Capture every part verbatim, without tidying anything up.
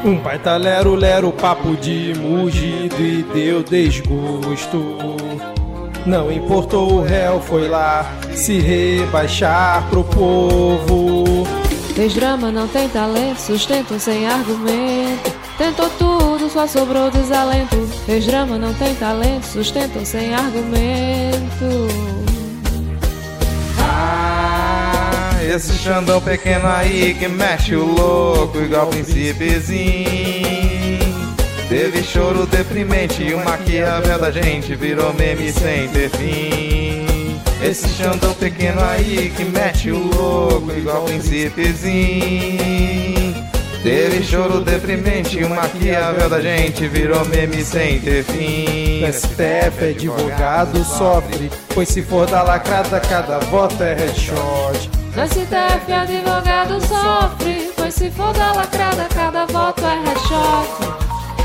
Um baita lero-lero, papo de mugido e deu desgosto. Não importou, o réu foi lá se rebaixar pro povo. Fez drama, não tem talento, sustento sem argumento. Tentou tudo, só sobrou desalento. Fez drama, não tem talento, sustento sem argumento. Ah, esse Xandão pequeno aí que mexe o louco igual Príncipezinho. Teve choro deprimente e o Maquiavel da gente virou meme sem ter fim. Esse Xandão pequeno aí que mete o louco igual Príncipezinho. Teve choro deprimente e o Maquiavel da gente virou meme sem ter fim. O S T F, advogado, sofre, pois se for da lacrada, cada voto é headshot. No S T F, advogado sofre, pois se for da lacrada, cada voto é headshot.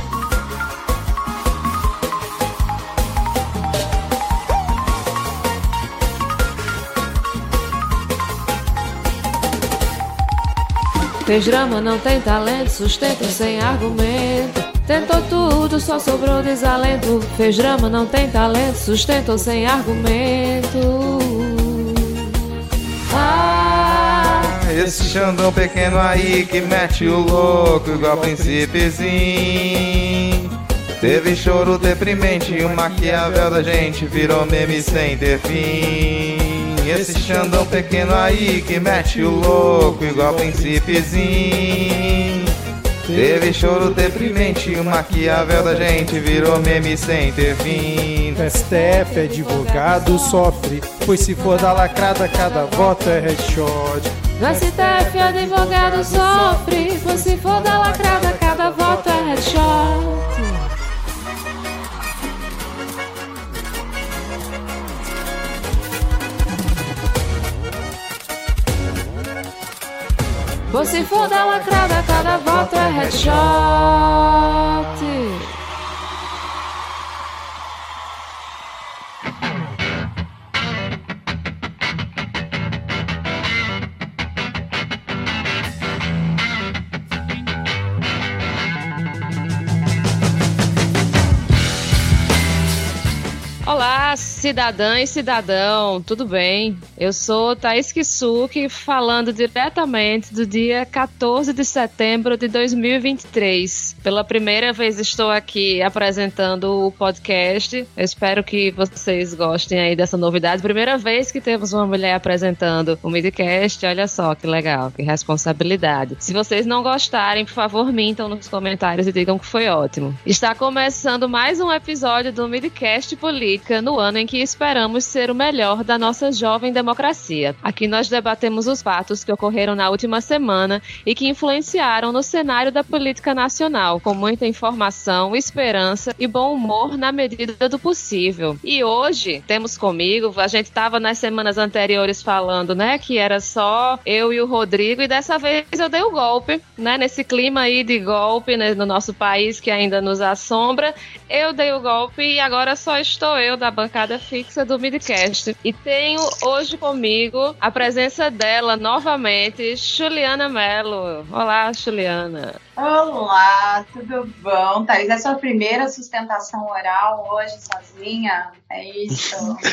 Fez drama, não tem talento, sustento sem argumento. Tentou tudo, só sobrou desalento. Fez drama, não tem talento, sustento sem argumento. Ah, esse Xandão pequeno aí que mete o louco igual Príncipezinho. Teve choro deprimente e o Maquiavel da gente virou meme sem ter fim. Esse Xandão pequeno aí que mete o louco igual Príncipezinho. Teve choro deprimente e o Maquiavel da gente virou meme sem ter fim. O S T F, advogado, sofre, pois se for da lacrada, cada voto é headshot. No S T F, advogado sofre, pois se for da lacrada, cada voto é headshot. Pois se for da lacrada, cada voto é headshot. Olá, cidadã e cidadão, tudo bem? Eu sou Thaís Kisuki, falando diretamente do dia quatorze de setembro de dois mil e vinte e três. Pela primeira vez estou aqui apresentando o podcast. Eu espero que vocês gostem aí dessa novidade. Primeira vez que temos uma mulher apresentando o Midcast, olha só que legal, que responsabilidade. Se vocês não gostarem, por favor, mintam nos comentários e digam que foi ótimo. Está começando mais um episódio do Midcast Política, no ano em que esperamos ser o melhor da nossa jovem democracia. Aqui nós debatemos os fatos que ocorreram na última semana e que influenciaram no cenário da política nacional, com muita informação, esperança e bom humor na medida do possível. E hoje temos comigo, a gente estava nas semanas anteriores falando, né, que era só eu e o Rodrigo, e dessa vez eu dei o golpe, né, nesse clima aí de golpe, né, no nosso país que ainda nos assombra, eu dei o golpe e agora só estou eu da bancada fixa do Midcast. E tenho hoje comigo a presença dela novamente, Juliana Mello. Olá, Juliana. Olá, tudo bom? Thaís, é sua primeira sustentação oral hoje sozinha? É isso?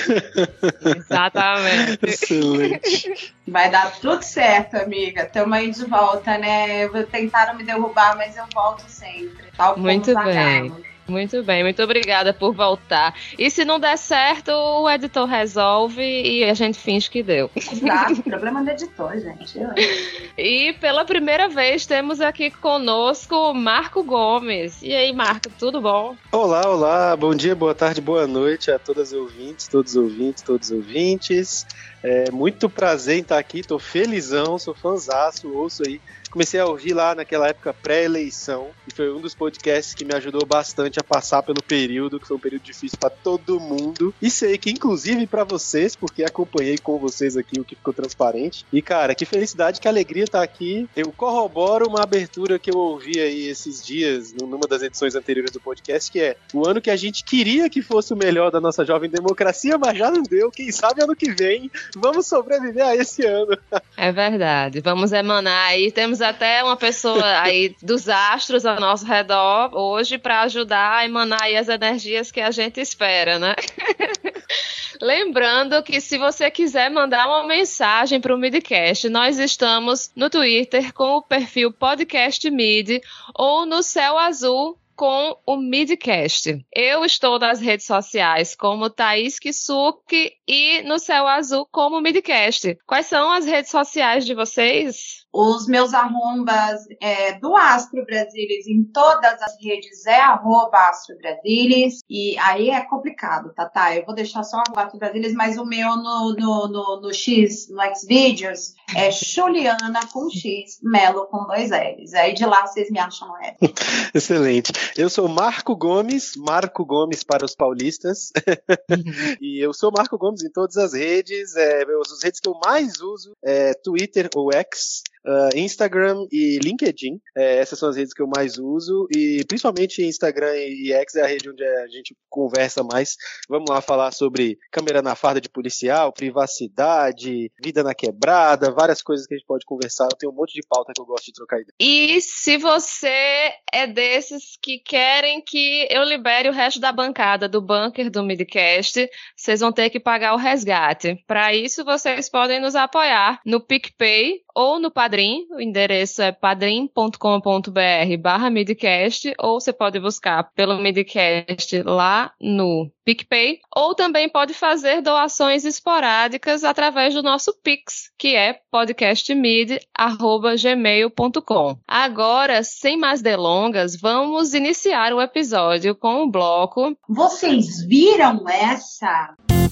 Exatamente. Excelente. Vai dar tudo certo, amiga. Tamo aí de volta, né? Tentaram me derrubar, mas eu volto sempre. Tal Muito bem. Muito bem, muito obrigada por voltar. E se não der certo, o editor resolve e a gente finge que deu. Exato, problema do editor, gente. Eu... E pela primeira vez temos aqui conosco Marco Gomes. E aí, Marco, tudo bom? Olá, olá, bom dia, boa tarde, boa noite a todas as ouvintes, todos os ouvintes, todos os ouvintes. É muito prazer em estar aqui, tô felizão, sou fãzaço, ouço aí. Comecei a ouvir lá naquela época pré-eleição e foi um dos podcasts que me ajudou bastante a passar pelo período, que foi um período difícil para todo mundo. E sei que inclusive para vocês, porque acompanhei com vocês aqui o que ficou transparente. E cara, que felicidade, que alegria estar aqui. Eu corroboro uma abertura que eu ouvi aí esses dias, numa das edições anteriores do podcast, que é o ano que a gente queria que fosse o melhor da nossa jovem democracia, mas já não deu. Quem sabe ano que vem vamos sobreviver a esse ano. É verdade, vamos emanar aí. Temos até uma pessoa aí dos astros ao nosso redor hoje para ajudar a emanar aí as energias que a gente espera, né? Lembrando que se você quiser mandar uma mensagem para o Midcast, nós estamos no Twitter com o perfil Podcast Mid ou no Céu Azul com o Midcast. Eu estou nas redes sociais como Thaís Kisuki e no Céu Azul como Midcast. Quais são as redes sociais de vocês? Os meus arrombas é, do Astro Brasilis em todas as redes é arroba Astro Brasilis. E aí é complicado, tá, tá? Eu vou deixar só arroba Astro Brasilis, mas o meu no, no, no, no X, no Xvideos, é Juliana com X, Melo com dois L's. Aí de lá vocês me acham no F. Excelente. Eu sou Marco Gomes, Marco Gomes para os paulistas. E eu sou Marco Gomes em todas as redes. É, as redes que eu mais uso é Twitter ou X, Uh, Instagram e LinkedIn, é, essas são as redes que eu mais uso, e principalmente Instagram e X é a rede onde a gente conversa mais. Vamos lá falar sobre câmera na farda de policial, privacidade, vida na quebrada, várias coisas que a gente pode conversar. Eu tenho um monte de pauta que eu gosto de trocar ideia. E se você é desses que querem que eu libere o resto da bancada do bunker do Midcast, vocês vão ter que pagar o resgate. Para isso, vocês podem nos apoiar no PicPay ou no Padrim. O endereço é padrim.com.br barra Midcast, ou você pode buscar pelo Midcast lá no PicPay, ou também pode fazer doações esporádicas através do nosso Pix, que é podcastmid arroba gmail ponto com. Agora, sem mais delongas, vamos iniciar o episódio com o bloco... Vocês viram essa?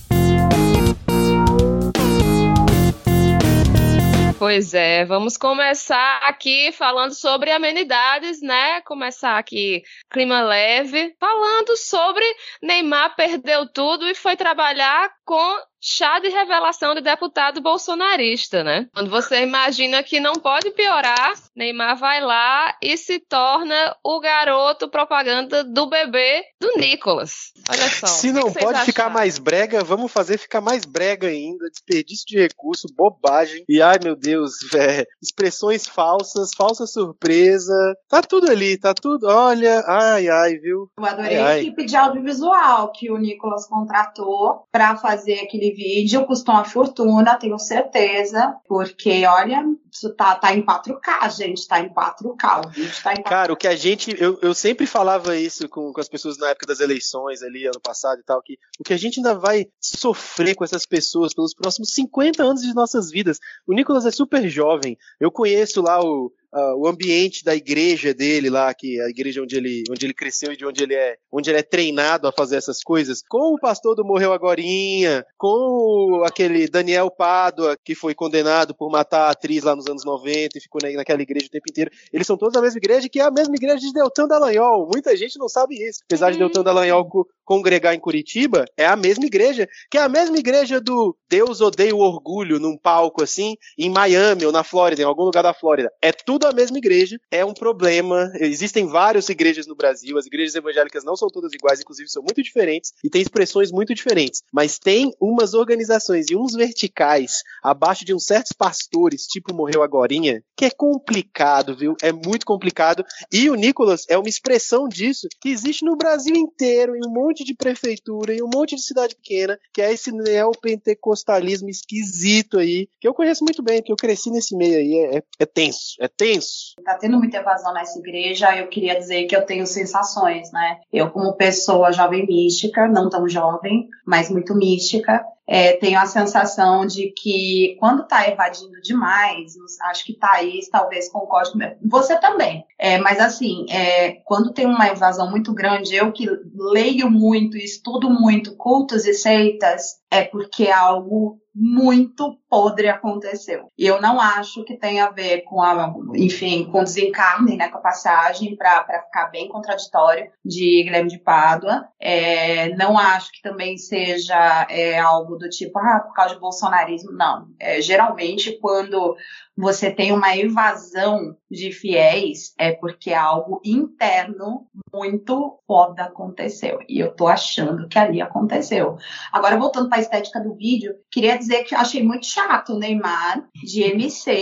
Pois é, vamos começar aqui falando sobre amenidades, né? Começar aqui, clima leve, falando sobre Neymar perdeu tudo e foi trabalhar com chá de revelação de deputado bolsonarista, né? Quando você imagina que não pode piorar, Neymar vai lá e se torna o garoto propaganda do bebê do Nicolas. Olha só. Se não que pode ficar mais brega, vamos fazer ficar mais brega ainda. Desperdício de recurso, bobagem. E ai meu Deus, velho. Expressões falsas, falsa surpresa. Tá tudo ali, tá tudo. Olha, ai, ai, viu? Eu adorei ai, a ai. equipe de audiovisual que o Nicolas contratou pra fazer aquele vídeo. Custou uma fortuna, tenho certeza. Porque, olha, isso tá, tá em quatro K, gente. Tá em quatro K. O vídeo tá em quatro K. Cara, o que a gente... Eu, eu sempre falava isso com, com as pessoas na época das eleições ali, ano passado e tal, que o que a gente ainda vai sofrer com essas pessoas pelos próximos cinquenta anos de nossas vidas. O Nicolas é super jovem. Eu conheço lá o... Uh, o ambiente da igreja dele lá, que a igreja onde ele, onde ele cresceu e de onde ele é, onde ele é treinado a fazer essas coisas, com o pastor do Morreu Agorinha, com aquele Daniel Pádua, que foi condenado por matar a atriz lá nos anos noventa e ficou na, naquela igreja o tempo inteiro. Eles são todos da mesma igreja, que é a mesma igreja de Deltan Dallagnol. Muita gente não sabe isso. Apesar de Deltan Dallagnol co- congregar em Curitiba, é a mesma igreja, que é a mesma igreja do Deus Odeia o Orgulho, num palco assim, em Miami ou na Flórida, em algum lugar da Flórida. É tudo a mesma igreja, é um problema. Existem várias igrejas no Brasil, as igrejas evangélicas não são todas iguais, inclusive são muito diferentes e têm expressões muito diferentes, mas tem umas organizações e uns verticais abaixo de uns certos pastores, tipo Morreu Agorinha, que é complicado, viu? É muito complicado, e o Nicolas é uma expressão disso que existe no Brasil inteiro, em um monte de prefeitura, em um monte de cidade pequena, que é esse neopentecostalismo esquisito aí, que eu conheço muito bem, que eu cresci nesse meio aí, é, é tenso, é tenso. Tá tendo muita evasão nessa igreja. Eu queria dizer que eu tenho sensações, né? Eu, como pessoa jovem mística, não tão jovem, mas muito mística, é, tenho a sensação de que quando tá evadindo demais, acho que Thaís talvez concorde comigo, você também, é, mas assim, é, quando tem uma evasão muito grande, eu que leio muito, estudo muito cultos e seitas, é porque algo muito podre aconteceu. E eu não acho que tenha a ver com a, enfim, com o desencarne, né, com a passagem, para ficar bem contraditório, de Guilherme de Pádua. É, não acho que também seja é, algo do tipo, ah, por causa de bolsonarismo. Não. É, geralmente, quando você tem uma evasão de fiéis, é porque algo interno muito foda aconteceu. E eu tô achando que ali aconteceu. Agora, voltando para a estética do vídeo, queria dizer que eu achei muito chato o Neymar, de M C,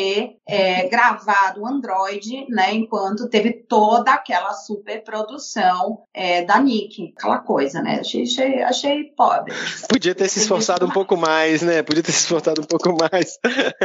é, gravado Android, né, enquanto teve toda aquela superprodução é, da Nick, aquela coisa, né, achei, achei, achei pobre. Podia ter se esforçado um pouco mais, né, podia ter se esforçado um pouco mais.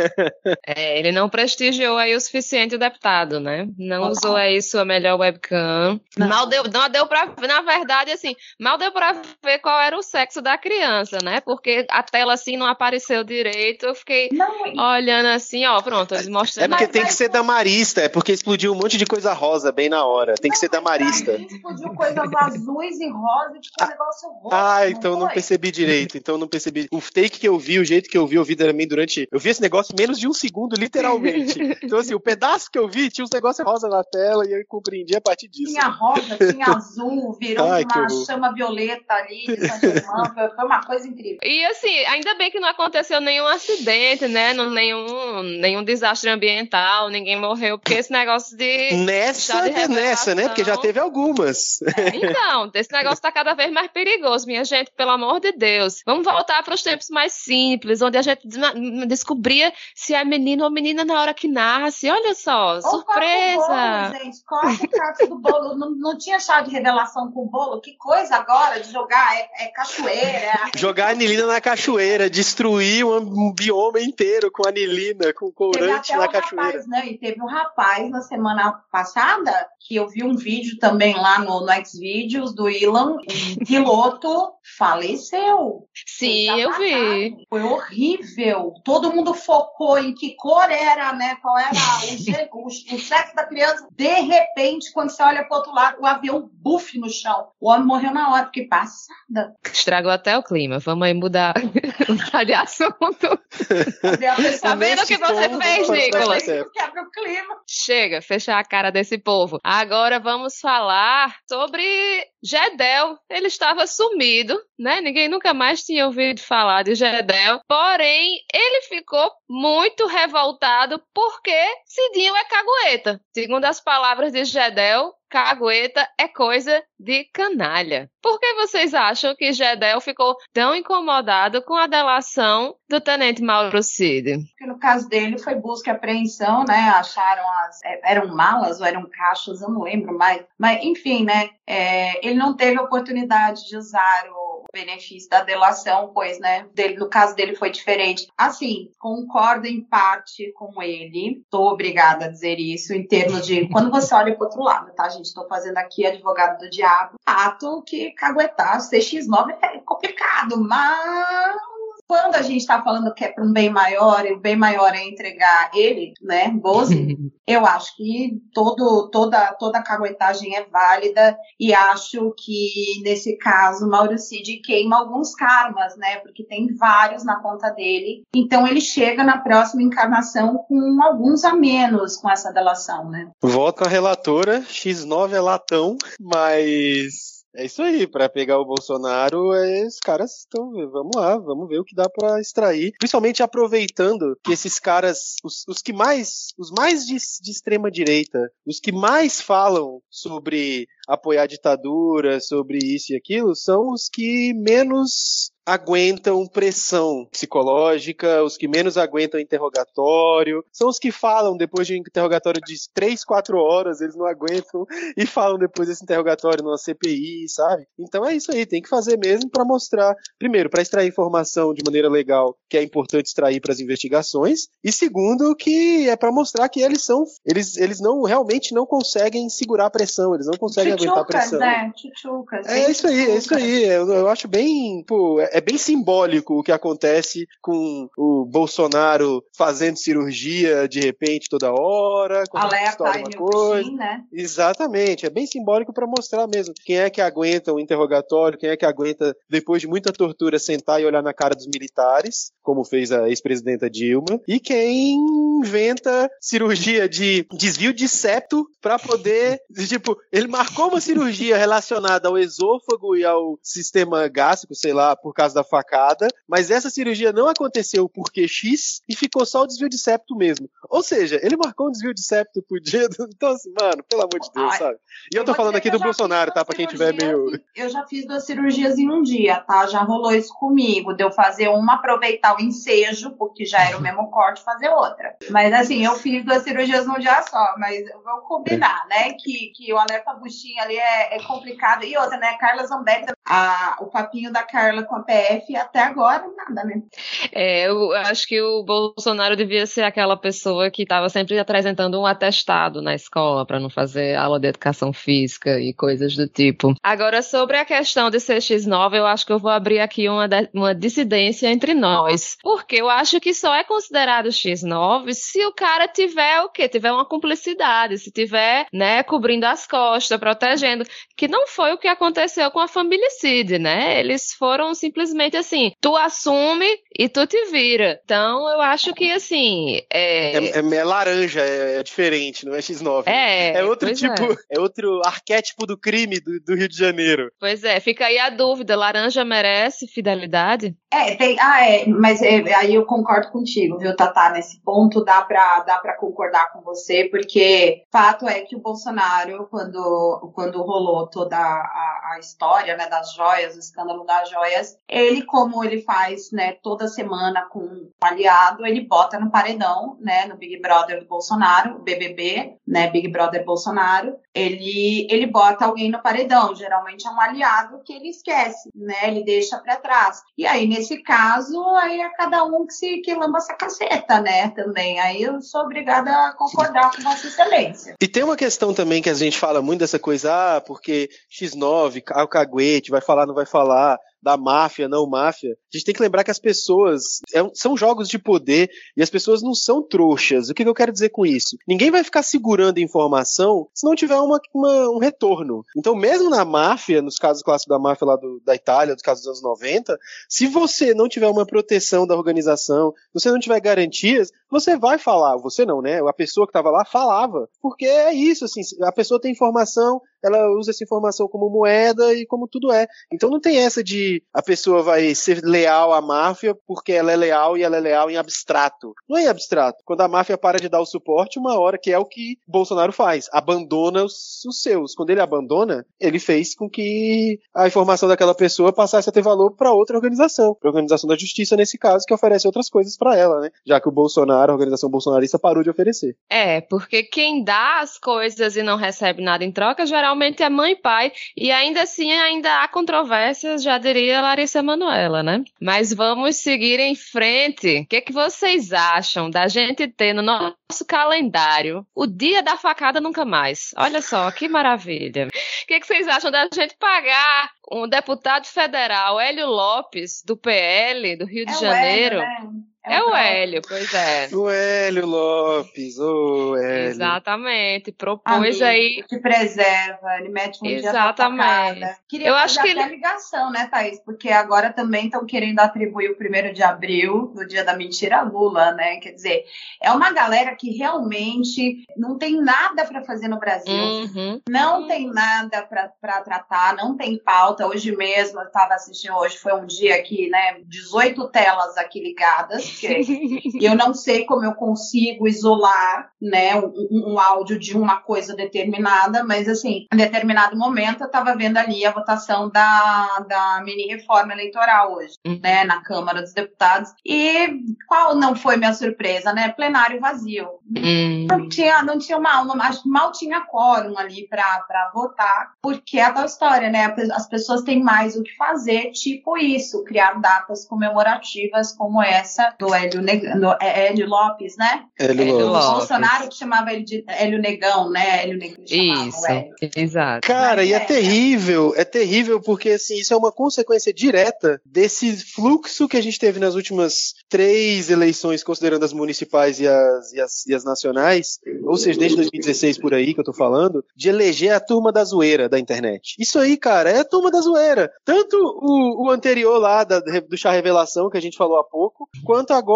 É, ele não prestigiou aí o suficiente o deputado, né, não Total. usou aí sua melhor webcam, Não. mal deu, não deu pra, na verdade, assim, mal deu pra ver qual era o sexo da criança, né, porque a tela assim não apareceu direito, eu fiquei Não, e- olhando assim, ó, pronto, eles É mostrando. porque Mas- tem que mas- ser damarista, é porque explodiu um monte de coisa rosa bem na hora, tem que ser damarista. Pra mim, explodiu coisas azuis e rosas, tipo um negócio roxo. Ah, então não foi? percebi direito, então não percebi. O take que eu vi, o jeito que eu vi, eu vi também durante... Eu vi esse negócio menos de um segundo, literalmente. Então assim, o pedaço que eu vi, tinha uns negócios rosa na tela e eu compreendi a partir disso. Tinha rosa, tinha azul, virou Ai, que uma horror. chama violeta ali de São Germão, foi foi uma coisa incrível. E assim, ainda bem que não aconteceu nenhum acidente, né? Não, nenhum, nenhum desastre ambiental, ninguém morreu, porque esse negócio de. Nessa, chá de nessa, né? revelação- Porque já teve algumas. Então, esse negócio tá cada vez mais perigoso, minha gente, pelo amor de Deus. Vamos voltar para os tempos mais simples, onde a gente de- descobria se é menino ou menina na hora que nasce. Olha só, Ou corta o surpresa! bolo, gente, corta o caco do bolo. Não, não tinha chá de revelação com bolo? Que coisa agora de jogar? É, é cachoeira. É... Jogar anilina na cachoeira, destruir um, um bioma inteiro com anilina, com Teve corante até na um cachoeira. rapaz, né? E teve um rapaz na semana passada que eu vi um vídeo também lá no, no Xvideos do Elon, um piloto faleceu. Sim, Foi eu vi. apagado. Foi horrível. Todo mundo focou em que cor era, né? Qual era o, gê- o, o sexo da criança. De repente, quando você olha pro outro lado, o avião bufe no chão. O homem morreu na hora, porque passada. Estragou até o clima. Vamos aí mudar, mudar de assunto. Cadê a pessoa? Tá vendo o que você Neste fez, ponto, Nicolas? certo. Quebra o clima. Chega, fechar a cara desse povo. Agora vamos falar sobre Gedel. Ele estava sumido, né? Ninguém nunca mais tinha ouvido falar de Gedel. Porém, ele ficou muito revoltado porque Cidinho é cagueta. Segundo as palavras de Gedel, cagueta é coisa de canalha. Por que vocês acham que Gedel ficou tão incomodado com a delação do tenente Mauro Cid? Porque no caso dele foi busca e apreensão, né? Acharam as. Eram malas ou eram caixas, eu não lembro mais. Mas, enfim, né? É, ele não teve oportunidade de usar o benefício da delação, pois, né? Dele, no caso dele foi diferente. Assim, concordo em parte com ele. Tô obrigada a dizer isso, em termos de. Quando você olha pro outro lado, tá, gente? Tô fazendo aqui advogado do diabo. Fato que caguetar C X nove é complicado, mas. Quando a gente está falando que é para um bem maior, e o bem maior é entregar ele, né, Bozo, eu acho que todo, toda, toda a caguetagem é válida e acho que, nesse caso, Mauro Cid queima alguns karmas, né, porque tem vários na conta dele, então ele chega na próxima encarnação com alguns a menos com essa delação, né. Voto com a relatora, X nove é latão, mas... É isso aí, para pegar o Bolsonaro, é, os caras estão. Vamos lá, vamos ver o que dá para extrair. Principalmente aproveitando que esses caras, os, os que mais, os mais de, de extrema direita, os que mais falam sobre apoiar a ditadura, sobre isso e aquilo, são os que menos aguentam pressão psicológica, os que menos aguentam interrogatório, são os que falam depois de um interrogatório de três, quatro horas, eles não aguentam e falam depois desse interrogatório numa C P I, sabe? Então é isso aí, tem que fazer mesmo para mostrar, primeiro, para extrair informação de maneira legal, que é importante extrair para as investigações, e segundo, que é para mostrar que eles são, eles, eles não, realmente não conseguem segurar a pressão, eles não conseguem aguentar a pressão. Né? Chuchucas, É isso aí, é isso aí, eu, eu acho bem, pô, é, é bem simbólico o que acontece com o Bolsonaro fazendo cirurgia de repente toda hora, alerta alguma coisa. Né? Exatamente, é bem simbólico para mostrar mesmo quem é que aguenta um interrogatório, quem é que aguenta depois de muita tortura sentar e olhar na cara dos militares, como fez a ex-presidenta Dilma, e quem inventa cirurgia de desvio de septo para poder, tipo, ele marcou for uma cirurgia relacionada ao esôfago e ao sistema gástrico, sei lá, por causa da facada, mas essa cirurgia não aconteceu porque X e ficou só o desvio de septo mesmo. Ou seja, ele marcou um desvio de septo por dia. Então, assim, mano, pelo amor de Deus, sabe? E eu tô falando aqui do Bolsonaro, tá? Pra quem tiver meio... Eu já fiz duas cirurgias em um dia, tá? Já rolou isso comigo, de eu fazer uma, aproveitar o ensejo, porque já era o mesmo corte, fazer outra. Mas, assim, eu fiz duas cirurgias num dia só, mas vamos combinar, né? Que, que o alerta buchinha ali é, é complicado. E outra, né? Carla Zambelli, a, o papinho da Carla com a P F, até agora, nada, né? É, eu acho que o Bolsonaro devia ser aquela pessoa que estava sempre apresentando um atestado na escola para não fazer aula de educação física e coisas do tipo. Agora, sobre a questão de ser X nove, eu acho que eu vou abrir aqui uma, uma dissidência entre nós. Porque eu acho que só é considerado X nove se o cara tiver o quê? Tiver uma cumplicidade, se tiver, né, cobrindo as costas, protegendo, que não foi o que aconteceu com a família Cid, né? Eles foram simplesmente assim, tu assume e tu te vira. Então, eu acho que, assim... É, é, é, é laranja, é, é diferente, não é X nove. É, é outro tipo, é. é outro arquétipo do crime do, do Rio de Janeiro. Pois é, fica aí a dúvida, laranja merece fidelidade? É, tem, ah, é, mas é, aí eu concordo contigo, viu, Tatá? Nesse ponto dá pra, dá pra concordar com você, porque fato é que o Bolsonaro, quando, quando rolou toda a, a história, né, das joias, o escândalo das joias, ele, como ele faz, né, toda semana com um aliado, ele bota no paredão, né, no Big Brother do Bolsonaro, B B B, né, Big Brother Bolsonaro, ele, ele bota alguém no paredão, geralmente é um aliado que ele esquece, né, ele deixa pra trás. E aí, nesse caso, aí é cada um que se que lamba essa caceta, né, também. Aí eu sou obrigada a concordar com Vossa Excelência. E tem uma questão também que a gente fala muito dessa coisa, ah, porque X nove, o caguete, vai falar, não vai falar, da máfia, não máfia. A gente tem que lembrar que as pessoas... É, são jogos de poder e as pessoas não são trouxas. O que, que eu quero dizer com isso? Ninguém vai ficar segurando informação se não tiver uma, uma, um retorno. Então, mesmo na máfia, nos casos clássicos da máfia lá do, da Itália, dos casos dos anos noventa, se você não tiver uma proteção da organização, se você não tiver garantias, você vai falar. Você não, né? A pessoa que estava lá falava. Porque é isso, assim, a pessoa tem informação, ela usa essa informação como moeda e como tudo é. Então não tem essa de a pessoa vai ser leal à máfia porque ela é leal e ela é leal em abstrato. Não é em abstrato. Quando a máfia para de dar o suporte, uma hora, que é o que Bolsonaro faz, abandona os, os seus. Quando ele abandona, ele fez com que a informação daquela pessoa passasse a ter valor para outra organização, para a organização da justiça, nesse caso, que oferece outras coisas para ela, né? Já que o Bolsonaro, a organização bolsonarista, parou de oferecer. É, porque quem dá as coisas e não recebe nada em troca, geralmente é mãe e pai, e ainda assim ainda há controvérsias, já diria Larissa Manoela, né? Mas vamos seguir em frente. O que, é que vocês acham da gente ter no nosso calendário o dia da facada nunca mais? Olha só, que maravilha. O que, é que vocês acham da gente pagar um deputado federal, Hélio Lopes, do P L, do Rio de é Janeiro? O Hélio, né? É, é o Hélio, pois é. O Hélio Lopes, o Hélio. Exatamente, propôs Amigo, aí... que preserva, ele mete um Exatamente. dia da facada. Queria Eu fazer acho que até ele... ligação, né, Thaís? Porque agora também estão querendo atribuir o primeiro de abril, no dia da mentira, a Lula, né? Quer dizer, é uma galera que realmente não tem nada para fazer no Brasil, uhum. não uhum. tem nada para tratar, não tem pauta. Hoje mesmo, eu estava assistindo, hoje foi um dia aqui, né, dezoito telas aqui ligadas, e eu não sei como eu consigo isolar, né, um, um áudio de uma coisa determinada, mas assim, em determinado momento eu estava vendo ali a votação da, da mini reforma eleitoral hoje, uhum. né, na Câmara dos Deputados, e qual não foi minha surpresa, né, plenário vazio. Uhum. Não tinha, não tinha mal, não, mal tinha quórum ali para votar, porque é a tal história, né, as pessoas têm mais o que fazer, tipo isso, criar datas comemorativas como essa do Hélio, no, Hélio Lopes, né? Hélio, Hélio Lopes. O Bolsonaro que chamava ele de Hélio Negão, né? Hélio Negão. Isso, exato. Cara, Mas e é, é terrível, é terrível porque assim, isso é uma consequência direta desse fluxo que a gente teve nas últimas três eleições, considerando as municipais e as, e as, e as nacionais, ou seja, desde dois mil e dezesseis por aí que eu tô falando, de eleger a turma da zoeira da internet. Isso aí, cara, é a turma da zoeira. Tanto o, o anterior lá, da, do Chá Revelação, que a gente falou há pouco, quanto agora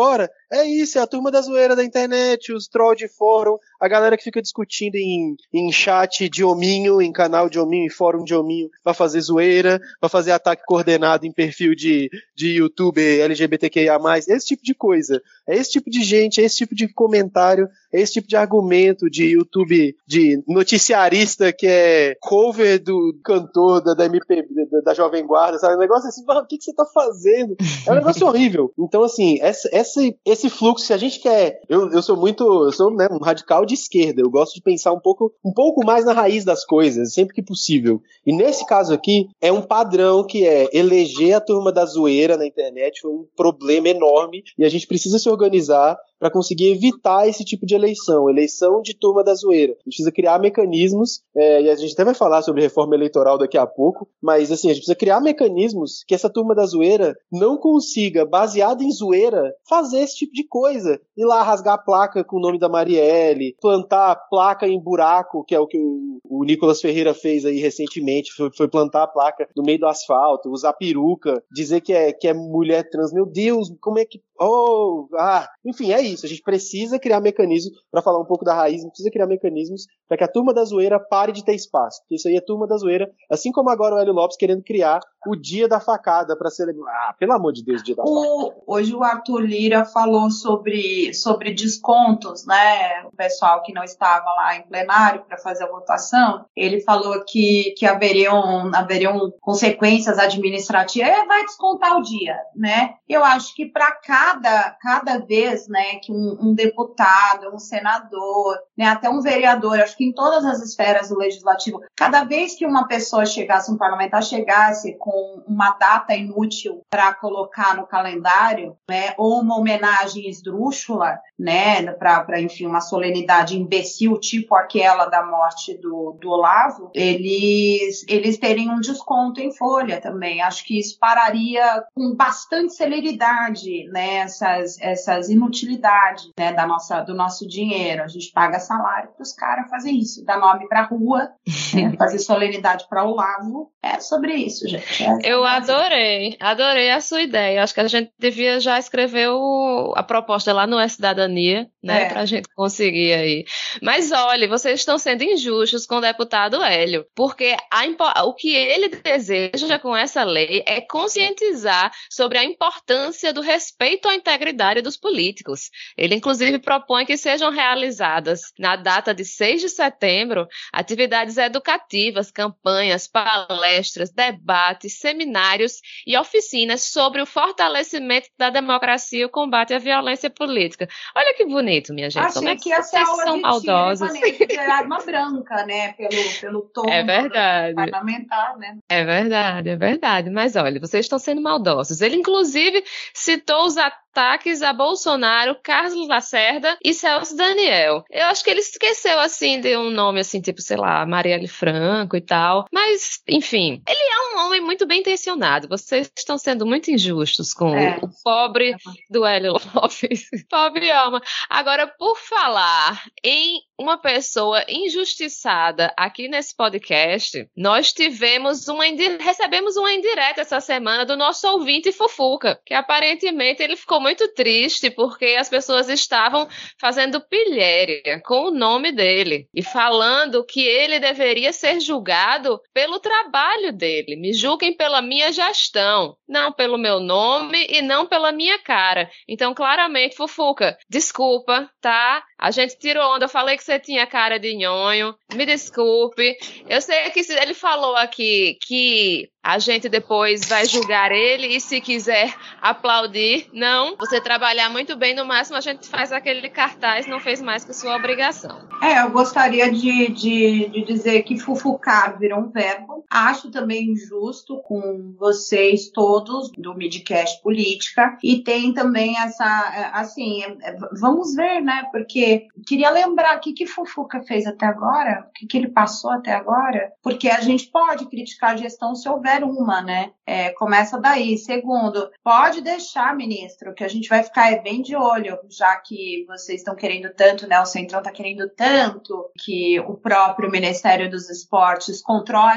É isso, é a turma da zoeira da internet, os trolls de fórum, a galera que fica discutindo em, em chat de hominho, em canal de hominho, em fórum de hominho, pra fazer zoeira, pra fazer ataque coordenado em perfil de, de youtuber L G B T Q I A mais, esse tipo de coisa. É esse tipo de gente, é esse tipo de comentário, é esse tipo de argumento de YouTube, de noticiarista que é cover do cantor da, da M P B, da, da Jovem Guarda, sabe? Um negócio assim, o que, que você tá fazendo? É um negócio horrível. Então, assim, essa, essa, esse fluxo, se a gente quer... Eu, eu sou muito... Eu sou, né, um radical de esquerda. Eu gosto de pensar um pouco, um pouco mais na raiz das coisas, sempre que possível. E nesse caso aqui, é um padrão que é eleger a turma da zoeira na internet foi um problema enorme e a gente precisa se organizar para conseguir evitar esse tipo de eleição, eleição de turma da zoeira. A gente precisa criar mecanismos, é, e a gente até vai falar sobre reforma eleitoral daqui a pouco, mas assim, a gente precisa criar mecanismos que essa turma da zoeira não consiga, baseada em zoeira, fazer esse tipo de coisa. Ir lá rasgar a placa com o nome da Marielle, plantar placa em buraco, que é o que o, o Nicolas Ferreira fez aí recentemente, foi, foi plantar a placa no meio do asfalto, usar peruca, dizer que é, que é mulher trans. Meu Deus, como é que... Oh, ah, enfim, é isso. A gente precisa criar mecanismos, para falar um pouco da raiz, a gente precisa criar mecanismos para que a turma da zoeira pare de ter espaço. Porque isso aí é turma da zoeira, assim como agora o Hélio Lopes querendo criar o dia da facada para celebrar. Ah, pelo amor de Deus, o dia da o, facada. Hoje o Arthur Lira falou sobre, sobre descontos, né? O pessoal que não estava lá em plenário para fazer a votação, ele falou que, que haveriam, haveriam consequências administrativas. É, vai descontar o dia, né? Eu acho que para cada, cada vez, né, que um, um deputado, um senador, né, até um vereador, acho que em todas as esferas do legislativo, cada vez que uma pessoa chegasse, um parlamentar chegasse com uma data inútil para colocar no calendário, né, ou uma homenagem esdrúxula, né, para, enfim, uma solenidade imbecil, tipo aquela da morte do, do Olavo, eles, eles teriam um desconto em folha também. Acho que isso pararia com bastante celeridade, né, essas, essas inutilidades, né, da nossa, do nosso dinheiro. A gente paga salário para os caras fazer isso, dar nome para rua, né, fazer solenidade para Olavo. É sobre isso, gente. É Eu adorei, adorei a sua ideia. Acho que a gente devia já escrever o, a proposta lá no É Cidadania, né, é. Pra gente conseguir aí. Mas olha, vocês estão sendo injustos com o deputado Hélio, porque a, o que ele deseja com essa lei é conscientizar sobre a importância do respeito à integridade dos políticos. Ele, inclusive, propõe que sejam realizadas, na data de seis de setembro, atividades educativas, campanhas, palestras, debates, seminários e oficinas sobre o fortalecimento da democracia e o combate à violência política. Olha que bonito, minha gente. Achei Como é que que ia ser vocês aula são de maldosos? tiro de arma branca, né? Pelo, pelo tom é verdade. parlamentar, né? É verdade, é verdade. Mas olha, vocês estão sendo maldosos. Ele, inclusive, citou os ataques a Bolsonaro, Carlos Lacerda e Celso Daniel. Eu acho que ele esqueceu, assim, de um nome, assim, tipo, sei lá, Marielle Franco e tal. Mas, enfim, ele é um homem muito bem intencionado. Vocês estão sendo muito injustos com é. o pobre do Hélio Lopes. Pobre alma. Agora, por falar em uma pessoa injustiçada aqui nesse podcast, nós tivemos uma indireta, recebemos uma indireta essa semana do nosso ouvinte Fufuca, que aparentemente ele ficou muito triste porque as pessoas estavam fazendo pilhéria com o nome dele e falando que ele deveria ser julgado pelo trabalho dele. Me julguem pela minha gestão, não pelo meu nome e não pela minha cara. Então, claramente, Fufuca, desculpa, tá? A gente tirou onda, eu falei que você tinha cara de nhonho, me desculpe. Eu sei que ele falou aqui que a gente depois vai julgar ele e se quiser aplaudir, não. Você trabalhar muito bem, no máximo a gente faz aquele cartaz, não fez mais que sua obrigação. É, eu gostaria de, de, de dizer que fufucar virou um verbo. Acho também injusto com vocês todos do Midcast Política e tem também essa, assim, vamos ver, né, porque queria lembrar o que que Fufuca fez até agora, o que que ele passou até agora, porque a gente pode criticar a gestão se houver uma, né? É, começa daí. Segundo, pode deixar, ministro, que a gente vai ficar bem de olho, já que vocês estão querendo tanto, né? O Centrão está querendo tanto que o próprio Ministério dos Esportes controle,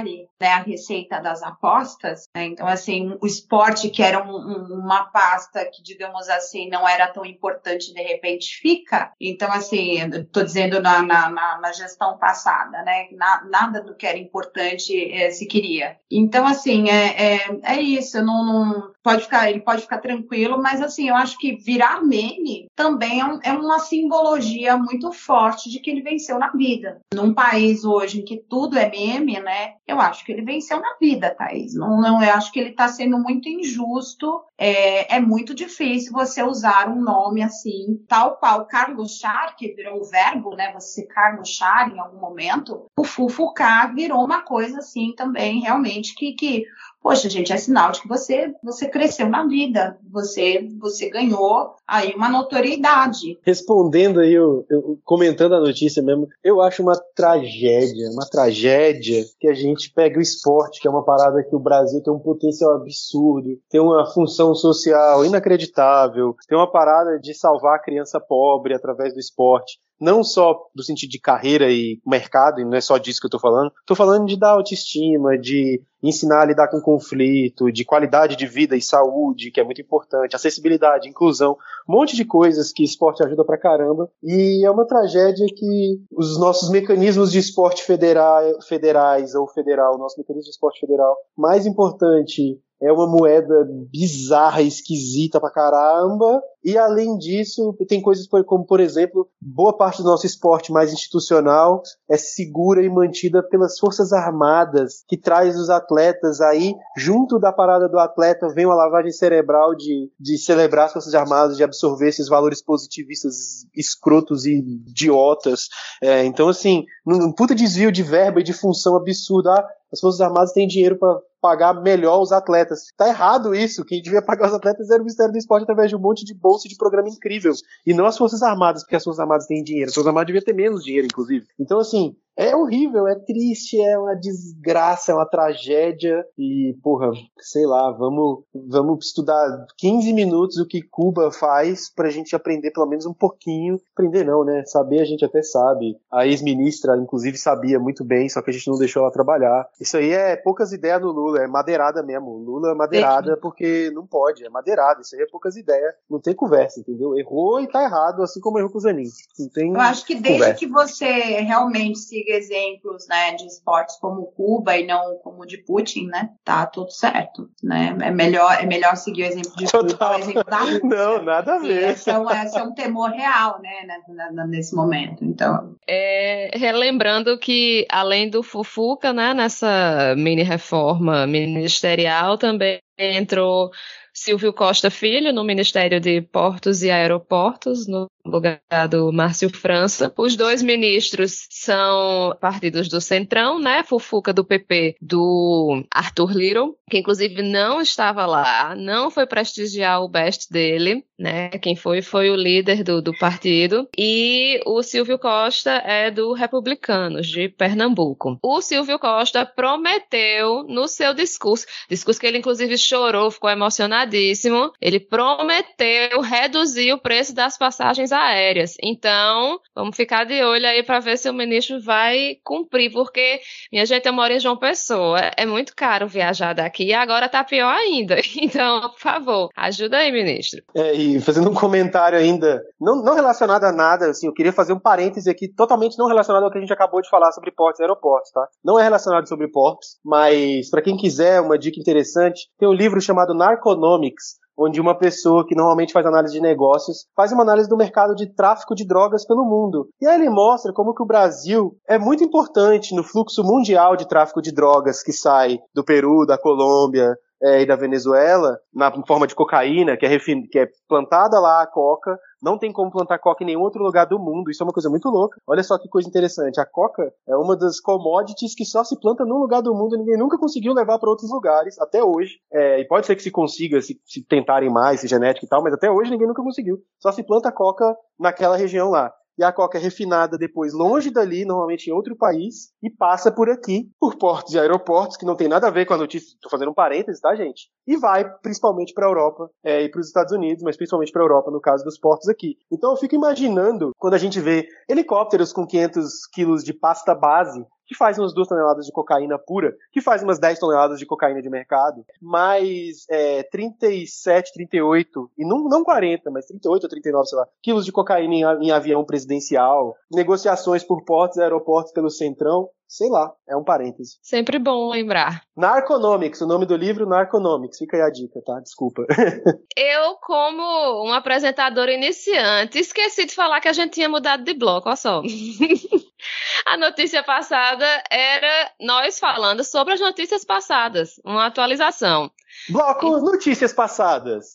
né, a receita das apostas, né? Então, assim, o esporte, que era um, um, uma pasta que, digamos assim, não era tão importante, de repente fica. Então, assim, estou dizendo na, na, na gestão passada, né? Na, nada do que era importante é, se queria. Então, assim, é, é, é isso. Não, não pode ficar, ele pode ficar tranquilo, mas, assim, eu acho que virar meme também é, um, é uma simbologia muito forte de que ele venceu na vida. Num país hoje em que tudo é meme, né? Eu acho que ele venceu na vida, Thaís. Não, não, eu acho que ele está sendo muito injusto. É, é muito difícil você usar um nome assim, tal qual Carlos Char, que virou o verbo, né? Você Carlos Char em algum momento. O Fufucar virou uma coisa assim também, realmente, que, que poxa, gente, é sinal de que você, você cresceu na vida, você, você ganhou aí uma notoriedade. Respondendo aí, eu, eu, comentando a notícia mesmo, eu acho uma tragédia, uma tragédia que a gente pega o esporte, que é uma parada que o Brasil tem um potencial absurdo, tem uma função social inacreditável, tem uma parada de salvar a criança pobre através do esporte. Não só do sentido de carreira e mercado, e não é só disso que eu tô falando. Tô falando de dar autoestima, de ensinar a lidar com conflito, de qualidade de vida e saúde, que é muito importante, acessibilidade, inclusão, um monte de coisas que esporte ajuda pra caramba. E é uma tragédia que os nossos mecanismos de esporte federal, federais ou federal, nosso mecanismo de esporte federal mais importante é uma moeda bizarra, esquisita pra caramba. E, além disso, tem coisas como, por exemplo, boa parte do nosso esporte mais institucional é segura e mantida pelas Forças Armadas, que traz os atletas aí, junto da parada do atleta, vem uma lavagem cerebral de, de celebrar as Forças Armadas, de absorver esses valores positivistas escrotos e idiotas. É, então, assim, um puta desvio de verba e de função absurdo. Ah, as Forças Armadas têm dinheiro para pagar melhor os atletas. Tá errado isso. Quem devia pagar os atletas era o Ministério do Esporte através de um monte de bolsa de programa incrível. E não as Forças Armadas, porque as Forças Armadas têm dinheiro. As Forças Armadas deviam ter menos dinheiro, inclusive. Então, assim, é horrível, é triste, é uma desgraça, é uma tragédia. E, porra, sei lá, vamos, vamos estudar quinze minutos o que Cuba faz pra gente aprender pelo menos um pouquinho. Aprender não, né? Saber a gente até sabe. A ex-ministra, inclusive, sabia muito bem, só que a gente não deixou ela trabalhar. Isso aí é poucas ideias no Lula, é madeirada mesmo. Lula é madeirada porque não pode, é madeirada. Isso aí é poucas ideias, não tem conversa, entendeu? Errou e tá errado, assim como errou com o Zanin. Não tem Eu acho que desde conversa. que você realmente siga exemplos, né, de esportes como Cuba e não como o de Putin, né, tá tudo certo, né? É melhor, é melhor seguir o exemplo de Cuba, o exemplo da Rússia. Não, nada a ver. Esse é, um, esse é um temor real, né, nesse momento. Então, É, relembrando que, além do Fufuca, né, nessa mini-reforma ministerial, também entrou Silvio Costa Filho no Ministério de Portos e Aeroportos, no lugar do Márcio França. Os dois ministros são partidos do Centrão, né? Fufuca do P P, do Arthur Little, que inclusive não estava lá, não foi prestigiar o best dele, né? Quem foi foi o líder do, do partido. E o Silvio Costa é do Republicanos, de Pernambuco. O Silvio Costa prometeu no seu discurso, discurso que ele inclusive chorou, ficou emocionadíssimo, ele prometeu reduzir o preço das passagens aéreas. Então, vamos ficar de olho aí para ver se o ministro vai cumprir, porque, minha gente, eu moro em João Pessoa, é muito caro viajar daqui e agora tá pior ainda. Então, por favor, ajuda aí, ministro. É, e fazendo um comentário ainda, não, não relacionado a nada, assim, eu queria fazer um parêntese aqui, totalmente não relacionado ao que a gente acabou de falar sobre portos e aeroportos, tá? Não é relacionado sobre portos, mas para quem quiser uma dica interessante, tem um livro chamado Narconomics, onde uma pessoa que normalmente faz análise de negócios faz uma análise do mercado de tráfico de drogas pelo mundo. E aí ele mostra como que o Brasil é muito importante no fluxo mundial de tráfico de drogas que sai do Peru, da Colômbia é, e da Venezuela, na forma de cocaína, que é, refin... que é plantada lá a coca. Não tem como plantar coca em nenhum outro lugar do mundo. Isso é uma coisa muito louca. Olha só que coisa interessante. A coca é uma das commodities que só se planta num lugar do mundo. Ninguém nunca conseguiu levar para outros lugares, até hoje. É, e pode ser que se consiga, se, se tentarem mais, se genética e tal, mas até hoje ninguém nunca conseguiu. Só se planta coca naquela região lá. E a coca é refinada depois longe dali, normalmente em outro país, e passa por aqui, por portos e aeroportos, que não tem nada a ver com a notícia, estou fazendo um parênteses, tá, gente? E vai principalmente para a Europa é, e para os Estados Unidos, mas principalmente para a Europa, no caso dos portos aqui. Então eu fico imaginando, quando a gente vê helicópteros com quinhentos quilos de pasta base que faz umas duas toneladas de cocaína pura, que faz umas dez toneladas de cocaína de mercado, mais é, trinta e sete, trinta e oito, e não, não quarenta, mas trinta e oito ou trinta e nove, sei lá, quilos de cocaína em, em avião presidencial, negociações por portos e aeroportos pelo Centrão, sei lá, é um parêntese. Sempre bom lembrar. Narconomics, o nome do livro, Narconomics, fica aí a dica, tá? Desculpa. Eu, como um apresentador iniciante, esqueci de falar que a gente tinha mudado de bloco, olha só. A notícia passada era nós falando sobre as notícias passadas, uma atualização. Bloco Notícias Passadas.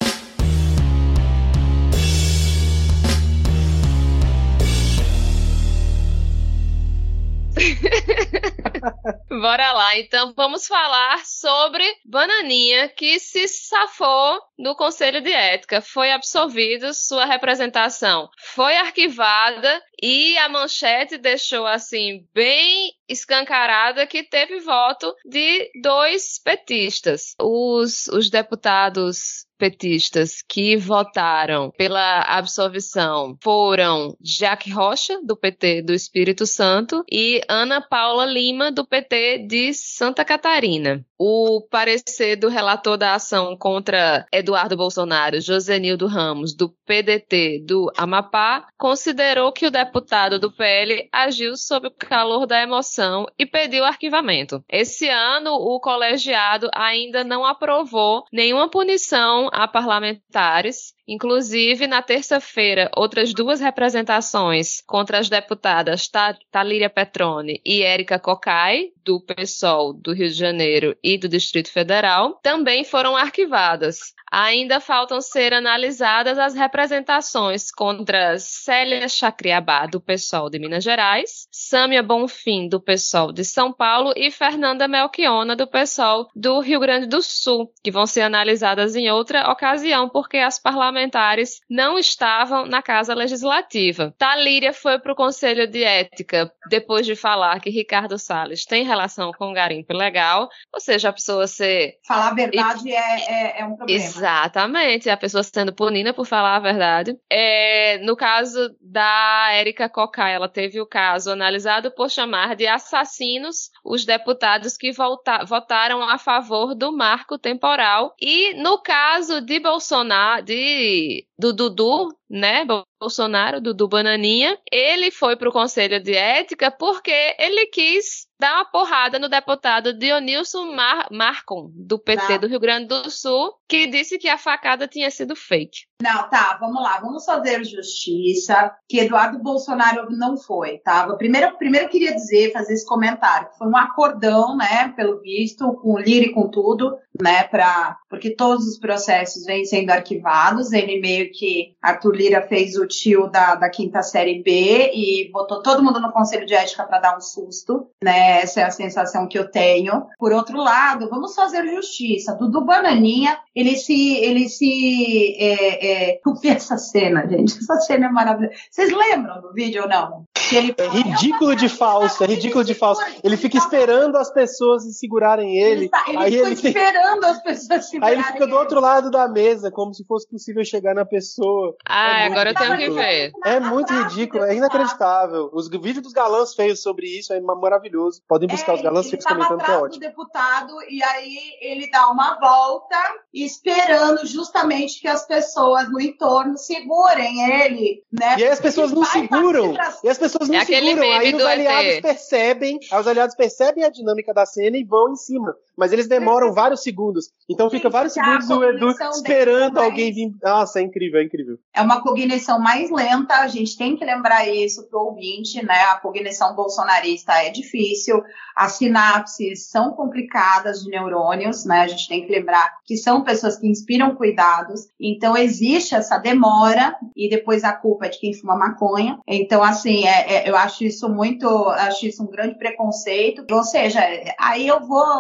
Bora lá, então vamos falar sobre Bananinha, que se safou do Conselho de Ética, foi absolvido, sua representação foi arquivada e a manchete deixou assim bem escancarada que teve voto de dois petistas. Os, os deputados petistas que votaram pela absolvição foram Jaque Rocha, do P T do Espírito Santo, e Ana Paula Lima, do P T de Santa Catarina. O parecer do relator da ação contra Eduardo Bolsonaro, Josenildo Ramos, do P D T do Amapá, considerou que o deputado do P L agiu sob o calor da emoção e pediu arquivamento. Esse ano, o colegiado ainda não aprovou nenhuma punição a parlamentares. Inclusive, na terça-feira, outras duas representações contra as deputadas Talíria Petroni e Érica Cocai, do PSOL do Rio de Janeiro e do Distrito Federal, também foram arquivadas. Ainda faltam ser analisadas as representações contra Célia Chacriabá, do PSOL de Minas Gerais, Sâmia Bonfim, do PSOL de São Paulo e Fernanda Melchiona, do PSOL do Rio Grande do Sul, que vão ser analisadas em outra ocasião, porque as parlamentares não estavam na Casa Legislativa. Talíria foi para o Conselho de Ética depois de falar que Ricardo Salles tem relação com garimpo ilegal, ou seja, a pessoa ser... Falar a verdade e... é, é, é um problema. Exatamente, a pessoa sendo punida por falar a verdade. É, no caso da Érica Cocai, ela teve o caso analisado por chamar de assassinos os deputados que volta, votaram a favor do marco temporal. E no caso de Bolsonaro, de do Dudu, né, Bolsonaro, Dudu Bananinha, ele foi para o Conselho de Ética porque ele quis dar uma porrada no deputado Dionilson Mar- Marcon, do P T tá. do Rio Grande do Sul, que disse que a facada tinha sido fake. Não, tá, vamos lá, vamos fazer justiça, que Eduardo Bolsonaro não foi, tá? Primeiro, primeiro queria dizer, fazer esse comentário, que foi um acordão, né, pelo visto, com o Lira e com tudo, né, pra, porque todos os processos vêm sendo arquivados, ele meio que, Arthur Lira fez o tio da, da quinta série B e botou todo mundo no Conselho de Ética para dar um susto, né, essa é a sensação que eu tenho. Por outro lado, vamos fazer justiça, Dudu Bananinha, ele se, ele se, é, é, eu vi essa cena, gente, essa cena é maravilhosa. Vocês lembram do vídeo ou não? Que ele é ridículo de falso, é ridículo de falso. Ele fica esperando as pessoas segurarem ele. Ele, tá, ele aí fica ele esperando tem... as pessoas segurarem ele. Aí ele fica do ele. outro lado da mesa, como se fosse possível chegar na pessoa. Ah, é agora eu tenho que ver. É muito ridículo, é inacreditável. Os vídeos dos galãs feios sobre isso é maravilhoso. Podem buscar é, os galãs feios comentando que é ótimo. Do deputado, e aí ele dá uma volta esperando justamente que as pessoas no entorno segurem ele, né? E aí as pessoas não seguram. Pra... E as pessoas não é seguram. Aí os aliados E T. percebem, aí os aliados percebem a dinâmica da cena e vão em cima. Mas eles demoram vários segundos. Então fica vários segundos o Edu esperando mais... alguém vir. Nossa, é incrível, é incrível. É uma cognição mais lenta, a gente tem que lembrar isso pro ouvinte, né? A cognição bolsonarista é difícil, as sinapses são complicadas de neurônios, né? A gente tem que lembrar que são pessoas que inspiram cuidados, então existe essa demora e depois a culpa é de quem fuma maconha. Então, assim, é, é, eu acho isso muito, acho isso um grande preconceito. Ou seja, aí eu vou, eu vou dizer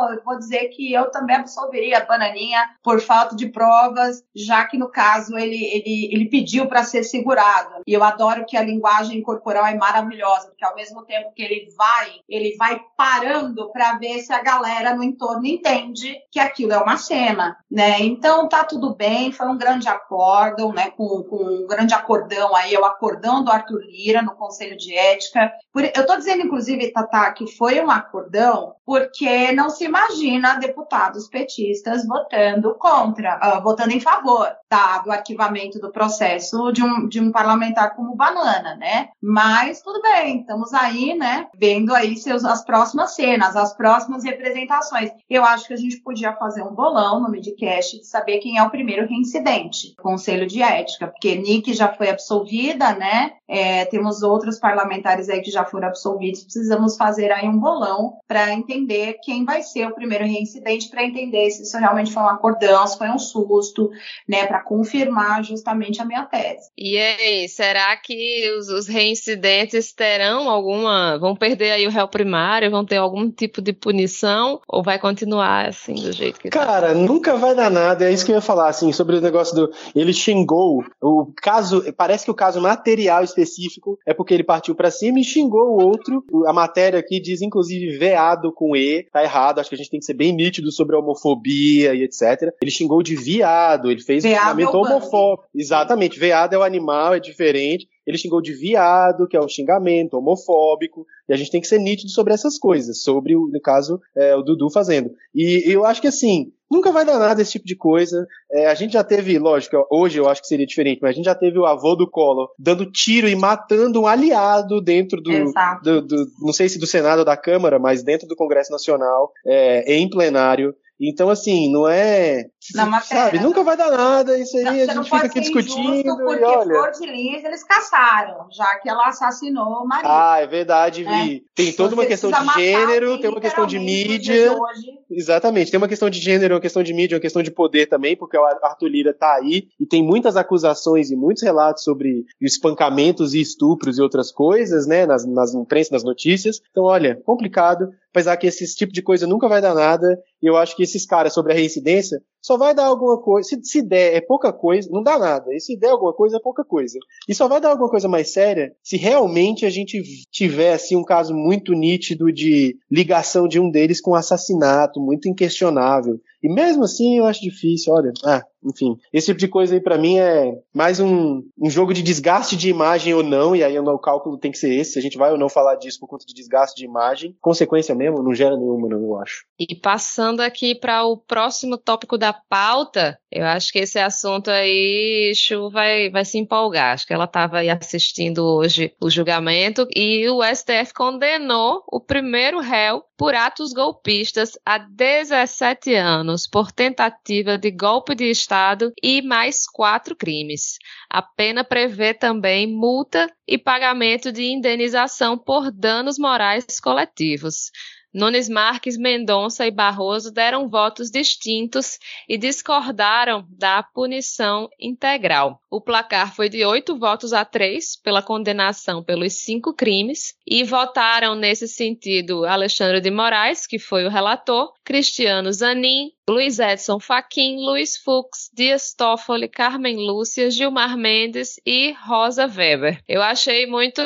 dizer que eu também absolveria a Bananinha por falta de provas, já que no caso ele, ele, ele pediu para ser segurado. E eu adoro que a linguagem corporal é maravilhosa, porque ao mesmo tempo que ele vai, ele vai parando para ver se a galera no entorno entende que aquilo é uma cena, né? Então tá tudo bem, foi um grande acórdão, né? Com, com um grande acordão aí, é o acordão do Arthur Lira no Conselho de Ética. Por, eu tô dizendo, inclusive, Tatá, que foi um acordão porque não se imagina deputados petistas votando contra, uh, votando em favor tá, do arquivamento do processo de um, de um parlamentar como Banana, né? Mas tudo bem, estamos aí, né? Vendo aí seus, as próximas cenas, as próximas representações. Eu acho que a gente podia fazer um bolão no Midcast de saber quem é o primeiro reincidente, Conselho de Ética, porque Nick já foi absolvida, né? É, temos outros parlamentares aí que já foram absolvidos, precisamos fazer aí um bolão para entender quem vai ser o primeiro reincidente, para entender se isso realmente foi um acordão, se foi um susto, né? Para confirmar justamente a minha tese. E aí, será que os, os reincidentes terão alguma, vão perder aí o réu primário, vão ter algum tipo de punição, ou vai continuar assim, do jeito que Cara, tá? Nunca vai dar nada, é isso que eu ia falar, assim, sobre o negócio do, ele xingou, o caso, parece que o caso material específico é porque ele partiu pra cima e xingou o outro, a matéria aqui diz, inclusive, veado com E, tá errado, acho que a gente tem que ser bem nítido sobre a homofobia e etcétera. Ele xingou de viado, ele fez um xingamento homofóbico. Exatamente, veado é o animal, é diferente. Ele xingou de viado, que é um xingamento homofóbico, e a gente tem que ser nítido sobre essas coisas, sobre, o, no caso, é, o Dudu fazendo. E eu acho que, assim, nunca vai dar nada esse tipo de coisa. É, a gente já teve, lógico, hoje eu acho que seria diferente, mas a gente já teve o avô do Collor dando tiro e matando um aliado dentro do, do, do não sei se do Senado ou da Câmara, mas dentro do Congresso Nacional, é, em plenário. Então, assim, não é... Na matéria, sabe, nunca vai dar nada, isso aí não, a gente fica aqui discutindo porque e olha... Flor de Lis eles caçaram, já que ela assassinou o marido. Ah, é verdade, né? Vi. Tem toda uma questão de gênero, tem uma questão de mídia... Exatamente, tem uma questão de gênero, uma questão de mídia, uma questão de poder também, porque o Arthur Lira tá aí e tem muitas acusações e muitos relatos sobre espancamentos e estupros e outras coisas, né, nas, nas imprensa, nas notícias. Então, olha, complicado, apesar que esse tipo de coisa nunca vai dar nada, e eu acho que esses caras sobre a reincidência só vai dar alguma coisa, se, se der é pouca coisa, não dá nada, e se der alguma coisa é pouca coisa. E só vai dar alguma coisa mais séria se realmente a gente tiver, assim, um caso muito nítido de ligação de um deles com assassinato, muito inquestionável. E mesmo assim eu acho difícil, olha, ah, enfim, esse tipo de coisa aí pra mim é mais um, um jogo de desgaste de imagem ou não, e aí o cálculo tem que ser esse, se a gente vai ou não falar disso por conta de desgaste de imagem, consequência mesmo, não gera nenhuma, não, eu acho. E passando aqui para o próximo tópico da pauta, eu acho que esse assunto aí, Chu vai, vai se empolgar, acho que ela estava aí assistindo hoje o julgamento, e o S T F condenou o primeiro réu por atos golpistas a dezessete anos por tentativa de golpe de Estado e mais quatro crimes. A pena prevê também multa e pagamento de indenização por danos morais coletivos. Nunes Marques, Mendonça e Barroso deram votos distintos e discordaram da punição integral. O placar foi de oito votos a três pela condenação pelos cinco crimes e votaram nesse sentido Alexandre de Moraes, que foi o relator, Cristiano Zanin, Luiz Edson Fachin, Luiz Fux, Dias Toffoli, Carmen Lúcia, Gilmar Mendes e Rosa Weber. Eu achei muito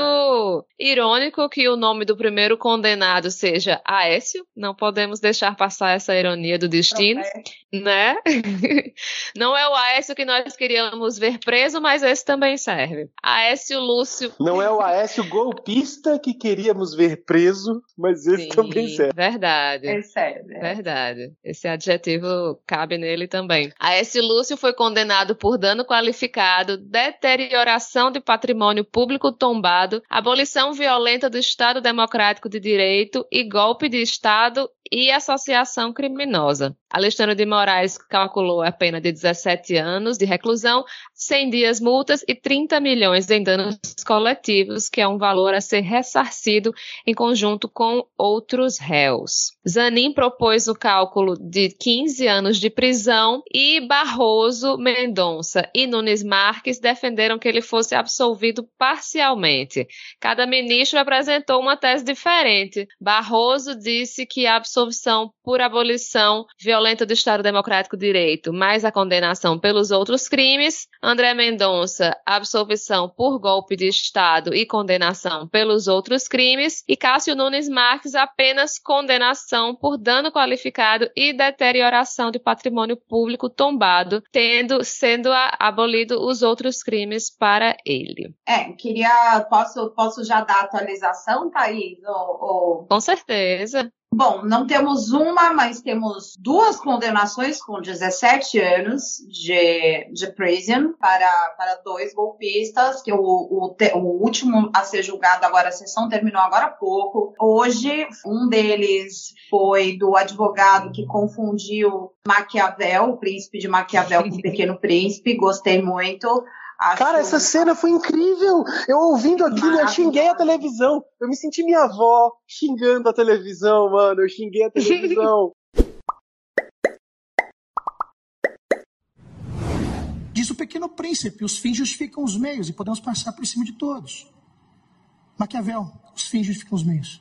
irônico que o nome do primeiro condenado seja Aécio. Não podemos deixar passar essa ironia do destino, né? Não é o Aécio que nós queríamos ver preso, mas esse também serve. Aécio Lúcio... Não é o Aécio golpista que queríamos ver preso, mas esse Sim, também serve. Verdade. Ele serve. É. Verdade. Esse adjetivo cabe nele também. Aécio Lúcio foi condenado por dano qualificado, deterioração de patrimônio público tombado, abolição violenta do Estado Democrático de Direito e golpe de Estado e associação criminosa. Alexandre de Moraes calculou a pena de dezessete anos de reclusão, cem dias multas e trinta milhões em danos coletivos, que é um valor a ser ressarcido em conjunto com outros réus. Zanin propôs o cálculo de quinhentos quinze anos de prisão, e Barroso, Mendonça e Nunes Marques defenderam que ele fosse absolvido parcialmente. Cada ministro apresentou uma tese diferente. Barroso disse que a absolvição por abolição violenta do Estado Democrático de Direito, mais a condenação pelos outros crimes. André Mendonça, absolvição por golpe de Estado e condenação pelos outros crimes. E Cássio Nunes Marques, apenas condenação por dano qualificado e deterioração de patrimônio público tombado, tendo sendo a, abolido os outros crimes para ele. É, queria... Posso, posso já dar a atualização, Thaís? Ou, ou... Com certeza. Bom, não temos uma, mas temos duas condenações com dezessete anos de, de prison para, para dois golpistas, que o, o, o último a ser julgado agora, a sessão terminou agora há pouco. Hoje, um deles foi do advogado que confundiu Maquiavel, o príncipe de Maquiavel com o Pequeno Príncipe, gostei muito. Acho... Cara, essa cena foi incrível. Eu ouvindo aquilo, eu xinguei a televisão. Eu me senti minha avó xingando a televisão, mano. Eu xinguei a televisão. Diz o Pequeno Príncipe, os fins justificam os meios e podemos passar por cima de todos. Maquiavel, os fins justificam os meios.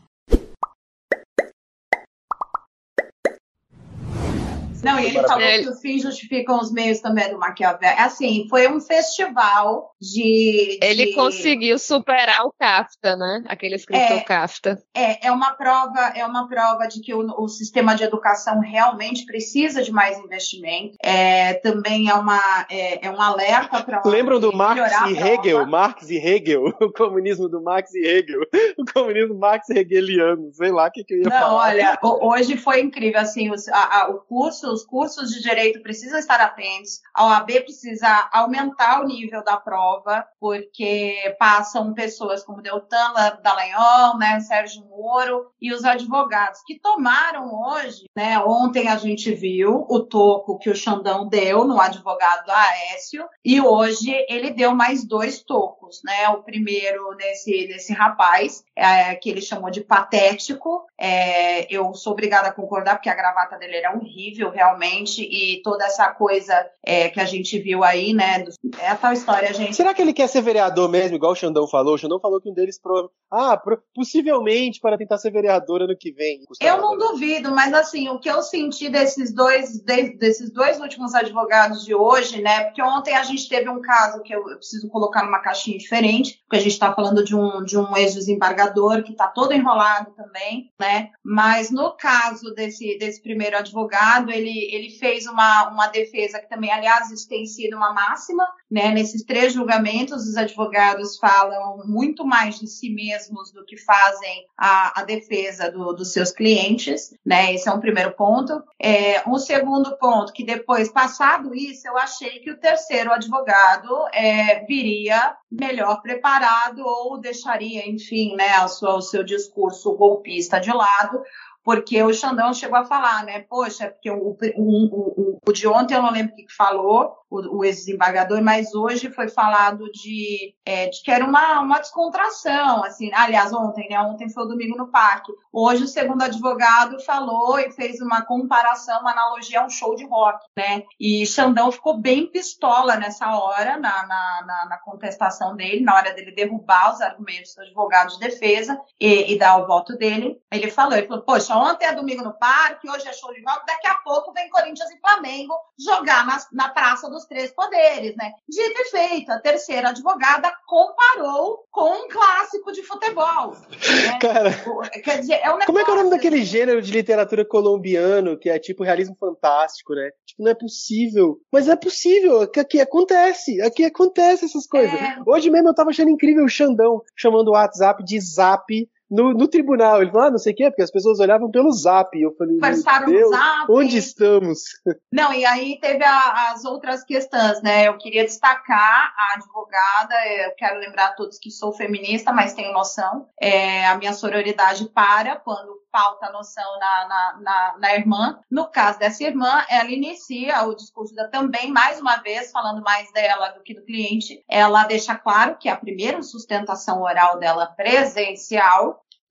Não, e ele falou que os fins justificam os meios também do Maquiavel. Assim, foi um festival de... de... Ele conseguiu superar o Kafka, né? Aquele escritor é, Kafka. É, é uma prova, é uma prova de que o, o sistema de educação realmente precisa de mais investimento. É, também é, uma, é, é um alerta para... Lembram do Marx e Hegel? Marx e Hegel? O comunismo do Marx e Hegel. O comunismo Marx e Hegeliano. Sei lá o que, que eu ia Não, falar. Não, olha, hoje foi incrível. Assim, os, a, a, o curso... Os cursos de direito precisam estar atentos, a O A B precisa aumentar o nível da prova, porque passam pessoas como Deltan Dallagnol, né, Sérgio Moro e os advogados que tomaram hoje, né, ontem a gente viu o toco que o Xandão deu no advogado Aécio, e hoje ele deu mais dois tocos, né, o primeiro nesse, nesse rapaz, é, que ele chamou de patético, é, eu sou obrigada a concordar, porque a gravata dele era horrível, realmente, e toda essa coisa é, que a gente viu aí, né, é a tal história, gente. Será que ele quer ser vereador mesmo, igual o Xandão falou? O Xandão falou que um deles, pro... ah, pro... possivelmente para tentar ser vereador ano que vem. Eu não duvido, mas assim, o que eu senti desses dois, de, desses dois últimos advogados de hoje, né, porque ontem a gente teve um caso que eu, eu preciso colocar numa caixinha diferente, porque a gente está falando de um, de um ex-desembargador que está todo enrolado também, né, mas no caso desse, desse primeiro advogado, ele, ele fez uma, uma defesa que também, aliás, isso tem sido uma máxima, né? Nesses três julgamentos, os advogados falam muito mais de si mesmos do que fazem a, a defesa do, dos seus clientes, né? Esse é um primeiro ponto. É, um segundo ponto, que depois, passado isso, eu achei que o terceiro advogado é, viria melhor preparado ou deixaria, enfim, né, a sua, o seu discurso golpista de lado, porque o Xandão chegou a falar, né, poxa, porque o, o, o, o de ontem eu não lembro o que falou, o, o ex-desembargador, mas hoje foi falado de, é, de que era uma, uma descontração, assim, aliás, ontem, né, ontem foi o domingo no parque, hoje o segundo advogado falou e fez uma comparação, uma analogia a um show de rock, né, e Xandão ficou bem pistola nessa hora, na, na, na, na contestação dele, na hora dele derrubar os argumentos do advogado de defesa e, e dar o voto dele, ele falou, ele falou, poxa, ontem é domingo no parque, hoje é show de rock, daqui a pouco vem Corinthians e Flamengo jogar na, na Praça dos Três Poderes, né? Dito e feito, a terceira advogada comparou com um clássico de futebol. Né? Cara, quer dizer, é um negócio, como é que é o nome daquele assim, gênero de literatura colombiano, que é tipo realismo fantástico, né? Tipo, não é possível. Mas é possível, aqui, aqui acontece, aqui acontece essas coisas. É... Hoje mesmo eu tava achando incrível o Xandão chamando o WhatsApp de Zap, No, no tribunal, ele falou, ah, não sei o quê, porque as pessoas olhavam pelo Zap. Eu falei, meu Deus, Zap, onde estamos? Não, e aí teve a, as outras questões, né? Eu queria destacar a advogada, eu quero lembrar a todos que sou feminista, mas tenho noção. É, a minha sororidade para quando falta noção na, na, na, na irmã. No caso dessa irmã, ela inicia o discurso da, também, mais uma vez, falando mais dela do que do cliente. Ela deixa claro que a primeira sustentação oral dela presencial,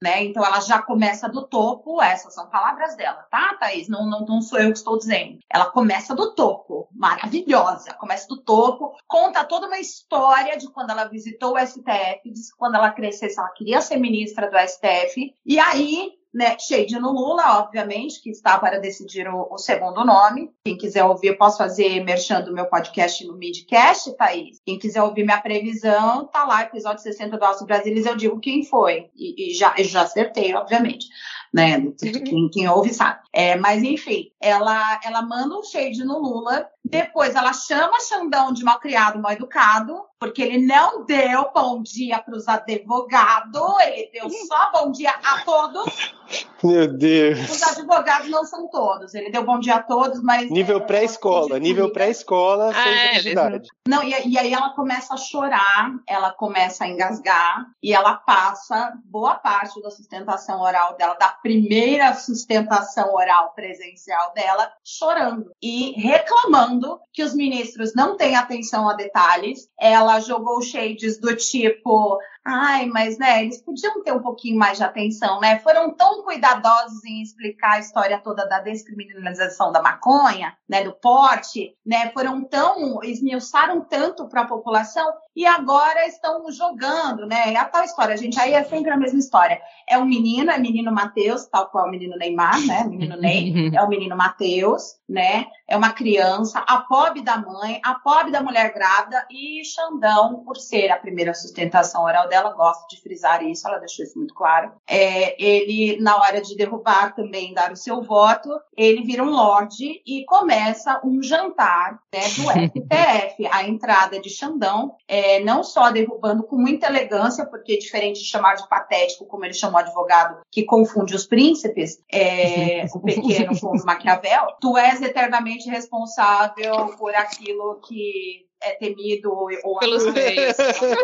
né? Então ela já começa do topo, essas são palavras dela, tá, Thaís? Não, não, não sou eu que estou dizendo. Ela começa do topo, maravilhosa, começa do topo, conta toda uma história de quando ela visitou o S T F, diz que quando ela crescesse ela queria ser ministra do S T F, e aí, né, shade no Lula, obviamente, que está para decidir o, o segundo nome. Quem quiser ouvir, eu posso fazer merchan do meu podcast no Midcast, Thaís. Quem quiser ouvir minha previsão, tá lá, episódio sessenta do Alce Brasilis, eu digo quem foi. E, e já, já acertei, obviamente. Né? Quem, quem ouve sabe. É, mas, enfim, ela, ela manda um shade no Lula, depois ela chama Xandão de malcriado, mal educado, porque ele não deu bom dia para os advogados, ele deu só bom dia a todos. Meu Deus. Os advogados não são todos, ele deu bom dia a todos, mas... Nível é, pré-escola, nível pré-escola, sem ah, identidade. Não, e, e aí ela começa a chorar, ela começa a engasgar, e ela passa boa parte da sustentação oral dela, da primeira sustentação oral presencial dela, chorando e reclamando que os ministros não têm atenção a detalhes. Ela jogou shades do tipo... Ai, mas, né, eles podiam ter um pouquinho mais de atenção, né? Foram tão cuidadosos em explicar a história toda da descriminalização da maconha, né, do porte, né? Foram tão, esmiuçaram tanto para a população e agora estão jogando, né? É a tal história, gente, aí é sempre a mesma história. É um menino, é menino Matheus, tal qual o menino Neymar, né? Menino Ney, é o menino Matheus, né? É uma criança, a pobre da mãe, a pobre da mulher grávida e Xandão, por ser a primeira sustentação oral dela, gosta de frisar isso, ela deixou isso muito claro. É, ele, na hora de derrubar também, dar o seu voto, ele vira um lorde e começa um jantar, né, do S T F. A entrada de Xandão, é, não só derrubando com muita elegância, porque diferente de chamar de patético, como ele chamou o advogado, que confunde os príncipes, é, o pequeno com o Maquiavel, tu és eternamente responsável por aquilo que é temido ou pelos meios.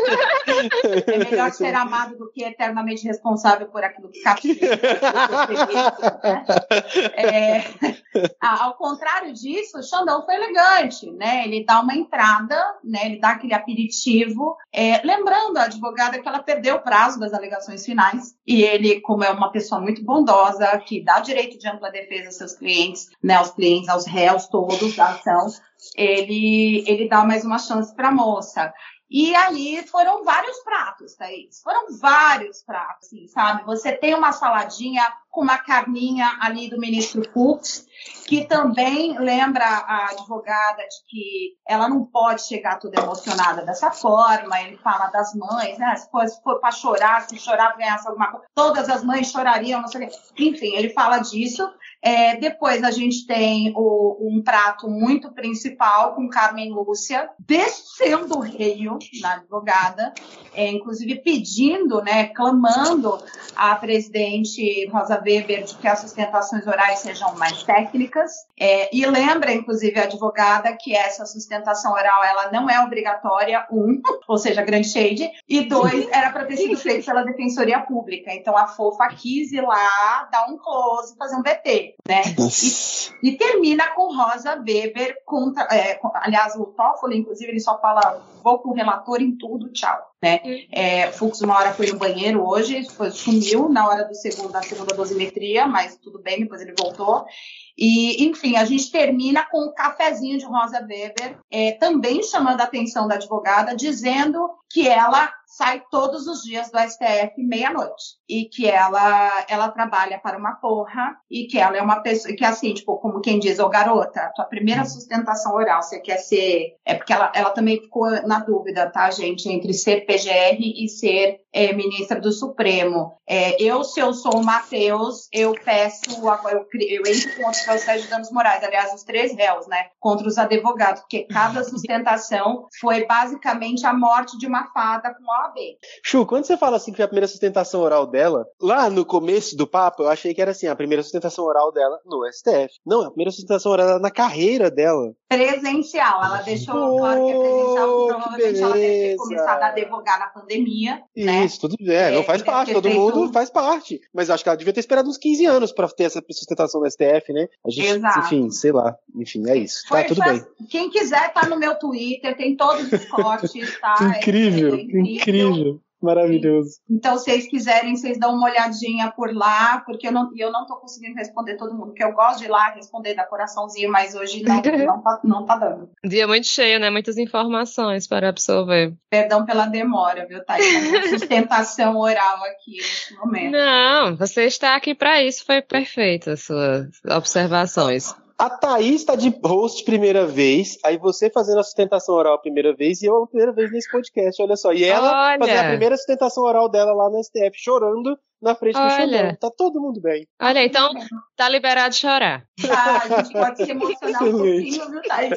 É melhor ser amado do que eternamente responsável por aquilo que castiga. Né? É, ao contrário disso, o Xandão foi elegante, né? Ele dá uma entrada, né? Ele dá aquele aperitivo, é, lembrando a advogada que ela perdeu o prazo das alegações finais, e ele, como é uma pessoa muito bondosa, que dá direito de ampla defesa aos seus clientes, né? Aos clientes, aos réus todos da ação, ele, ele dá mais uma chance para a moça. E aí foram vários pratos, Thaís. Foram vários pratos, assim, sabe? Você tem uma saladinha com uma carninha ali do ministro Fux, que também lembra a advogada de que ela não pode chegar toda emocionada dessa forma. Ele fala das mães, né? Se for, se for para chorar, se chorar para ganhar alguma coisa, todas as mães chorariam, não sei o quê. Enfim, ele fala disso. É, depois a gente tem o, um prato muito principal com Carmen Lúcia descendo o reio na advogada, é, inclusive pedindo, né, clamando a presidente Rosa Weber de que as sustentações orais sejam mais técnicas, é, e lembra, inclusive, a advogada que essa sustentação oral ela não é obrigatória, um, ou seja, grande shade, e dois, era para ter sido feito pela Defensoria Pública. Então a fofa quis ir lá, dar um close, fazer um V T. Né? E, e termina com Rosa Weber contra, é, com, aliás, o Toffoli, inclusive, ele só fala vou com o relator em tudo, tchau, né? É, Fux uma hora foi no banheiro hoje, foi, sumiu na hora do segundo, da segunda dosimetria, mas tudo bem, depois ele voltou. E, enfim, a gente termina com o cafezinho de Rosa Weber, é, também chamando a atenção da advogada, dizendo que ela sai todos os dias do S T F meia-noite e que ela, ela trabalha para uma porra e que ela é uma pessoa, que assim, tipo, como quem diz, ô garota, tua primeira sustentação oral, você quer ser, é porque ela, ela também ficou na dúvida, tá, gente, entre ser P G R e ser é, ministra do Supremo. É, eu, se eu sou o Matheus, eu peço, eu, eu entro com outros processos de danos morais, aliás, os três réus, né, contra os advogados, porque cada sustentação foi basicamente a morte de uma fada com a O A B. Chu, quando você fala assim que foi a primeira sustentação oral dela, lá no começo do papo, eu achei que era assim, a primeira sustentação oral dela no S T F. Não, a primeira sustentação oral dela na carreira dela. Presencial, ela deixou oh, claro que é presencial, porque provavelmente ela deve ter começado a advogar na pandemia. Isso, né? tudo bem, é, não faz parte, todo feito... mundo faz parte. Mas acho que ela devia ter esperado uns quinze anos pra ter essa sustentação no S T F, né? A gente, Exato. Enfim, sei lá, enfim, é isso. Foi, tá, tudo foi, bem. Quem quiser tá no meu Twitter, tem todos os cortes, tá? Incrível, é, é incrível. incrível. Maravilhoso. Então, se vocês quiserem, vocês dão uma olhadinha por lá, porque eu não, eu não tô conseguindo responder todo mundo, porque eu gosto de ir lá responder da coraçãozinho, mas hoje não, não, tá, não tá dando. Dia muito cheio, né? Muitas informações para absorver. Perdão pela demora, viu, Thaís? Sustentação oral aqui nesse momento. Não, você está aqui para isso, foi perfeita as suas observações. A Thaís tá de host primeira vez, aí você fazendo a sustentação oral a primeira vez, e eu a primeira vez nesse podcast, olha só. E ela Olha. fazer a primeira sustentação oral dela lá no S T F, chorando na frente do Olha. Xandão. Tá todo mundo bem. Olha, então tá liberado de chorar. Ah, a gente pode se emocionar um pouquinho, viu, Thaís?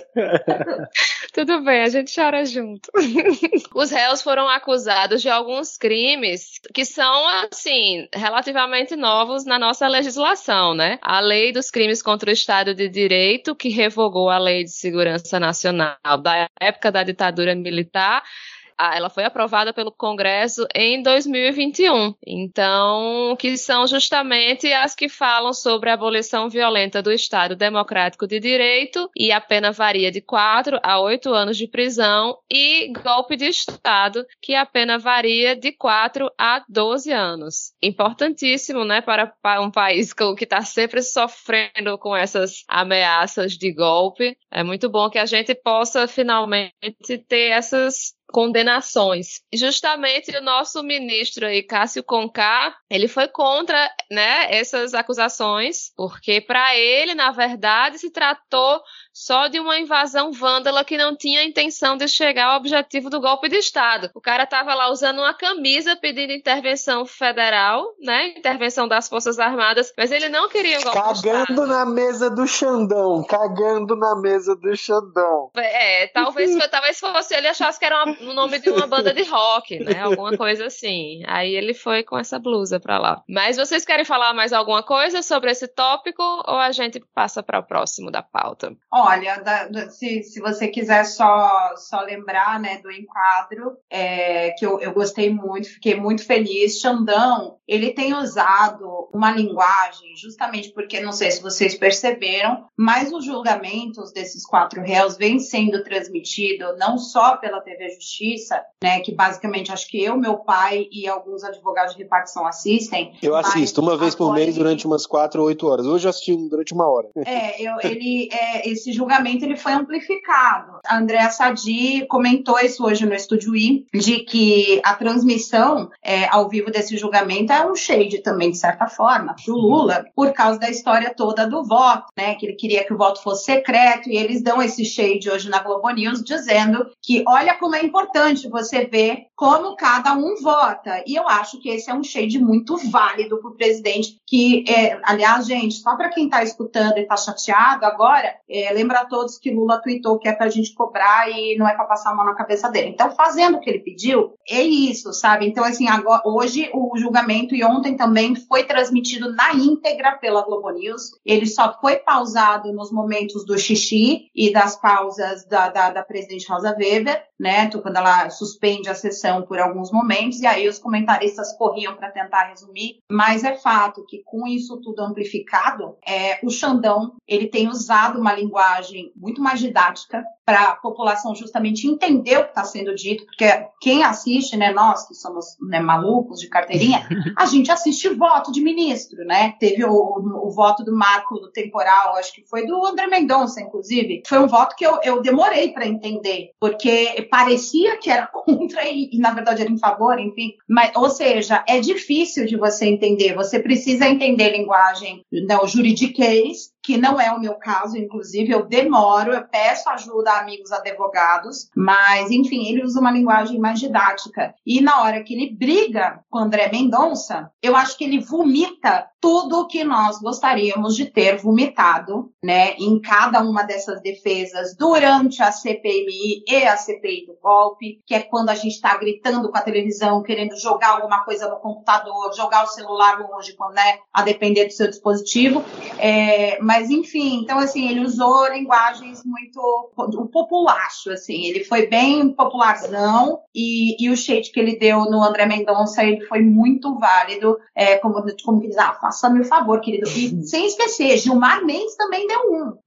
Tudo bem, a gente chora junto. Os réus foram acusados de alguns crimes que são, assim, relativamente novos na nossa legislação, né? A Lei dos Crimes contra o Estado de Direito, que revogou a Lei de Segurança Nacional da época da ditadura militar, ela foi aprovada pelo Congresso em dois mil e vinte e um. Então, que são justamente as que falam sobre a abolição violenta do Estado Democrático de Direito, e a pena varia de quatro a oito anos de prisão, e golpe de Estado, que a pena varia de quatro a doze anos. Importantíssimo, né, para um país que está sempre sofrendo com essas ameaças de golpe. É muito bom que a gente possa finalmente ter essas condenações. Justamente o nosso ministro aí, Cássio Conká, ele foi contra, né, essas acusações, porque para ele, na verdade, se tratou só de uma invasão vândala que não tinha a intenção de chegar ao objetivo do golpe de Estado. O cara estava lá usando uma camisa pedindo intervenção federal, né, intervenção das Forças Armadas, mas ele não queria o golpe cagando de Estado. Cagando na mesa do Xandão, cagando na mesa do Xandão. É, talvez, talvez fosse, ele achasse que era uma, o nome de uma banda de rock, né, alguma coisa assim. Aí ele foi com essa blusa pra lá. Mas vocês querem falar mais alguma coisa sobre esse tópico, ou a gente passa para o próximo da pauta? Olha, da, da, se, se você quiser só, só lembrar, né, do enquadro, é, que eu, eu gostei muito, fiquei muito feliz. Xandão, ele tem usado uma linguagem, justamente porque, não sei se vocês perceberam, mas os julgamentos desses quatro réus vêm sendo transmitidos não só pela T V Justiça, né, que basicamente acho que eu, meu pai e alguns advogados de repartição assistem. Eu assisto uma vez por mês ele... durante umas quatro ou oito horas. Hoje eu assisti durante uma hora. É, eu, ele, é, esse julgamento ele foi amplificado. A Andréa Sadi comentou isso hoje no Estúdio I, de que a transmissão é, ao vivo desse julgamento é um shade também, de certa forma, do Lula, por causa da história toda do voto, né, que ele queria que o voto fosse secreto, e eles dão esse shade hoje na Globo News, dizendo que olha como é importante você ver como cada um vota. E eu acho que esse é um shade muito válido para o presidente, que, é, aliás, gente, só para quem está escutando e está chateado agora, é, lembra a todos que Lula tweetou que é para a gente cobrar e não é para passar a mão na cabeça dele. Então, fazendo o que ele pediu, é isso, sabe? Então, assim, agora, hoje o julgamento, e ontem também, foi transmitido na íntegra pela Globo News. Ele só foi pausado nos momentos do xixi e das pausas da, da, da presidente Rosa Weber, né, quando ela suspende a sessão por alguns momentos, e aí os comentaristas corriam para tentar resumir, mas é fato que com isso tudo amplificado, é, o Xandão, ele tem usado uma linguagem muito mais didática para a população justamente entender o que está sendo dito, porque quem assiste, né, nós que somos, né, malucos de carteirinha, a gente assiste voto de ministro, né, teve o, o, o voto do marco do temporal, acho que foi do André Mendonça, inclusive, foi um voto que eu, eu demorei para entender, porque parecia que era contra e, e, na verdade, era em favor, enfim. Mas, ou seja, é difícil de você entender. Você precisa entender linguagem, não, juridiquês, que não é o meu caso, inclusive, eu demoro, eu peço ajuda a amigos advogados, mas, enfim, ele usa uma linguagem mais didática. E na hora que ele briga com o André Mendonça, eu acho que ele vomita tudo o que nós gostaríamos de ter vomitado, né, em cada uma dessas defesas durante a C P M I e a C P I do golpe, que é quando a gente está gritando com a televisão, querendo jogar alguma coisa no computador, jogar o celular longe, né, a depender do seu dispositivo, é, mas enfim, então assim, ele usou linguagens muito, o populacho, assim, ele foi bem popularzão, e, e o shade que ele deu no André Mendonça, ele foi muito válido, é, como, como que diz, ah, faça-me o favor, querido. E sem esquecer, Gilmar Mendes também deu um.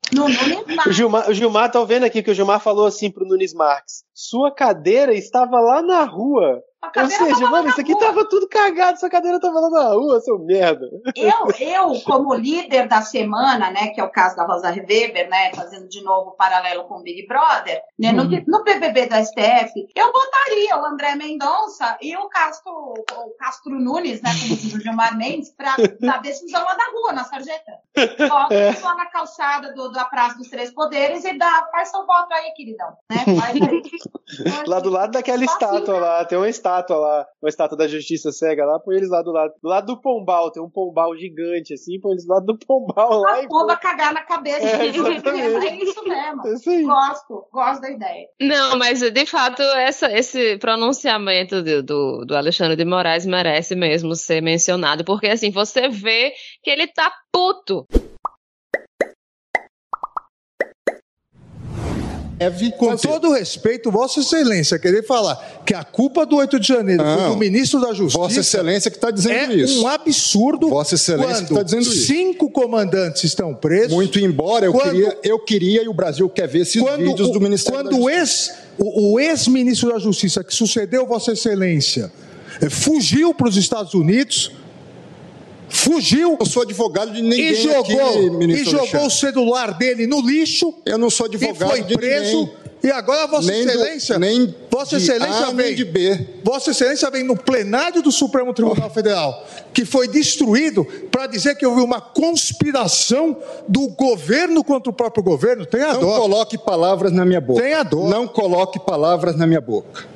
No Nunes Marques. O Gilmar, o Gilmar, tá vendo aqui que o Gilmar falou assim pro Nunes Marques: sua cadeira estava lá na rua. Ou seja, mano, isso aqui rua. Tava tudo cagado, sua cadeira tava lá na rua, seu merda. Eu, eu, como líder da semana, né, que é o caso da Rosa Weber, né, fazendo de novo o paralelo com o Big Brother, né, no, no P B B da S T F, eu botaria o André Mendonça e o Castro, o Castro Nunes, né, como diz o Gilmar Mendes, pra dar decisão lá na rua, na sarjeta. Bota é. lá na calçada do, da Praça dos Três Poderes e dá, faz seu voto aí, queridão. Né? Faz aí. Então, lá do lado daquela estátua assim, lá, tem uma estátua lá, uma estátua da Justiça Cega lá, põe eles lá do lado. Do lado do Pombal, tem um Pombal gigante assim, põe eles do lado do Pombal lá. A pomba cagar na cabeça. É, é isso mesmo. É isso gosto, gosto da ideia. Não, mas de fato essa, esse pronunciamento do, do, do Alexandre de Moraes merece mesmo ser mencionado, porque assim, você vê que ele tá puto. Com todo respeito, Vossa Excelência, querer falar que a culpa do oito de janeiro não, foi do ministro da Justiça. Vossa Excelência que está dizendo é isso. É um absurdo. Vossa Excelência que está dizendo isso. Cinco comandantes estão presos. Muito embora eu, quando, queria, eu queria e o Brasil quer ver esses vídeos do Ministério quando da Justiça. Quando o, o ex-ministro da Justiça, que sucedeu Vossa Excelência, fugiu para os Estados Unidos. Fugiu. Eu sou advogado de ninguém e jogou, aqui, e jogou o celular dele no lixo. Eu não sou advogado e foi de preso. ninguém. E agora Vossa nem Excelência, do, nem Vossa de Excelência A, vem, nem de B. Vossa Excelência vem no plenário do Supremo Tribunal Federal, que foi destruído, para dizer que houve uma conspiração do governo contra o próprio governo. Tem a Não dó. coloque palavras na minha boca. Tem a dó. Não coloque palavras na minha boca.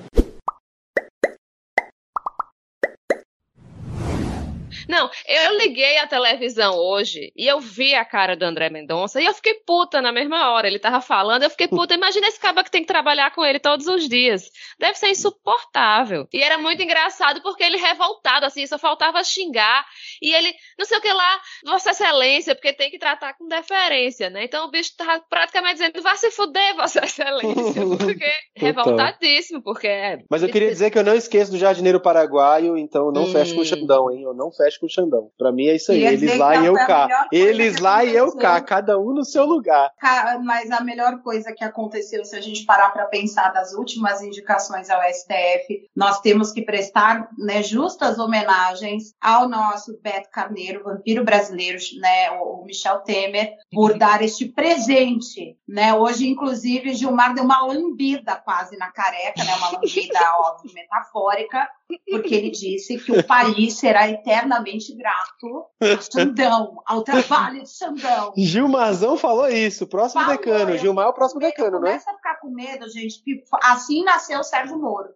Não, eu liguei a televisão hoje e eu vi a cara do André Mendonça e eu fiquei puta na mesma hora. Ele tava falando, eu fiquei puta. Imagina esse cara que tem que trabalhar com ele todos os dias. Deve ser insuportável. E era muito engraçado porque ele revoltado, assim, só faltava xingar. E ele, não sei o que lá, Vossa Excelência, porque tem que tratar com deferência, né? Então o bicho tava praticamente dizendo, vá se fuder, Vossa Excelência. Porque revoltadíssimo, porque... Mas eu queria dizer que eu não esqueço do jardineiro paraguaio, então não hum. fecho com o Xandão, hein? Eu não fecho com o Xandão. Pra mim é isso aí. Eles lá e eu cá. Eles lá e eu cá. Cada um no seu lugar. Mas a melhor coisa que aconteceu, se a gente parar pra pensar das últimas indicações ao S T F, nós temos que prestar, né, justas homenagens ao nosso Beto Carneiro, vampiro brasileiro, né, o Michel Temer, por dar este presente, né? Hoje, inclusive, Gilmar deu uma lambida quase na careca, né? Uma lambida, óbvio, metafórica, porque ele disse que o país será eternamente grato a Xandão, ao trabalho de Xandão. Gilmarzão falou isso, próximo falou, decano. Gilmar é o próximo decano, né? Começa a ficar com medo, gente. Assim nasceu o Sérgio Moro.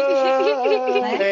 Ah, né?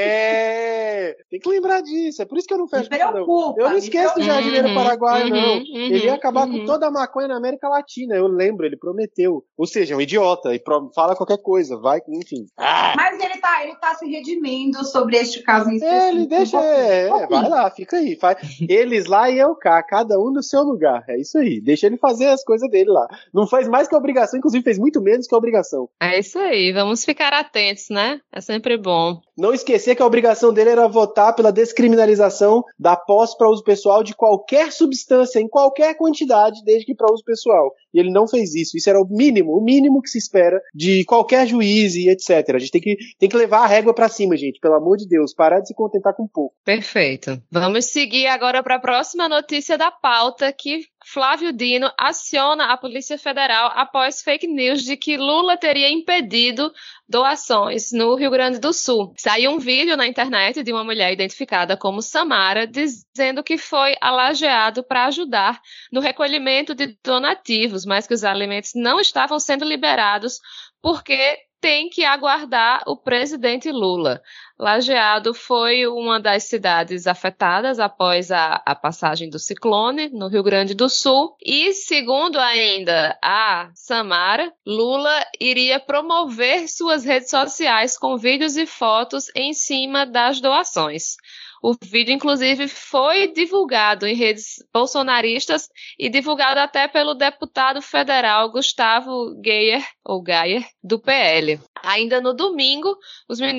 É, tem que lembrar disso. É por isso que eu não fecho com o Xandão. Eu não esqueço do jardineiro uhum, paraguaio, uhum, não. Uhum, ele ia acabar uhum. com toda a maconha na América Latina. Eu lembro, ele prometeu. Ou seja, é um idiota e fala qualquer coisa, vai, enfim. Ah. Mas ele tá, ele tá se redimindo sobre este caso em específico. Ele deixa, um é, é, vai lá, fica aí. Faz. Eles lá e eu cá, cada um no seu lugar. É isso aí. Deixa ele fazer as coisas dele lá. Não faz mais que a obrigação, inclusive fez muito menos que a obrigação. É isso aí, vamos ficar atentos, né? É sempre bom. Não esquecer que a obrigação dele era votar pela descriminalização da posse para uso pessoal de qualquer substância, em qualquer quantidade, desde que para uso pessoal. E ele não fez isso. Isso era o mínimo, o mínimo que se espera de qualquer juiz e etcétera. A gente tem que, tem que levar a régua para cima, gente. Pelo amor de Deus, parar de se contentar com pouco. Perfeito. Vamos seguir agora para a próxima notícia da pauta, que Flávio Dino aciona a Polícia Federal após fake news de que Lula teria impedido doações no Rio Grande do Sul. Saiu um vídeo na internet de uma mulher identificada como Samara dizendo que foi alageado para ajudar no recolhimento de donativos, mas que os alimentos não estavam sendo liberados porque tem que aguardar o presidente Lula. Lajeado foi uma das cidades afetadas após a, a passagem do ciclone no Rio Grande do Sul. E, segundo ainda a Samara, Lula iria promover suas redes sociais com vídeos e fotos em cima das doações. O vídeo, inclusive, foi divulgado em redes bolsonaristas e divulgado até pelo deputado federal Gustavo Geyer, ou Geyer, do P L. Ainda no domingo, os ministros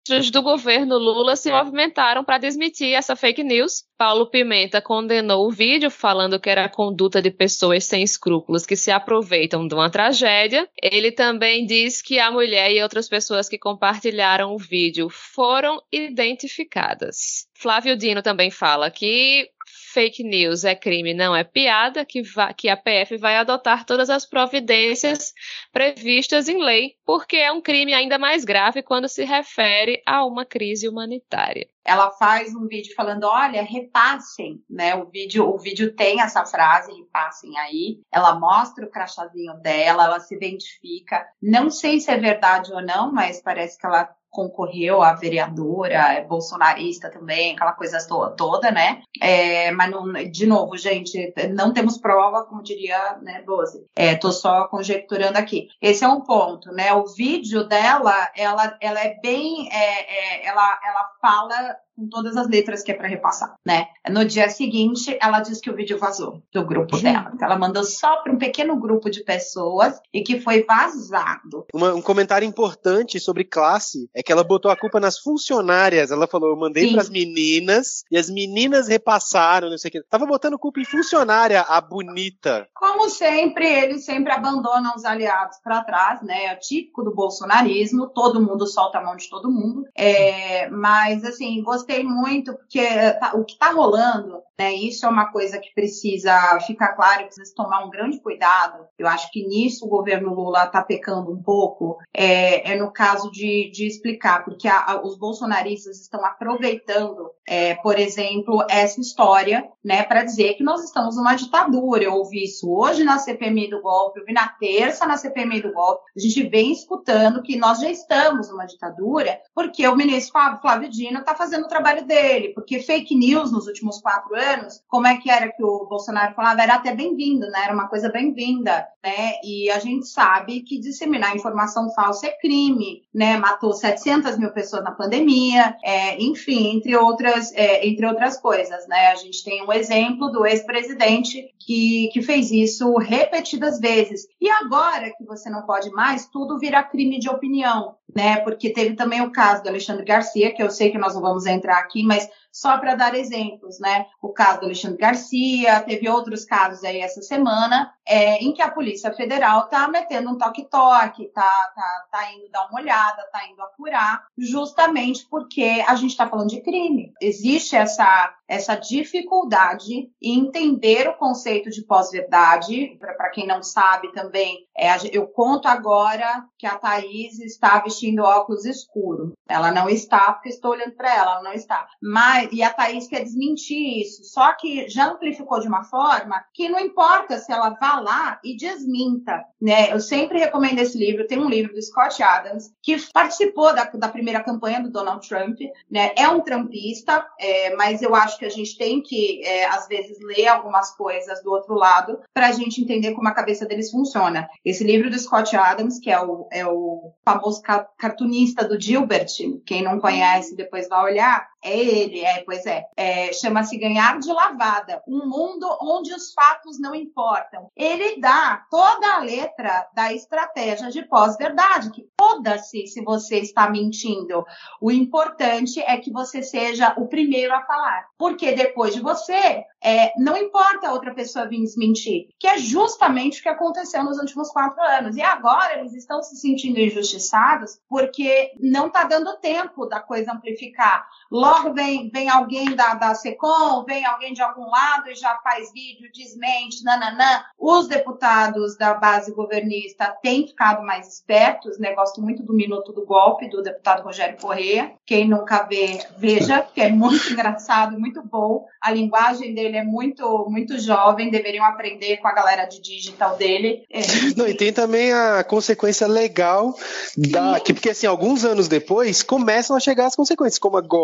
ministros do governo Lula se movimentaram para desmentir essa fake news. Paulo Pimenta condenou o vídeo, falando que era a conduta de pessoas sem escrúpulos que se aproveitam de uma tragédia. Ele também diz que a mulher e outras pessoas que compartilharam o vídeo foram identificadas. Flávio Dino também fala que fake news é crime, não é piada, que, va- que a P F vai adotar todas as providências previstas em lei, porque é um crime ainda mais grave quando se refere a uma crise humanitária. Ela faz um vídeo falando, olha, repassem, né? O vídeo, o vídeo tem essa frase, repassem aí. Ela mostra o crachazinho dela, ela se identifica. Não sei se é verdade ou não, mas parece que ela concorreu a vereadora, é bolsonarista também, aquela coisa to- toda, né? É, mas, não, de novo, gente, não temos prova, como diria, né, Doze. É, tô só conjecturando aqui. Esse é um ponto, né? O vídeo dela, ela, ela é bem... É, é, ela, ela fala com todas as letras que é para repassar, né? No dia seguinte, ela diz que o vídeo vazou do grupo dela. Ela mandou só para um pequeno grupo de pessoas e que foi vazado. Uma, um comentário importante sobre classe é que ela botou a culpa nas funcionárias. Ela falou, eu mandei para as meninas e as meninas repassaram, não sei o que. Tava botando culpa em funcionária, a bonita. Como sempre, eles sempre abandonam os aliados para trás, né? É típico do bolsonarismo, todo mundo solta a mão de todo mundo. É, mas, assim, gostei muito, porque tá, o que está rolando, né? Isso é uma coisa que precisa ficar claro, precisa tomar um grande cuidado. Eu acho que nisso o governo Lula está pecando um pouco, é, é no caso de, de explicar, porque a, a, os bolsonaristas estão aproveitando, é, por exemplo, essa história, né, para dizer que nós estamos numa ditadura. Eu ouvi isso hoje na C P M I do golpe, eu vi na terça na C P M I do golpe. A gente vem escutando que nós já estamos numa ditadura, porque o ministro Flávio Dino está fazendo o trabalho dele, porque fake news nos últimos quatro anos, como é que era que o Bolsonaro falava? Era até bem-vindo, né? Era uma coisa bem-vinda, né? E a gente sabe que disseminar informação falsa é crime, né? Matou setecentas mil pessoas na pandemia, é, enfim, entre outras, é, entre outras coisas, né? A gente tem um exemplo do ex-presidente que, que fez isso repetidas vezes. E agora que você não pode mais, tudo vira crime de opinião, né? Porque teve também o caso do Alexandre Garcia, que eu sei que nós não vamos entrar aqui, mas só para dar exemplos, né? O caso do Alexandre Garcia, teve outros casos aí essa semana, é, em que a Polícia Federal está metendo um toque-toque, está tá, tá indo dar uma olhada, está indo apurar, justamente porque a gente está falando de crime. Existe essa, essa dificuldade em entender o conceito de pós-verdade. Para quem não sabe também, é, eu conto agora que a Thaís está vestindo óculos escuros. Ela não está, porque estou olhando para ela, ela não está. Mas, e a Thaís quer desmentir isso, só que já amplificou de uma forma que não importa se ela vá lá e desminta, né? Eu sempre recomendo esse livro, tem um livro do Scott Adams, que participou da, da primeira campanha do Donald Trump, né? É um trumpista, é, mas eu acho que a gente tem que, é, às vezes, ler algumas coisas do outro lado para a gente entender como a cabeça deles funciona. Esse livro do Scott Adams, que é o, é o famoso ca- cartunista do Dilbert, quem não conhece depois vai olhar, é ele, é, pois é, é chama-se Ganhar de Lavada, um mundo onde os fatos não importam. Ele dá toda a letra da estratégia de pós-verdade, que foda-se se você está mentindo. O importante é que você seja o primeiro a falar, porque depois de você, é, não importa a outra pessoa vir desmentir, que é justamente o que aconteceu nos últimos quatro anos. E agora eles estão se sentindo injustiçados porque não está dando tempo da coisa amplificar. Logo vem, vem alguém da, da SECOM, vem alguém de algum lado e já faz vídeo, desmente, nananã. Os deputados da base governista têm ficado mais espertos, né? Gosto muito do Minuto do Golpe, do deputado Rogério Corrêa. Quem nunca vê, veja, que é muito engraçado, muito bom. A linguagem dele é muito, muito jovem, deveriam aprender com a galera de digital dele. É. Não, e tem também a consequência legal, da, que, porque assim, alguns anos depois, começam a chegar as consequências, como agora, a gente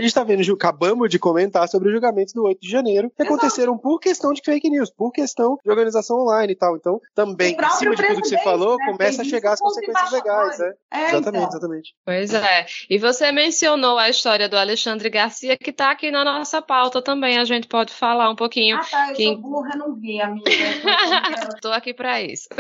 gente tá vendo, acabamos de comentar sobre os julgamentos do oito de janeiro, que Exato. aconteceram por questão de fake news, por questão de organização online e tal. Então, também, em cima de tudo que você falou, né, começa a chegar as consequências legais, né? É, exatamente, então. exatamente. Pois é. E você mencionou a história do Alexandre Garcia, que tá aqui na nossa pauta também. A gente pode falar um pouquinho. Ah, tá. Eu que... sou burra, não vi, amiga. Tô aqui pra isso.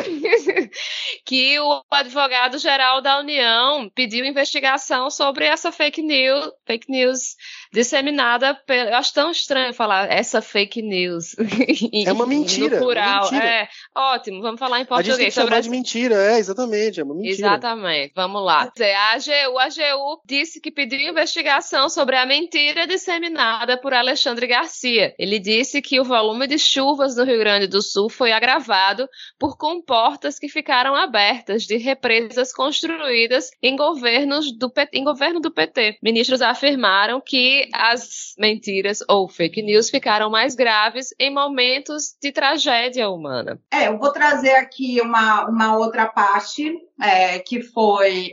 Que o advogado-geral da União pediu investigação sobre essa fake news, fake news disseminada pelo... Eu acho tão estranho falar essa fake news. É uma mentira. No plural. Uma mentira. É, ótimo, vamos falar em português. A gente tem que sobre chamar essa... de mentira, é, exatamente, é uma mentira. Exatamente, vamos lá. A A G U, o A G U disse que pediu investigação sobre a mentira disseminada por Alexandre Garcia. Ele disse que o volume de chuvas no Rio Grande do Sul foi agravado por comportas que ficaram abertas de represas construídas em, governos do P T, em governo do P T. Ministros afirmaram que as mentiras ou fake news ficaram mais graves em momentos de tragédia humana. É, eu vou trazer aqui uma, uma outra parte, é, que foi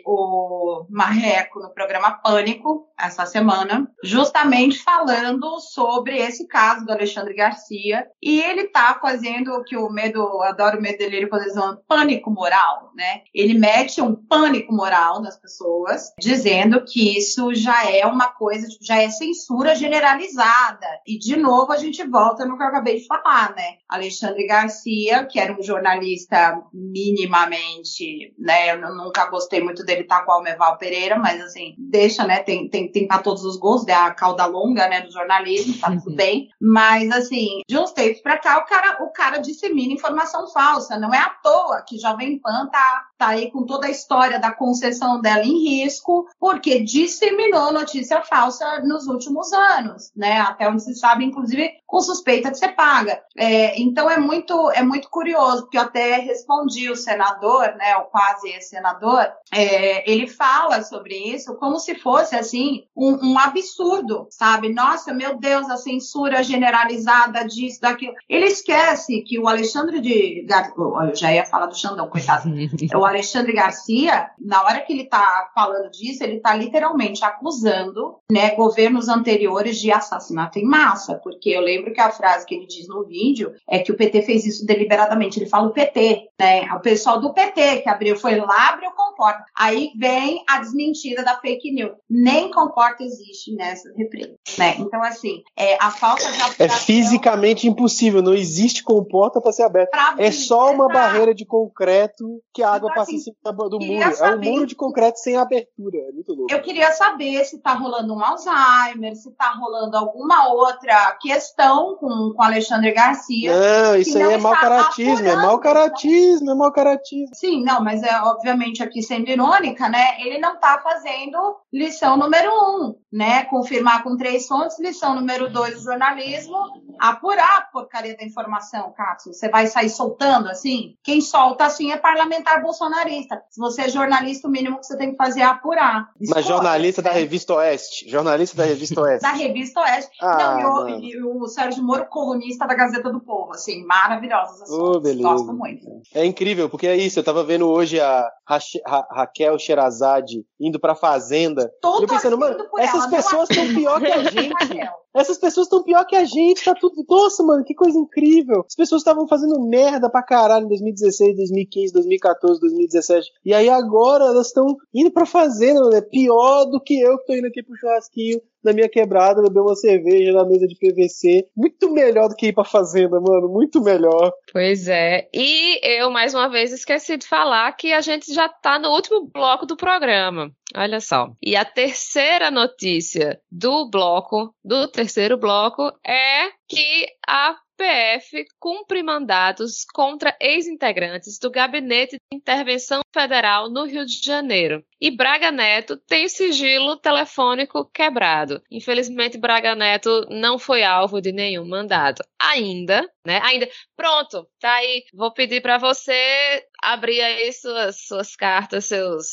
o Marreco no programa Pânico, essa semana, justamente falando sobre esse caso do Alexandre Garcia, e ele tá fazendo o que o medo, eu adoro o medo dele, ele fazendo pânico moral, né? Ele mete um pânico moral nas pessoas, dizendo que isso já é uma coisa, já é censura generalizada, e de novo a gente volta no que eu acabei de falar, né? Alexandre Garcia, que era um jornalista minimamente, né, eu nunca gostei muito dele, tá com o Almeval Pereira, mas assim, deixa, né, tem, tem, tem pra todos os gostos, é a cauda longa, né, do jornalismo, tá tudo bem, mas assim, de uns tempos pra cá, o cara, o cara dissemina informação falsa, não é à toa que Jovem Pan tá, tá aí com toda a história da concessão dela em risco, porque disseminou notícia falsa nos últimos anos, né, até onde se sabe, inclusive, com suspeita de ser paga. É, então é muito, é muito curioso, porque eu até respondi o senador, né, o quase ex-senador, é, ele fala sobre isso como se fosse, assim, um, um absurdo, sabe? Nossa, meu Deus, a censura generalizada disso, daquilo. Ele esquece que o Alexandre de Gar... eu já ia falar do Xandão, coitado. O Alexandre Garcia, na hora que ele tá falando disso, ele tá literalmente acusando, né, governos anteriores de assassinato em massa, porque eu lembro que a frase que ele diz no vídeo é que o P T fez isso deliberadamente. Ele fala o P T, né? O pessoal do P T que abriu, foi lá, abriu comporta. Aí vem a desmentida da fake news. Nem comporta existe nessa represa, né? Então, assim, é, a falta de apuração... É fisicamente impossível, não existe comporta para ser aberta. É só uma barreira de concreto que a água então, passa assim, em cima do muro. É um muro de concreto sem abertura. É muito louco. Eu queria saber se tá rolando um Alzheimer, se tá rolando alguma outra questão com o Alexandre Garcia. Não, isso aí é mau caratismo, é mau caratismo, é mau caratismo. Sim, não, mas é obviamente aqui sendo irônica, né? Ele não tá fazendo lição número um, né? Confirmar com três fontes, lição número dois, jornalismo, apurar a porcaria da informação, Cássio. Você vai sair soltando assim? Quem solta assim é parlamentar bolsonarista. Se você é jornalista, o mínimo que você tem que fazer é apurar. Escolha, mas jornalista né? da Revista Oeste. Jornalista da Revista Oeste. Da Revista Oeste. Ah, não, e, o, e o Sérgio Moro, colunista da Gazeta do Povo. Assim, maravilhosas as oh, coisas. Gosto muito. É incrível, porque é isso. Eu tava vendo hoje a Ra Ra Raquel Sherazade indo pra Fazenda. Tô eu pensando, mano, essas ela, pessoas estão pior que a gente. Essas pessoas estão pior que a gente, tá tudo... Nossa, mano, que coisa incrível. As pessoas estavam fazendo merda pra caralho em dois mil e dezesseis, dois mil e quinze, dois mil e quatorze, dois mil e dezessete. E aí agora elas estão indo pra Fazenda, né? Pior do que eu que tô indo aqui pro churrasquinho na minha quebrada, beber uma cerveja na mesa de P V C. Muito melhor do que ir pra Fazenda, mano. Muito melhor. Pois é. E eu, mais uma vez, esqueci de falar que a gente já tá no último bloco do programa. Olha só. E a terceira notícia do bloco, do terceiro bloco, é que a P F cumpre mandados contra ex-integrantes do Gabinete de Intervenção Federal no Rio de Janeiro. E Braga Neto tem sigilo telefônico quebrado. Infelizmente, Braga Neto não foi alvo de nenhum mandado. Ainda, né? Ainda. Pronto, tá aí. Vou pedir para você abrir aí suas, suas cartas, seus...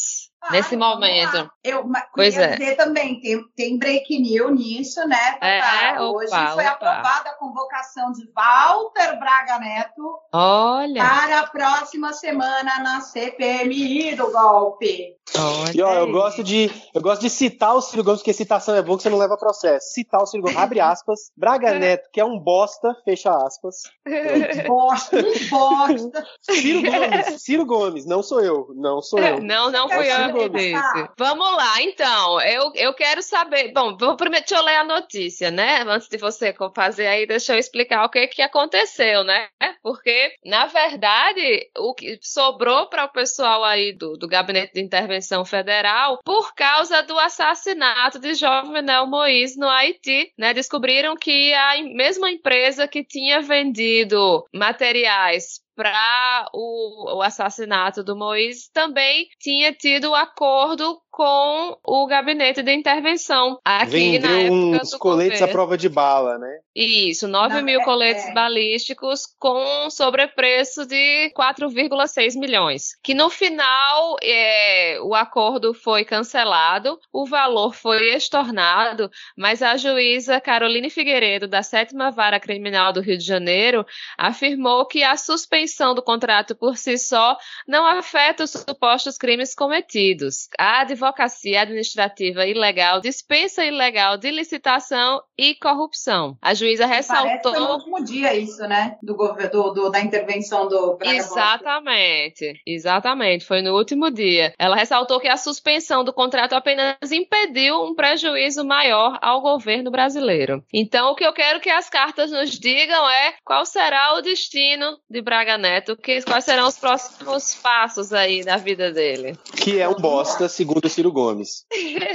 Claro, nesse momento. Eu ma- Pois queria é. dizer também, tem, tem break news nisso, né, Tatá? É, opa, Hoje foi opa. aprovada a convocação de Walter Braga Neto Olha, para a próxima semana na C P M I do golpe. olha E ó, eu aí. gosto de eu gosto de citar o Ciro Gomes, porque citação é bom que você não leva processo. Citar o Ciro Gomes, abre aspas, Braga Neto, que é um bosta, fecha aspas. Pronto. Bosta, um bosta. Ciro Gomes, Ciro Gomes, não sou eu, não sou eu. Não, não Você fui quer eu saber, que disse. Tatá? Vamos lá, então. Eu, eu quero saber. Bom, vou primeiro deixa eu ler a notícia, né? Antes de você fazer aí, deixa eu explicar o que, que aconteceu, né? Porque, na verdade, o que sobrou para o pessoal aí do, do Gabinete de Intervenção Federal, por causa do assassinato de Jovenel Moïse no Haiti, né? Descobriram que a mesma empresa que tinha vendido materiais para o, o assassinato do Moïse também tinha tido acordo com o gabinete de intervenção aqui na Vendeu época uns do coletes à governo. prova de bala, né? Isso, nove Não, mil é- coletes é. balísticos com sobrepreço de quatro vírgula seis milhões. Que no final é, o acordo foi cancelado, o valor foi estornado, mas a juíza Caroline Figueiredo, da sétima Vara Criminal do Rio de Janeiro, afirmou que a suspensão do contrato por si só não afeta os supostos crimes cometidos. A advocacia administrativa ilegal dispensa ilegal de licitação e corrupção. A juíza Parece que foi no ressaltou... último dia isso, né? Do, gover- do, do- da intervenção do Braga Bosta. Exatamente, exatamente, foi no último dia. Ela ressaltou que a suspensão do contrato apenas impediu um prejuízo maior ao governo brasileiro. Então, o que eu quero que as cartas nos digam é qual será o destino de Braga Neto, que, quais serão os próximos passos aí da vida dele. Que é um bosta, segundo o Ciro Gomes.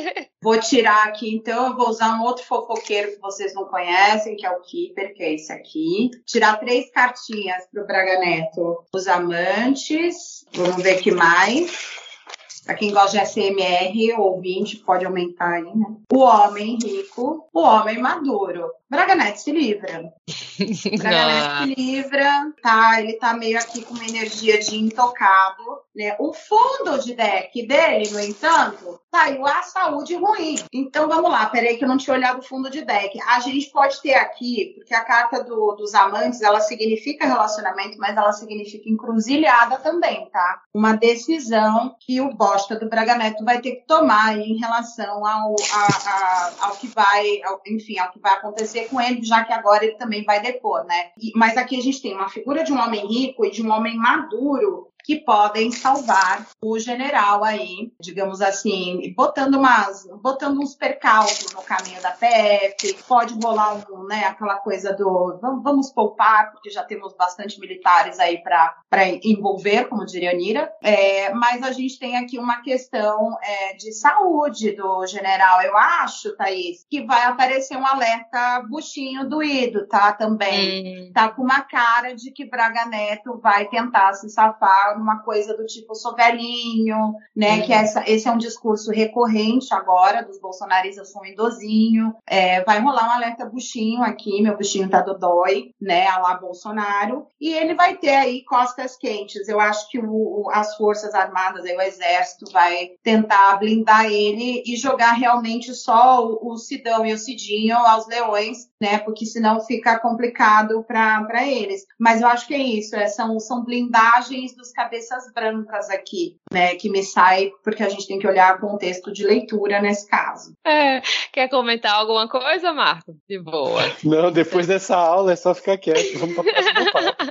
Vou tirar aqui, então, eu vou usar um outro fofoqueiro que vocês não conhecem, que é o Keeper, que é esse aqui. Tirar três cartinhas pro Braga Neto. Os amantes, vamos ver que mais. Para quem gosta de S M R, o ouvinte pode aumentar aí, né? O homem rico, o homem maduro. Braga Neto se livra. Braga Neto se livra, tá? Ele tá meio aqui com uma energia de intocado, né? O fundo de deck dele, no entanto, saiu a saúde ruim. Então vamos lá, peraí que eu não tinha olhado o fundo de deck. A gente pode ter aqui, porque a carta do, dos amantes, ela significa relacionamento, mas ela significa encruzilhada também, tá? Uma decisão que o bosta do Braga Neto vai ter que tomar aí em relação ao, a, a, ao que vai, ao, enfim, ao que vai acontecer com ele, já que agora ele também vai depor, né? E, mas aqui a gente tem uma figura de um homem rico e de um homem maduro que podem salvar o general aí, digamos assim, botando umas, botando uns percalços no caminho da P F, pode rolar um, né, aquela coisa do vamos, vamos poupar, porque já temos bastante militares aí para envolver, como diria a Nira, é, mas a gente tem aqui uma questão é, de saúde do general. Eu acho, Thaís, que vai aparecer um alerta buchinho doído, tá? Também. Hum. Tá com uma cara de que Braga Neto vai tentar se safar numa coisa do tipo, sou velhinho, né? Hum. Que essa, esse é um discurso recorrente agora dos bolsonaristas, sou um idosinho. É, vai rolar um alerta buchinho aqui, meu buchinho tá dodói, né? A lá Bolsonaro. E ele vai ter aí costas quentes. Eu acho que o, o, as Forças Armadas, aí, o Exército, vai tentar blindar ele e jogar realmente só o, o Sidão e o Cidinho aos leões, né? Porque senão fica complicado para eles. Mas eu acho que é isso, é, são, são blindagens dos cabeças brancas aqui, né? Que me sai, porque a gente tem que olhar o contexto de leitura nesse caso. É, quer comentar alguma coisa, Marco? De boa. Não, depois dessa aula é só ficar quieto. Vamos para o próximo papo.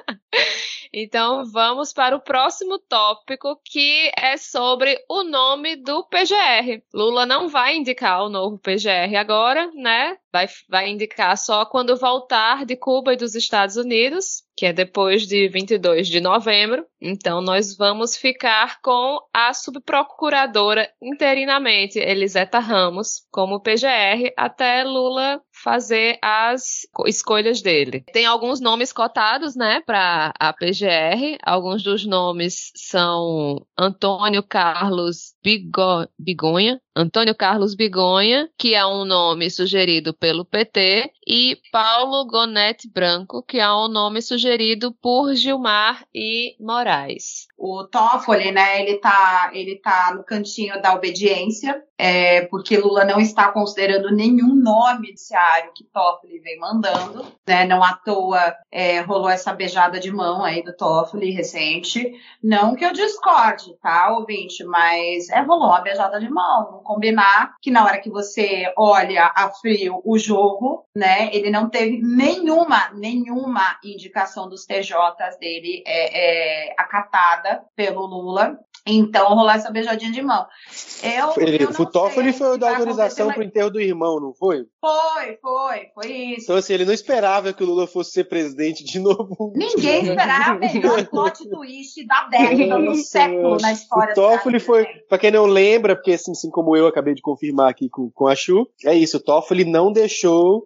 Então vamos para o próximo tópico, que é sobre o nome do P G R. Lula não vai indicar o novo P G R agora, né? Vai, vai indicar só quando voltar de Cuba e dos Estados Unidos, que é depois de vinte e dois de novembro. Então nós vamos ficar com a subprocuradora interinamente, Eliseta Ramos, como P G R, até Lula fazer as escolhas dele. Tem alguns nomes cotados, né, para a P G R. Alguns dos nomes são Antônio Carlos Bigo, Bigonha, Antônio Carlos Bigonha, que é um nome sugerido pelo P T, e Paulo Gonete Branco, que é um nome sugerido por Gilmar I. Moraes. O Toffoli, né, ele tá, ele tá no cantinho da obediência, é, porque Lula não está considerando nenhum nome judiciário que Toffoli vem mandando, né, não à toa é, rolou essa beijada de mão aí do Toffoli recente, não que eu discorde, tá, ouvinte, mas é, rolou uma beijada de mão, vamos combinar que na hora que você olha a frio o jogo, né, ele não teve nenhuma, nenhuma indicação dos T Js dele é, é, acatada pelo Lula, então rolou essa beijadinha de mão. Eu, ele, eu o Toffoli foi o da autorização para o enterro do irmão, não foi? Foi, foi, foi isso. Então assim, ele não esperava que o Lula fosse ser presidente de novo. Ninguém esperava, a melhor plot twist da década, do século na história o Toffoli do foi, para quem não lembra, porque assim, assim como eu acabei de confirmar aqui com, com a Chu, é isso, o Toffoli não deixou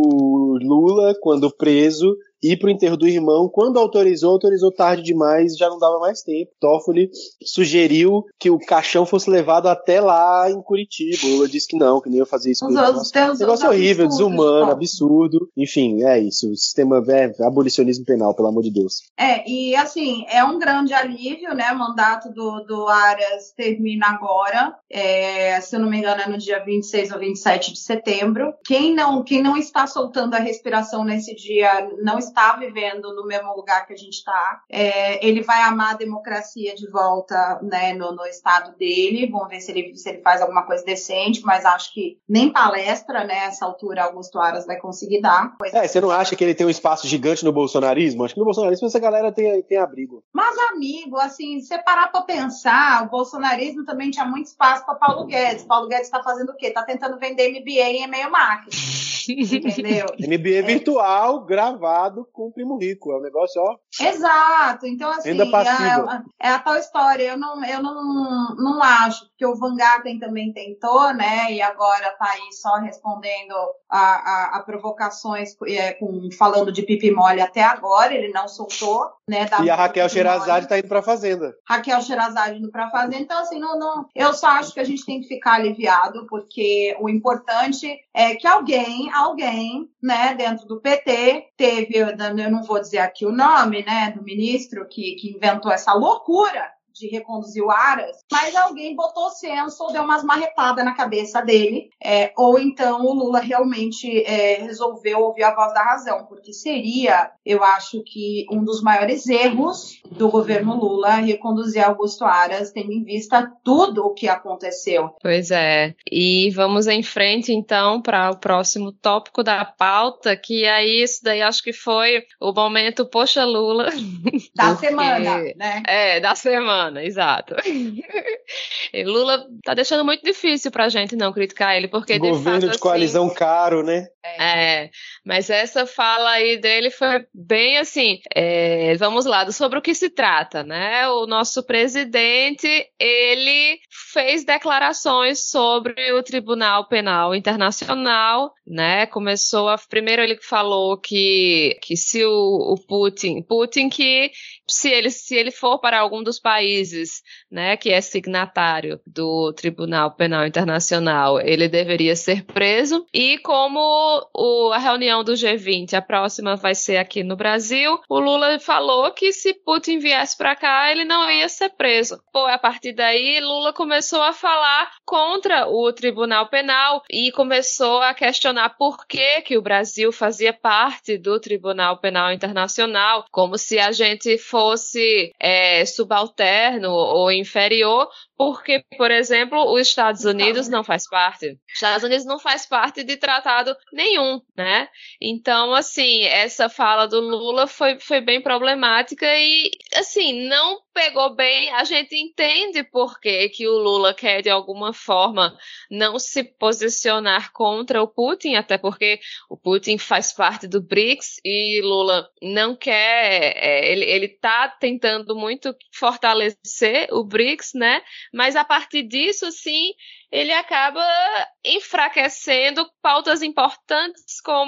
o Lula, quando preso, ir pro enterro do irmão. Quando autorizou, autorizou tarde demais, já não dava mais tempo. Toffoli sugeriu que o caixão fosse levado até lá em Curitiba. O Lula disse que não, que nem ia fazer isso. Os outros, negócio negócio horrível, desumano, absurdo. Enfim, é isso. O sistema é abolicionismo penal, pelo amor de Deus. É, e assim, é um grande alívio, né? O mandato do, do Aras termina agora. É, se eu não me engano, é no dia vinte e seis ou vinte e sete de setembro. Quem não, quem não está soltando a respiração nesse dia não está está vivendo no mesmo lugar que a gente está. É, ele vai amar a democracia de volta, né, no, no estado dele. Vamos ver se ele, se ele faz alguma coisa decente, mas acho que nem palestra, né, essa altura Augusto Aras vai conseguir dar. Pois é, você não acha que ele tem um espaço gigante no bolsonarismo? Acho que no bolsonarismo essa galera tem, tem abrigo. Mas, amigo, assim, se você parar pra pensar, o bolsonarismo também tinha muito espaço para Paulo Guedes. Paulo Guedes está fazendo o quê? Está tentando vender M B A em e-mail marketing. Entendeu? M B A é. virtual, gravado com o primo rico, é um negócio, ó. Exato, então assim, Renda passiva. É, é a tal história, eu não, eu não, não acho, porque o Van Garten também tentou, né, e agora tá aí só respondendo a, a, a provocações, é, com, falando de pipi mole até agora, ele não soltou, né. Da e a Raquel Sherazade tá indo pra Fazenda. Raquel Sherazade indo pra Fazenda, então assim, não, não, eu só acho que a gente tem que ficar aliviado, porque o importante é que alguém, alguém, né, dentro do P T, teve, eu não vou dizer aqui o nome, né, do ministro que, que inventou essa loucura de reconduzir o Aras, mas alguém botou o censo ou deu umas marretadas na cabeça dele, é, ou então o Lula realmente é, resolveu ouvir a voz da razão, porque seria, eu acho que um dos maiores erros do governo Lula reconduzir Augusto Aras, tendo em vista tudo o que aconteceu. Pois é, e vamos em frente então para o próximo tópico da pauta, que aí isso daí acho que foi o momento Poxa Lula. Da porque, semana, né? É, da semana. Exato. E Lula tá deixando muito difícil pra gente não criticar ele, porque governo de fato, de assim, coalizão caro, né? É, mas essa fala aí dele foi bem assim, é, vamos lá, sobre o que se trata, né? O nosso presidente, ele fez declarações sobre o Tribunal Penal Internacional, né? Começou a, primeiro ele falou que, que se o, o Putin, Putin que se ele, se ele for para algum dos países, né, que é signatário do Tribunal Penal Internacional, ele deveria ser preso, e como o, a reunião do G vinte, a próxima vai ser aqui no Brasil, o Lula falou que se Putin viesse para cá, ele não ia ser preso. Pô, a partir daí, Lula começou a falar contra o Tribunal Penal e começou a questionar por que que o Brasil fazia parte do Tribunal Penal Internacional, como se a gente fosse é, subalterno ou inferior, porque, por exemplo, os Estados Unidos não faz parte. Os Estados Unidos não faz parte de tratado nenhum, né? Então, assim, essa fala do Lula foi, foi bem problemática e, assim, não pegou bem. A gente entende por que que o Lula quer, de alguma forma, não se posicionar contra o Putin, até porque o Putin faz parte do BRICS e Lula não quer, é, ele, ele tá tentando muito fortalecer o BRICS, né? Mas a partir disso, sim, ele acaba enfraquecendo pautas importantes como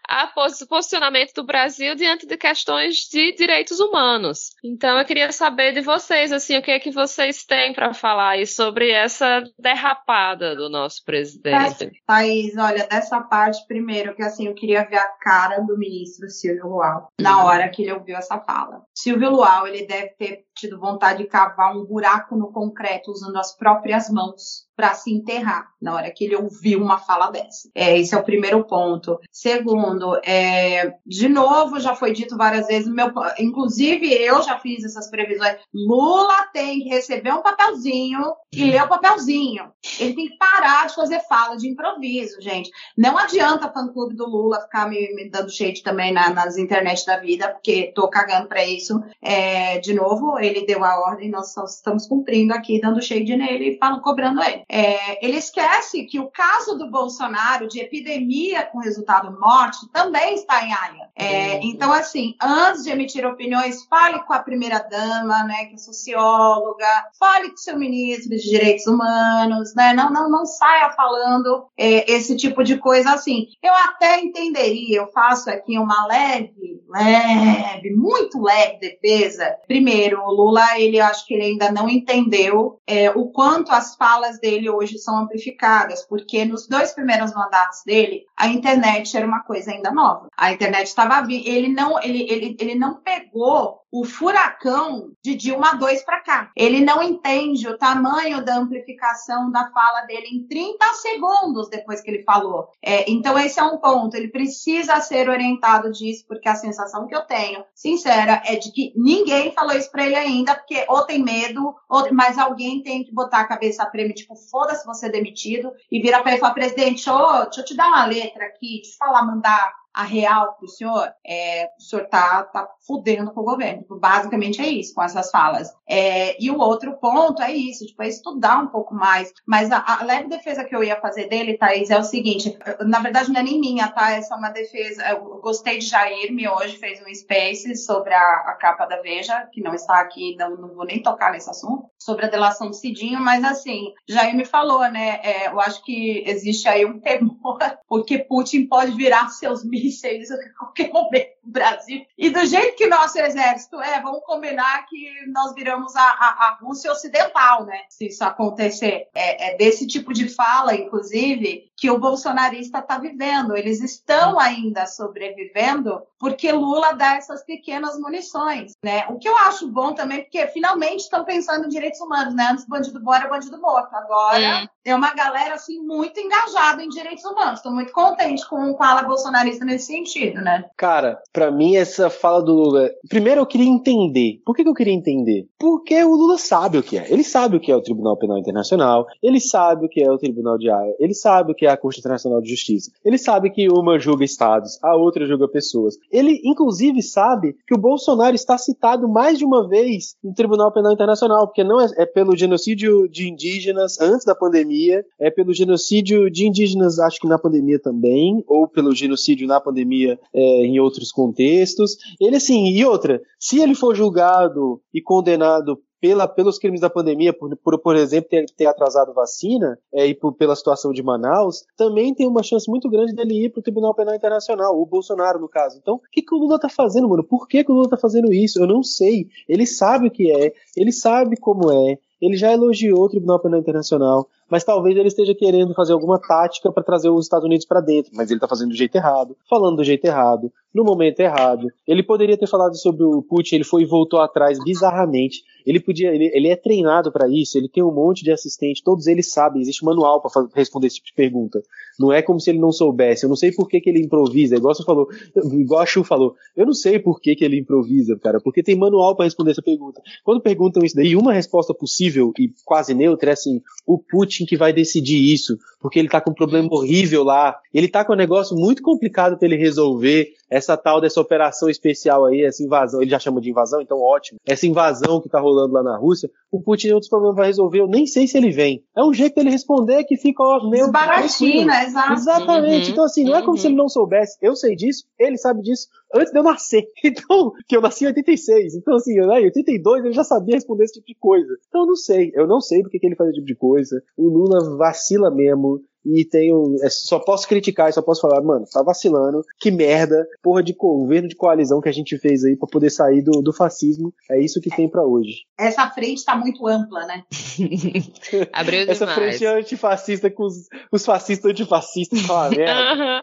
o posicionamento do Brasil diante de questões de direitos humanos. Então eu queria saber de vocês, assim, o que é que vocês têm para falar aí sobre essa derrapada do nosso presidente. Thaís, olha, dessa parte, primeiro, que assim, eu queria ver a cara do ministro Silvio Luau na hora que ele ouviu essa fala. Silvio Luau, ele deve ter tido vontade de cavar um buraco no concreto usando as próprias mãos para se enterrar na hora que ele ouviu uma fala dessa. É, esse é o primeiro ponto. Segundo, é, de novo, já foi dito várias vezes, meu, inclusive eu já fiz essas previsões, Lula tem que receber um papelzinho e ler o papelzinho. Ele tem que parar de fazer fala de improviso, gente. Não adianta fã-clube do Lula ficar me, me dando shade também na, nas internet da vida, porque tô cagando para isso. É, de novo, ele deu a ordem, nós só estamos cumprindo aqui, dando shade nele e falando, cobrando ele. É, ele esquece que o caso do Bolsonaro de epidemia com resultado morte também está em área. É, então, assim, antes de emitir opiniões, fale com a primeira-dama, né, que é socióloga, fale com o seu ministro de Direitos Humanos, né, não, não, não saia falando é, esse tipo de coisa assim. Eu até entenderia, eu faço aqui uma leve, leve, muito leve defesa. Primeiro, o Lula, ele acho que ele ainda não entendeu é, o quanto as falas dele hoje são amplificadas, porque nos dois primeiros mandatos dele, a internet era uma coisa ainda nova. A internet estava vindo, ele não, ele, ele, ele não pegou o furacão de Dilma dois para cá. Ele não entende o tamanho da amplificação da fala dele em trinta segundos depois que ele falou. É, então esse é um ponto, ele precisa ser orientado disso, porque a sensação que eu tenho, sincera, é de que ninguém falou isso para ele ainda, porque ou tem medo, ou, mas alguém tem que botar a cabeça a prêmio, tipo, foda-se você demitido, e vira para ele e falar, presidente, oh, deixa eu te dar uma letra aqui, deixa eu falar, mandar a real pro senhor, é, o senhor tá, tá fudendo com o governo. Basicamente é isso, com essas falas. É, e o outro ponto é isso, tipo, é estudar um pouco mais. Mas a, a leve defesa que eu ia fazer dele, Thaís, é o seguinte, na verdade não é nem minha, tá? Essa é uma defesa, eu gostei de Jair, me hoje fez um space sobre a, a capa da Veja, que não está aqui, não, não vou nem tocar nesse assunto, sobre a delação do Cidinho, mas assim, Jair me falou, né, é, eu acho que existe aí um temor, porque Putin pode virar seus mísseis a qualquer momento no Brasil. E do jeito que nosso exército é, vamos combinar que nós viramos a, a, a Rússia ocidental, né? Se isso acontecer. É, é desse tipo de fala, inclusive, que o bolsonarista está vivendo. Eles estão ainda sobrevivendo porque Lula dá essas pequenas munições, né? O que eu acho bom também, porque finalmente estão pensando em direitos humanos, né? Antes bandido bom era bandido morto. Agora hum. é uma galera, assim, muito engajada em direitos humanos. Estou muito contente com a ala bolsonarista nesse sentido, né? Cara, pra mim essa fala do Lula... Primeiro eu queria entender. Por que, que eu queria entender? Porque o Lula sabe o que é. Ele sabe o que é o Tribunal Penal Internacional, ele sabe o que é o Tribunal de Haia, ele sabe o que é a Corte Internacional de Justiça, ele sabe que uma julga estados, a outra julga pessoas. Ele, inclusive, sabe que o Bolsonaro está citado mais de uma vez no Tribunal Penal Internacional, porque não é, é pelo genocídio de indígenas antes da pandemia, é pelo genocídio de indígenas, acho que na pandemia também, ou pelo genocídio na pandemia é, em outros contextos. Ele, assim, e outra, se ele for julgado e condenado Pela, pelos crimes da pandemia, por, por, por exemplo, ter, ter atrasado vacina, é, e por, pela situação de Manaus, também tem uma chance muito grande dele ir para o Tribunal Penal Internacional, o Bolsonaro, no caso. Então, o que, que o Lula tá fazendo, mano? Por que, que o Lula tá fazendo isso? Eu não sei. Ele sabe o que é, ele sabe como é, ele já elogiou o Tribunal Penal Internacional, mas talvez ele esteja querendo fazer alguma tática para trazer os Estados Unidos para dentro, mas ele tá fazendo do jeito errado, falando do jeito errado, no momento errado. Ele poderia ter falado sobre o Putin, ele foi e voltou atrás bizarramente. Ele podia, ele, ele é treinado para isso, ele tem um monte de assistente, todos eles sabem, existe manual para responder esse tipo de pergunta. Não é como se ele não soubesse. Eu não sei por que, que ele improvisa, igual você falou, igual a Chu falou. Eu não sei por que, que ele improvisa, cara, porque tem manual para responder essa pergunta. Quando perguntam isso daí, uma resposta possível e quase neutra é assim: o Putin que vai decidir isso, porque ele tá com um problema horrível lá, ele tá com um negócio muito complicado para ele resolver, essa tal dessa operação especial aí, essa invasão, ele já chama de invasão, então ótimo, essa invasão que tá rolando lá na Rússia, o Putin tem outros problemas vai resolver, eu nem sei se ele vem. É um jeito dele responder que fica ó, meio... Baratina, exato. Exatamente, uhum, então assim, não é como uhum. se ele não soubesse, eu sei disso, ele sabe disso, antes de eu nascer, então, que eu nasci em oitenta e seis, então assim, em oitenta e dois eu já sabia responder esse tipo de coisa, então eu não sei, eu não sei porque que ele faz esse tipo de coisa, o o Lula vacila mesmo. E tenho. Só posso criticar e só posso falar, mano, tá vacilando. Que merda, porra de governo de coalizão que a gente fez aí pra poder sair do, do fascismo. É isso que tem pra hoje. Essa frente tá muito ampla, né? Abriu demais. Essa frente é antifascista com os, os fascistas antifascistas. Fala merda.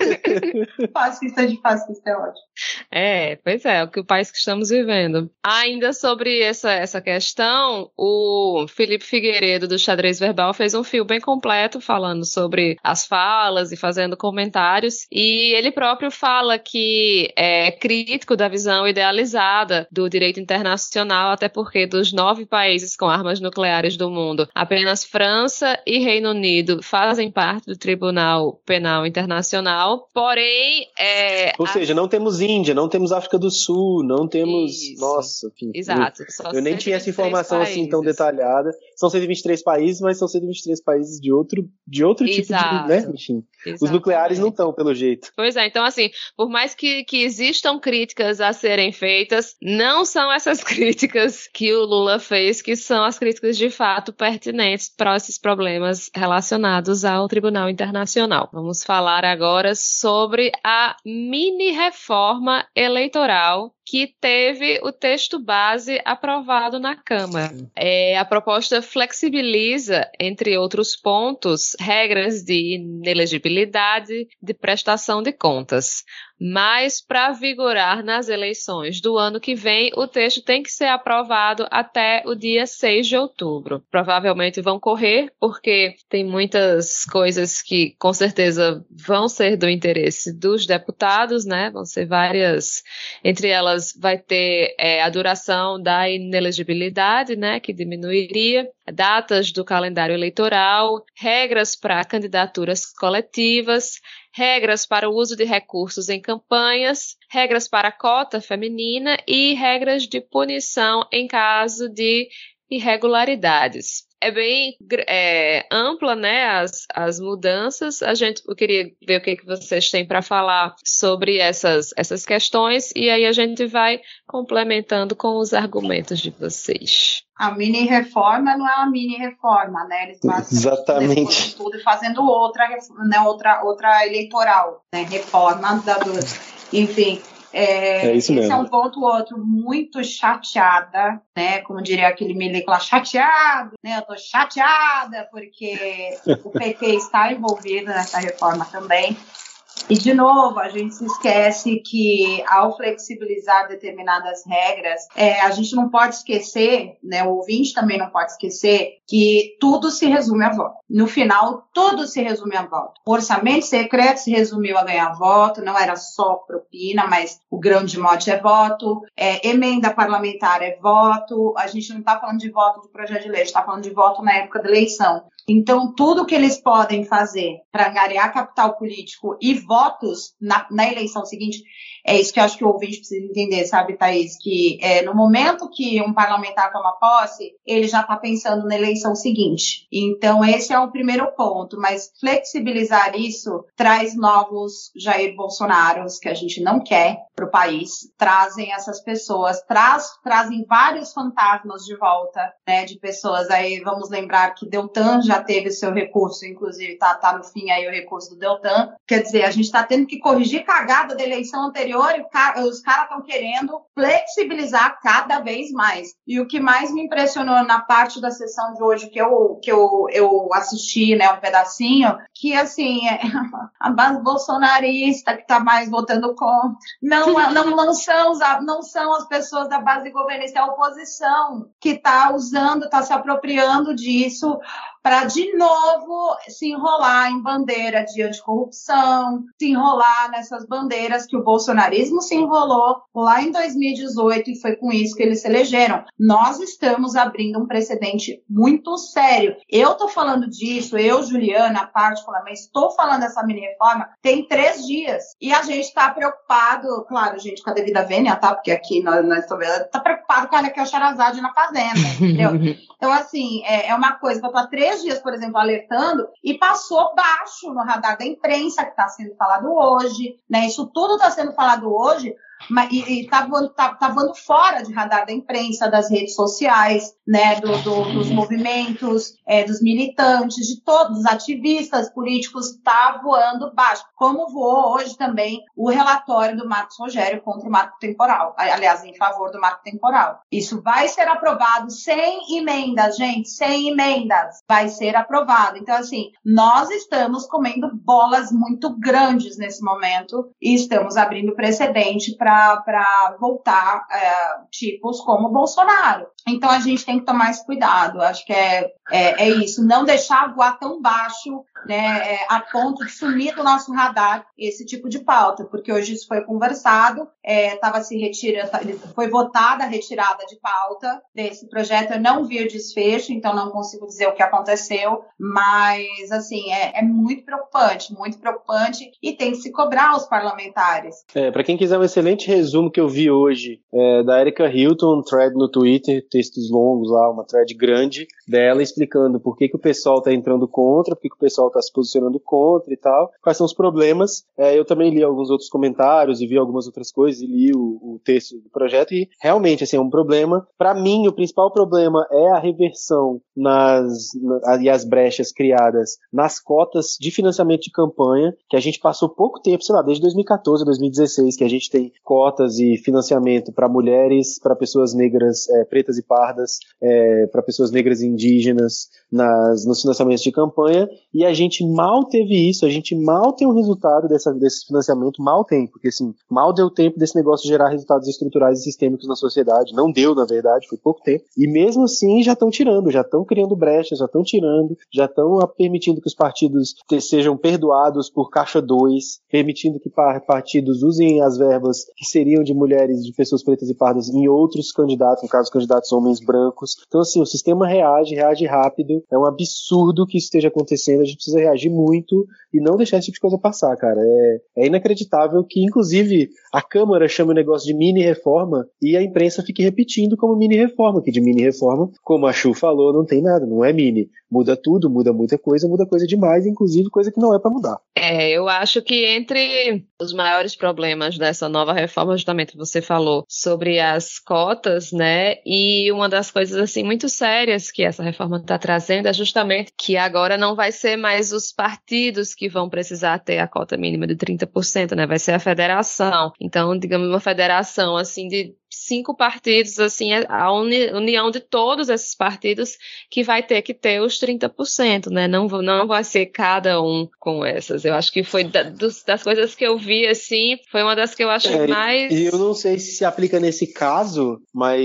Fascista antifascista é ótimo. É, pois é, é o que o país que estamos vivendo. Ainda sobre essa, essa questão, o Felipe Figueiredo, do Xadrez Verbal, fez um fio bem completo falando sobre as falas e fazendo comentários, e ele próprio fala que é crítico da visão idealizada do direito internacional, até porque dos nove países com armas nucleares do mundo, apenas França e Reino Unido fazem parte do Tribunal Penal Internacional, porém... É, Ou a... seja, não temos Índia, não temos África do Sul, não temos... Isso. Nossa, enfim. Exato. Eu, eu nem tinha essa informação países. assim tão detalhada. São cento e vinte e três países, mas são cento e vinte e três países de outro, de outro tipo Exato. de... Né? Enfim, Exatamente. Os nucleares não estão, pelo jeito. Pois é, então assim, por mais que, que existam críticas a serem feitas, não são essas críticas que o Lula fez que são as críticas de fato pertinentes para esses problemas relacionados ao Tribunal Internacional. Vamos falar agora sobre a mini-reforma eleitoral que teve o texto base aprovado na Câmara. É, a proposta flexibiliza, entre outros pontos, regras de inelegibilidade de prestação de contas. Mas, para vigorar nas eleições do ano que vem, o texto tem que ser aprovado até o dia seis de outubro. Provavelmente vão correr, porque tem muitas coisas que, com certeza, vão ser do interesse dos deputados, né? Vão ser várias, entre elas vai ter é, a duração da inelegibilidade, né? Que diminuiria, datas do calendário eleitoral, regras para candidaturas coletivas, regras para o uso de recursos em campanhas, regras para a cota feminina e regras de punição em caso de irregularidades. É bem é, ampla, né, as, as mudanças. A gente, eu queria ver o que, que vocês têm para falar sobre essas, essas questões e aí a gente vai complementando com os argumentos de vocês. A mini-reforma não é uma mini-reforma, né? Eles Exatamente. tudo e fazendo outra, né, outra, outra eleitoral, né? Reforma da... Enfim... É, é isso mesmo. Esse é um ponto outro muito chateada, né? Como diria aquele milico lá, chateado, né? Eu tô chateada porque o P T está envolvido nessa reforma também. E, de novo, a gente se esquece que, ao flexibilizar determinadas regras, é, a gente não pode esquecer, né, o ouvinte também não pode esquecer, que tudo se resume a voto. No final, tudo se resume a voto. O orçamento secreto se resumiu a ganhar voto, não era só propina, mas o grande mote é voto, é, emenda parlamentar é voto, a gente não está falando de voto de projeto de lei, a gente está falando de voto na época da eleição. Então, tudo que eles podem fazer para angariar capital político e votos na, na eleição seguinte, é isso que eu acho que o ouvinte precisa entender, sabe, Thaís? Que é, no momento que um parlamentar toma posse, ele já está pensando na eleição seguinte. Então, esse é o primeiro ponto, mas flexibilizar isso traz novos Jair Bolsonaros, que a gente não quer para o país, trazem essas pessoas, traz, trazem vários fantasmas de volta, né, de pessoas. Aí vamos lembrar que Deltan já teve seu recurso, inclusive tá, tá no fim aí o recurso do Deltan. Quer dizer, a gente está tendo que corrigir cagada da eleição anterior e os caras estão querendo flexibilizar cada vez mais. E o que mais me impressionou na parte da sessão de hoje que eu, que eu, eu assisti, né, um pedacinho, que assim, é a base bolsonarista que está mais votando contra. Não, não, não, são, não são as pessoas da base governista, é a oposição que está usando, está se apropriando disso para, de novo, se enrolar em bandeira de anticorrupção, se enrolar nessas bandeiras que o bolsonarismo se enrolou lá em dois mil e dezoito e foi com isso que eles se elegeram. Nós estamos abrindo um precedente muito sério. Eu estou falando disso, eu, Juliana, particularmente, estou falando dessa mini-reforma tem três dias. E a gente está preocupado, claro, gente, com a devida vênia, tá? Porque aqui nós estamos tá preocupado com a Raquel Sherazade na fazenda, entendeu? Então, assim, é, é uma coisa que eu estou há três dias, por exemplo, alertando e passou baixo no radar da imprensa que está sendo falado hoje, né? Isso tudo está sendo falado hoje mas, e está voando, tá, tá voando fora de radar da imprensa, das redes sociais, né, do, do, dos movimentos, é, dos militantes, de todos os ativistas políticos, está voando baixo. Como voou hoje também o relatório do Marcos Rogério contra o marco temporal, aliás, em favor do marco temporal. Isso vai ser aprovado sem emendas, gente, sem emendas, vai ser aprovado. Então, assim, nós estamos comendo bolas muito grandes nesse momento e estamos abrindo precedente para voltar é, tipos como o Bolsonaro. Então, a gente tem que tomar esse cuidado. Acho que é, é, é isso, não deixar voar tão baixo, né, é, a ponto de sumir do nosso radar esse tipo de pauta, porque hoje isso foi conversado, estava é, se retirando, foi votada a retirada de pauta desse projeto. Eu não vi o desfecho, então não consigo dizer o que aconteceu, mas, assim, é, é muito preocupante, muito preocupante, e tem que se cobrar os parlamentares. É, para quem quiser um excelente resumo que eu vi hoje, é, da Erika Hilton, um thread no Twitter, textos longos lá, uma thread grande dela explicando por que, que o pessoal está entrando contra, por que, que o pessoal está se posicionando contra e tal, quais são os problemas. É, eu também li alguns outros comentários e vi algumas outras coisas e li o, o texto do projeto e realmente, assim, é um problema. Para mim, o principal problema é a reversão nas, na, e as brechas criadas nas cotas de financiamento de campanha, que a gente passou pouco tempo, sei lá, desde dois mil e catorze, dois mil e dezesseis, que a gente tem cotas e financiamento para mulheres, para pessoas negras, é, pretas e pardas, é, para pessoas negras e indígenas nas, nos financiamentos de campanha, e a gente mal teve isso, a gente mal tem um resultado dessa, desse financiamento, mal tem, porque assim, mal deu tempo desse negócio de gerar resultados estruturais e sistêmicos na sociedade, não deu, na verdade, foi pouco tempo, e mesmo assim já estão tirando, já estão criando brechas, já estão tirando, já estão permitindo que os partidos te, sejam perdoados por caixa dois, permitindo que partidos usem as verbas que seriam de mulheres, de pessoas pretas e pardas em outros candidatos, no caso candidatos homens brancos. Então assim, o sistema reage, reage rápido, é um absurdo que isso esteja acontecendo, a gente precisa reagir muito e não deixar esse tipo de coisa passar, cara. É, é inacreditável que, inclusive, a Câmara chama o negócio de mini-reforma e a imprensa fique repetindo como mini-reforma, que de mini-reforma, como a Chu falou, não tem nada, não é mini. Muda tudo, muda muita coisa, muda coisa demais, inclusive coisa que não é pra mudar. É, eu acho que entre os maiores problemas dessa nova reforma, justamente você falou sobre as cotas, né, e uma das coisas, assim, muito sérias que essa reforma está trazendo é justamente que agora não vai ser mais os partidos que vão precisar ter a cota mínima de trinta por cento, né, vai ser a federação. Então, digamos, uma federação, assim, de cinco partidos, assim, a uni- união de todos esses partidos que vai ter que ter os trinta por cento, né, não, não vai ser cada um com essas. Eu acho que foi da, dos, das coisas que eu vi, assim, foi uma das que eu achei é, mais... E eu não sei se se aplica nesse caso,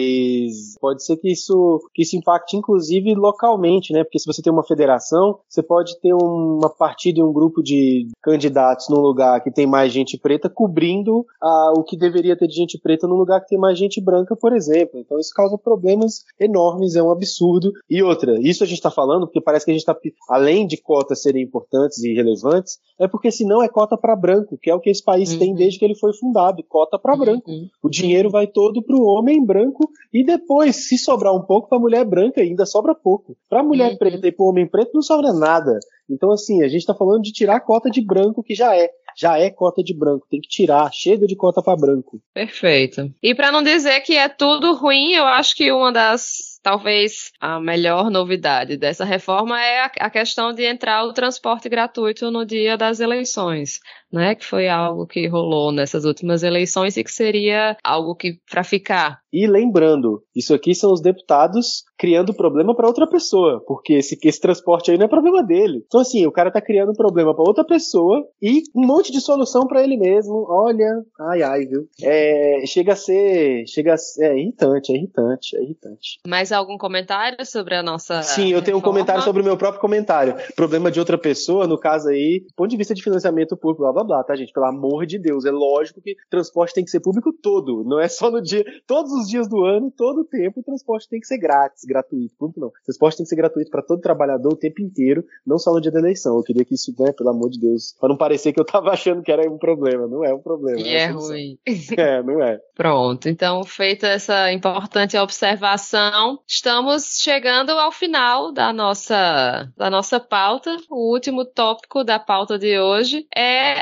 mas pode ser que isso, que isso impacte, inclusive, localmente, né, porque se você tem uma federação, você pode ter uma partida e um grupo de candidatos num lugar que tem mais gente preta cobrindo ah, o que deveria ter de gente preta num lugar que tem mais gente branca, por exemplo. Então isso causa problemas enormes, é um absurdo. E outra, isso a gente está falando porque parece que a gente está, além de cotas serem importantes e relevantes, é porque senão é cota para branco, que é o que esse país uhum. tem desde que ele foi fundado, cota para uhum. branco. O dinheiro vai todo para o homem branco e depois, se sobrar um pouco para a mulher branca, ainda sobra pouco. Para a mulher uhum. preta e para o homem preto não sobra nada. Então assim, a gente está falando de tirar a cota de branco que já é. Já é cota de branco, tem que tirar, chega de cota para branco. Perfeito. E para não dizer que é tudo ruim, eu acho que uma das, talvez, a melhor novidade dessa reforma é a, a questão de entrar o transporte gratuito no dia das eleições, né? Que foi algo que rolou nessas últimas eleições e que seria algo que para ficar. E lembrando, isso aqui são os deputados criando problema para outra pessoa, porque esse, esse transporte aí não é problema dele. Então assim, o cara tá criando problema para outra pessoa e um monte de solução para ele mesmo. Olha, ai ai, viu? É, chega a ser, chega a ser, é irritante, é irritante, é irritante. Mais algum comentário sobre a nossa Sim, eu tenho reforma? Um comentário sobre o meu próprio comentário. Problema de outra pessoa, no caso aí, do ponto de vista de financiamento público, blá blá blá, tá gente? Pelo amor de Deus, é lógico que transporte tem que ser público todo, não é só no dia, todos os dias do ano, todo o tempo, o transporte tem que ser grátis, gratuito, público não. O transporte tem que ser gratuito para todo trabalhador o tempo inteiro, não só no dia da eleição. Eu queria que isso, né, pelo amor de Deus, para não parecer que eu tava achando que era um problema, não é um problema. E é, é ruim. É, não é. Pronto, então feita essa importante observação, estamos chegando ao final da nossa, da nossa pauta. O último tópico da pauta de hoje é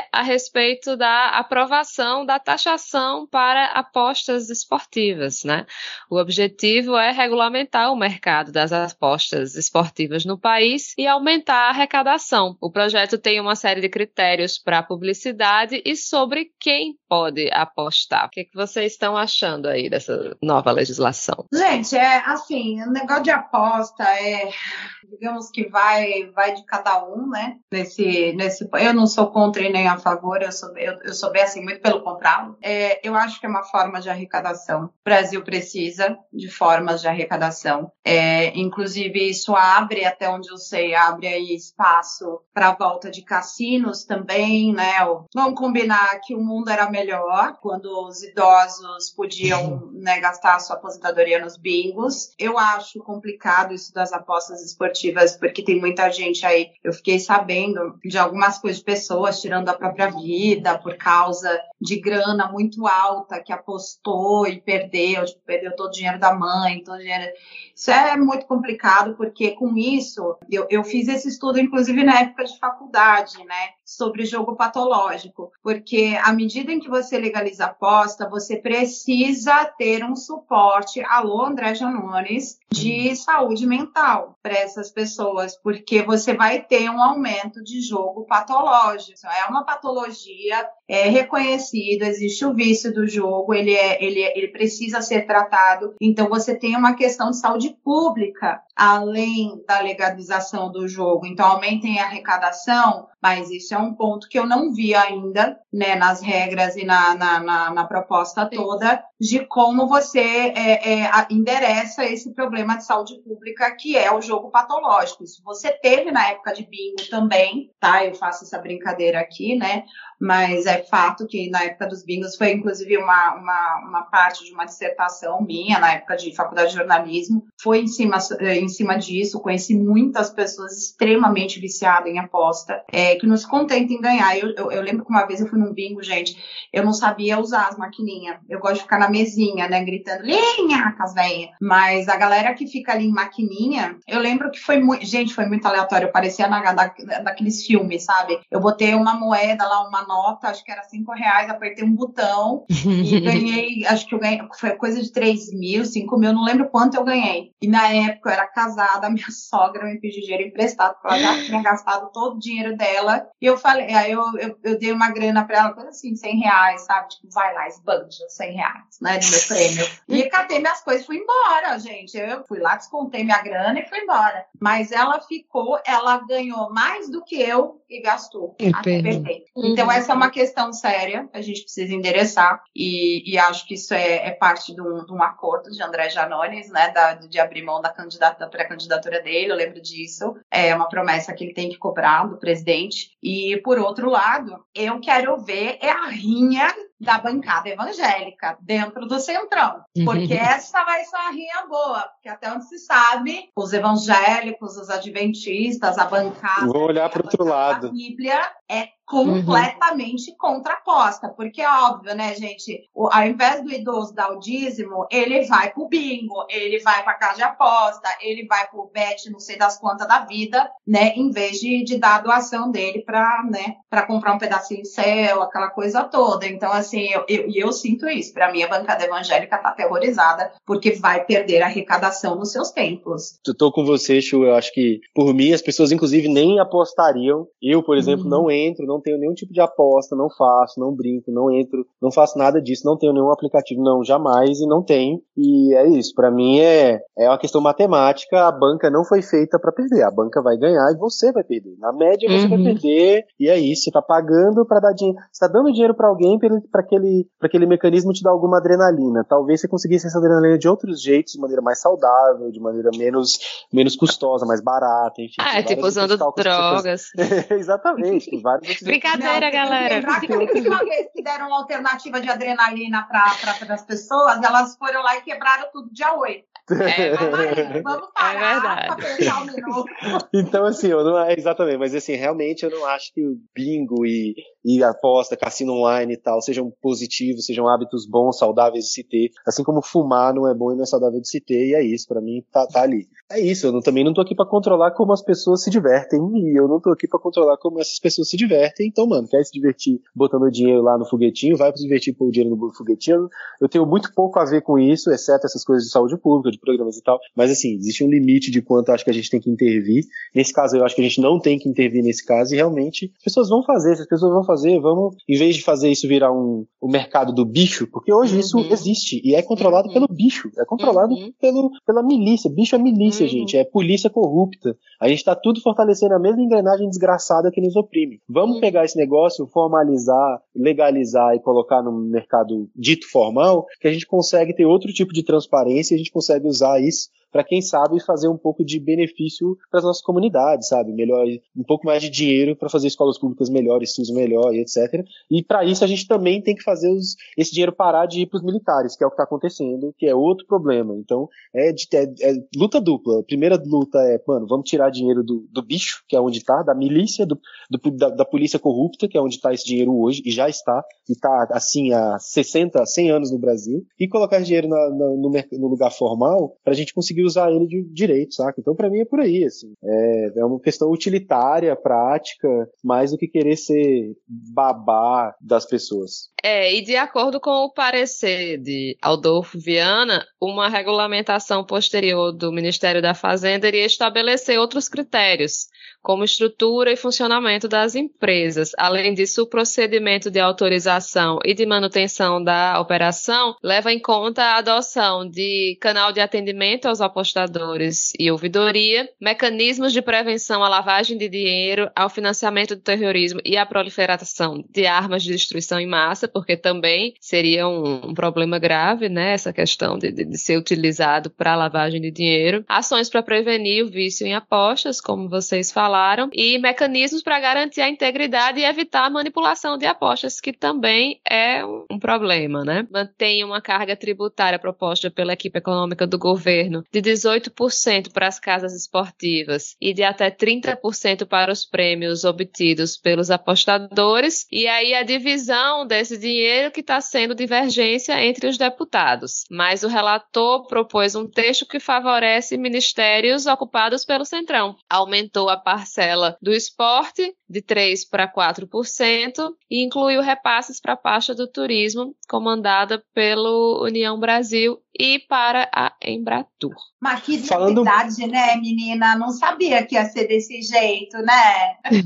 a respeito da aprovação da taxação para apostas esportivas, né? O objetivo é regulamentar o mercado das apostas esportivas no país e aumentar a arrecadação. O projeto tem uma série de critérios para publicidade e sobre quem pode apostar. O que, é que vocês estão achando aí dessa nova legislação? Gente, é assim, o negócio de aposta é, digamos que vai, vai de cada um, né? Nesse, nesse, eu não sou contra e nem a favor, eu sou, eu, eu sou bem assim, muito pelo contrário. É, eu acho que é uma forma de arrecadação. O Brasil precisa de formas de arrecadação. É, inclusive, isso abre, até onde eu sei, abre aí espaço para a volta de cassinos também, né? Vamos combinar que o mundo era melhor quando os idosos podiam, né, gastar a sua aposentadoria nos bingos. Eu acho complicado isso das apostas esportivas, porque tem muita gente aí, eu fiquei sabendo de algumas coisas de pessoas tirando a própria vida por causa de grana muito alta, que apostou e perdeu, tipo, perdeu todo o dinheiro da mãe, todo o dinheiro... Isso é muito complicado, porque com isso, eu, eu fiz esse estudo, inclusive, na época de faculdade, né, sobre jogo patológico, porque à medida em que você legaliza a aposta, você precisa ter um suporte, alô, André Janones, de saúde mental para essas pessoas, porque você vai ter um aumento de jogo patológico. É uma patologia, é reconhecido, existe o vício do jogo, ele, é, ele, é, ele precisa ser tratado, então você tem uma questão de saúde pública, além da legalização do jogo. Então, aumentem a arrecadação, mas isso é um ponto que eu não vi ainda, né, nas regras e na, na, na, na proposta toda, de como você é, é, endereça esse problema de saúde pública que é o jogo patológico. Isso você teve na época de bingo também, tá? Eu faço essa brincadeira aqui, né? Mas é fato que na época dos bingos foi inclusive uma, uma, uma parte de uma dissertação minha, na época de faculdade de jornalismo, foi em cima, em cima disso, conheci muitas pessoas extremamente viciadas em aposta, é, que não se contentam em ganhar. Eu, eu, eu lembro que uma vez eu fui num bingo, gente, eu não sabia usar as maquininhas, eu gosto de ficar na mesinha, né, gritando, linha, com as velhas, mas a galera que fica ali em maquininha, eu lembro que foi muito, gente, foi muito aleatório, parecia na, da, daqueles filmes, sabe? Eu botei uma moeda lá, uma nota, acho que era cinco reais, apertei um botão e ganhei, acho que eu ganhei, foi coisa de três mil, cinco mil, não lembro quanto eu ganhei. E na época eu era casada, minha sogra me pediu dinheiro emprestado, porque ela já tinha gastado todo o dinheiro dela, e eu falei, aí eu, eu, eu dei uma grana pra ela, coisa assim, cem reais, sabe? Tipo, vai lá, esbanja cem reais, né, do meu prêmio. E catei minhas coisas e fui embora, gente. Eu fui lá, descontei minha grana e fui embora. Mas ela ficou, ela ganhou mais do que eu e gastou. Até perder. Então, essa é uma questão séria, a gente precisa endereçar, e, e acho que isso é, é parte de um, de um acordo de André Janones, né, da, de abrir mão da, candidata, da pré-candidatura dele, eu lembro disso, é uma promessa que ele tem que cobrar do presidente, e por outro lado, eu quero ver é a rinha da bancada evangélica dentro do Centrão, porque essa vai ser uma rinha boa, porque até onde se sabe, os evangélicos, os adventistas, a bancada... Vou olhar para o outro lado. A Bíblia é completamente uhum. contraposta, porque é óbvio, né, gente, o, ao invés do idoso dar o dízimo, ele vai pro bingo, ele vai pra casa de aposta, ele vai pro bet, não sei das quantas da vida, né, em vez de, de dar a doação dele pra, né, pra comprar um pedacinho de céu, aquela coisa toda. Então, assim, eu, eu, eu sinto isso, pra mim a bancada evangélica tá aterrorizada, porque vai perder a arrecadação nos seus templos. Eu tô com você, Chu, eu acho que, por mim, as pessoas, inclusive, nem apostariam. Eu, por exemplo, uhum. não entro, não Não tenho nenhum tipo de aposta, não faço, não brinco, não entro, não faço nada disso, não tenho nenhum aplicativo, não, jamais, e não tenho, e é isso, pra mim é, é uma questão matemática, a banca não foi feita pra perder, a banca vai ganhar e você vai perder, na média você uhum. vai perder, e é isso, você tá pagando pra dar dinheiro, você tá dando dinheiro pra alguém pra, pra, aquele, pra aquele mecanismo te dar alguma adrenalina, talvez você conseguisse essa adrenalina de outros jeitos, de maneira mais saudável, de maneira menos, menos custosa, mais barata, enfim. Ah, tipo usando drogas. Exatamente, tem vários outros Brincadeira, não, galera. Lembrar que a última vez que deram uma alternativa de adrenalina para as pessoas, elas foram lá e quebraram tudo dia oito. É, vamos, vamos parar é para pensar um minuto. Então, assim, eu não, é exatamente, mas assim, realmente eu não acho que o bingo e, e a aposta, cassino online e tal, sejam sejam positivos, sejam hábitos bons, saudáveis de se ter, assim como fumar não é bom e não é saudável de se ter, e é isso, pra mim tá, tá ali. É isso, eu não, também não tô aqui pra controlar como as pessoas se divertem, e eu não tô aqui pra controlar como essas pessoas se divertem, então, mano, quer se divertir botando dinheiro lá no foguetinho, vai se divertir pôr o dinheiro no foguetinho. Eu tenho muito pouco a ver com isso, exceto essas coisas de saúde pública, de programas e tal, mas assim, existe um limite de quanto eu acho que a gente tem que intervir. Nesse caso, eu acho que a gente não tem que intervir nesse caso, e realmente as pessoas vão fazer, se as pessoas vão fazer, vamos, em vez de fazer isso virar um, o mercado do bicho, porque hoje uhum. isso existe, e é controlado uhum. pelo bicho, é controlado uhum. pelo, pela milícia, bicho é milícia, uhum. gente, é polícia corrupta, a gente tá tudo fortalecendo a mesma engrenagem desgraçada que nos oprime. Vamos uhum. pegar esse negócio, formalizar, legalizar e colocar no mercado dito formal, que a gente consegue ter outro tipo de transparência, e a gente consegue usar isso para quem sabe fazer um pouco de benefício para as nossas comunidades, sabe? Melhor, um pouco mais de dinheiro para fazer escolas públicas melhores, SUS melhor e etcétera. E para isso a gente também tem que fazer os, esse dinheiro parar de ir para os militares, que é o que está acontecendo, que é outro problema. Então, é, de, é, é luta dupla. A primeira luta é, mano, vamos tirar dinheiro do, do bicho, que é onde está, da milícia, do, do, da, da polícia corrupta, que é onde está esse dinheiro hoje, e já está, e está assim há sessenta, cem anos no Brasil, e colocar esse dinheiro na, na, no, no lugar formal para a gente conseguir usar ele de direito, saca? Então, pra mim, é por aí, assim. É, é uma questão utilitária, prática, mais do que querer ser babá das pessoas. É, e de acordo com o parecer de Adolfo Viana, uma regulamentação posterior do Ministério da Fazenda iria estabelecer outros critérios, como estrutura e funcionamento das empresas. Além disso, o procedimento de autorização e de manutenção da operação leva em conta a adoção de canal de atendimento aos apostadores e ouvidoria, mecanismos de prevenção à lavagem de dinheiro, ao financiamento do terrorismo e à proliferação de armas de destruição em massa, porque também seria um, um problema grave, né, essa questão de, de, de ser utilizado para lavagem de dinheiro, ações para prevenir o vício em apostas, como vocês falaram, e mecanismos para garantir a integridade e evitar a manipulação de apostas, que também é um, um problema, né? Mantém uma carga tributária proposta pela equipe econômica do governo de dezoito por cento para as casas esportivas e de até trinta por cento para os prêmios obtidos pelos apostadores, e aí a divisão desse dinheiro que está sendo divergência entre os deputados. Mas o relator propôs um texto que favorece ministérios ocupados pelo Centrão. Aumentou a parcela do esporte de três por cento para quatro por cento e incluiu repasses para a pasta do turismo, comandada pelo União Brasil e para a Embratur. Mas que novidade, Falando... né, menina? Não sabia que ia ser desse jeito, né?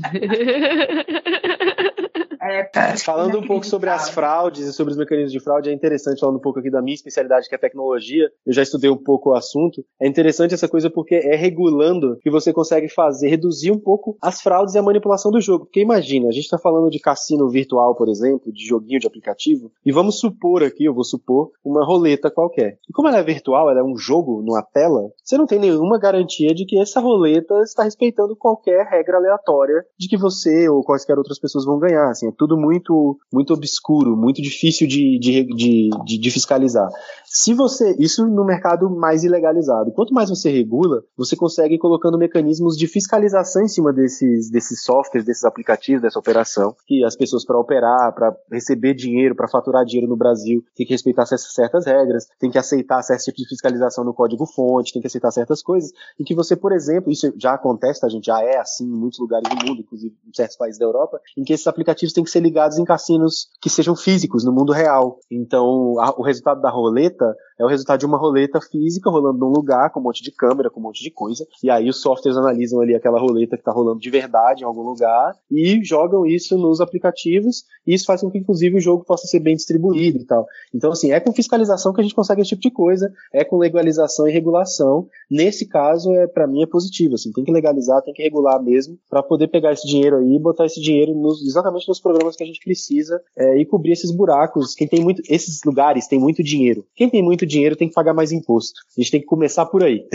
É, falando um pouco sobre as fraudes e sobre os mecanismos de fraude, é interessante, falando um pouco aqui da minha especialidade, que é tecnologia, eu já estudei um pouco o assunto, é interessante essa coisa porque é regulando que você consegue fazer, reduzir um pouco as fraudes e a manipulação do jogo, porque imagina, a gente está falando de cassino virtual, por exemplo, de joguinho de aplicativo, e vamos supor aqui, eu vou supor, uma roleta qualquer. E como ela é virtual, ela é um jogo numa tela, você não tem nenhuma garantia de que essa roleta está respeitando qualquer regra aleatória de que você ou quaisquer outras pessoas vão ganhar, assim, é tudo muito, muito obscuro, muito difícil de, de, de, de, de fiscalizar. Se você, isso no mercado mais ilegalizado, quanto mais você regula, você consegue ir colocando mecanismos de fiscalização em cima desses, desses softwares, desses aplicativos, dessa operação, que as pessoas para operar, para receber dinheiro, para faturar dinheiro no Brasil, tem que respeitar certas regras, tem que aceitar certos tipos de fiscalização no código-fonte, tem que aceitar certas coisas, e que você, por exemplo, isso já acontece, tá, gente, já é assim em muitos lugares do mundo, inclusive em certos países da Europa, em que esses aplicativos têm que ser ligados em cassinos que sejam físicos, no mundo real. Então, a, o resultado da roleta é o resultado de uma roleta física rolando num lugar, com um monte de câmera, com um monte de coisa, e aí os softwares analisam ali aquela roleta que está rolando de verdade em algum lugar, e jogam isso nos aplicativos, e isso faz com que, inclusive, o jogo possa ser bem distribuído e tal. Então, assim, é com fiscalização que a gente consegue esse tipo de coisa, é com legalização e regulação. Nesse caso, é, para mim, é positivo, assim, tem que legalizar, tem que regular mesmo, para poder pegar esse dinheiro aí e botar esse dinheiro nos, exatamente nos programas que a gente precisa, é, e cobrir esses buracos. Quem tem muito, esses lugares tem muito dinheiro. Quem tem muito dinheiro tem que pagar mais imposto. A gente tem que começar por aí.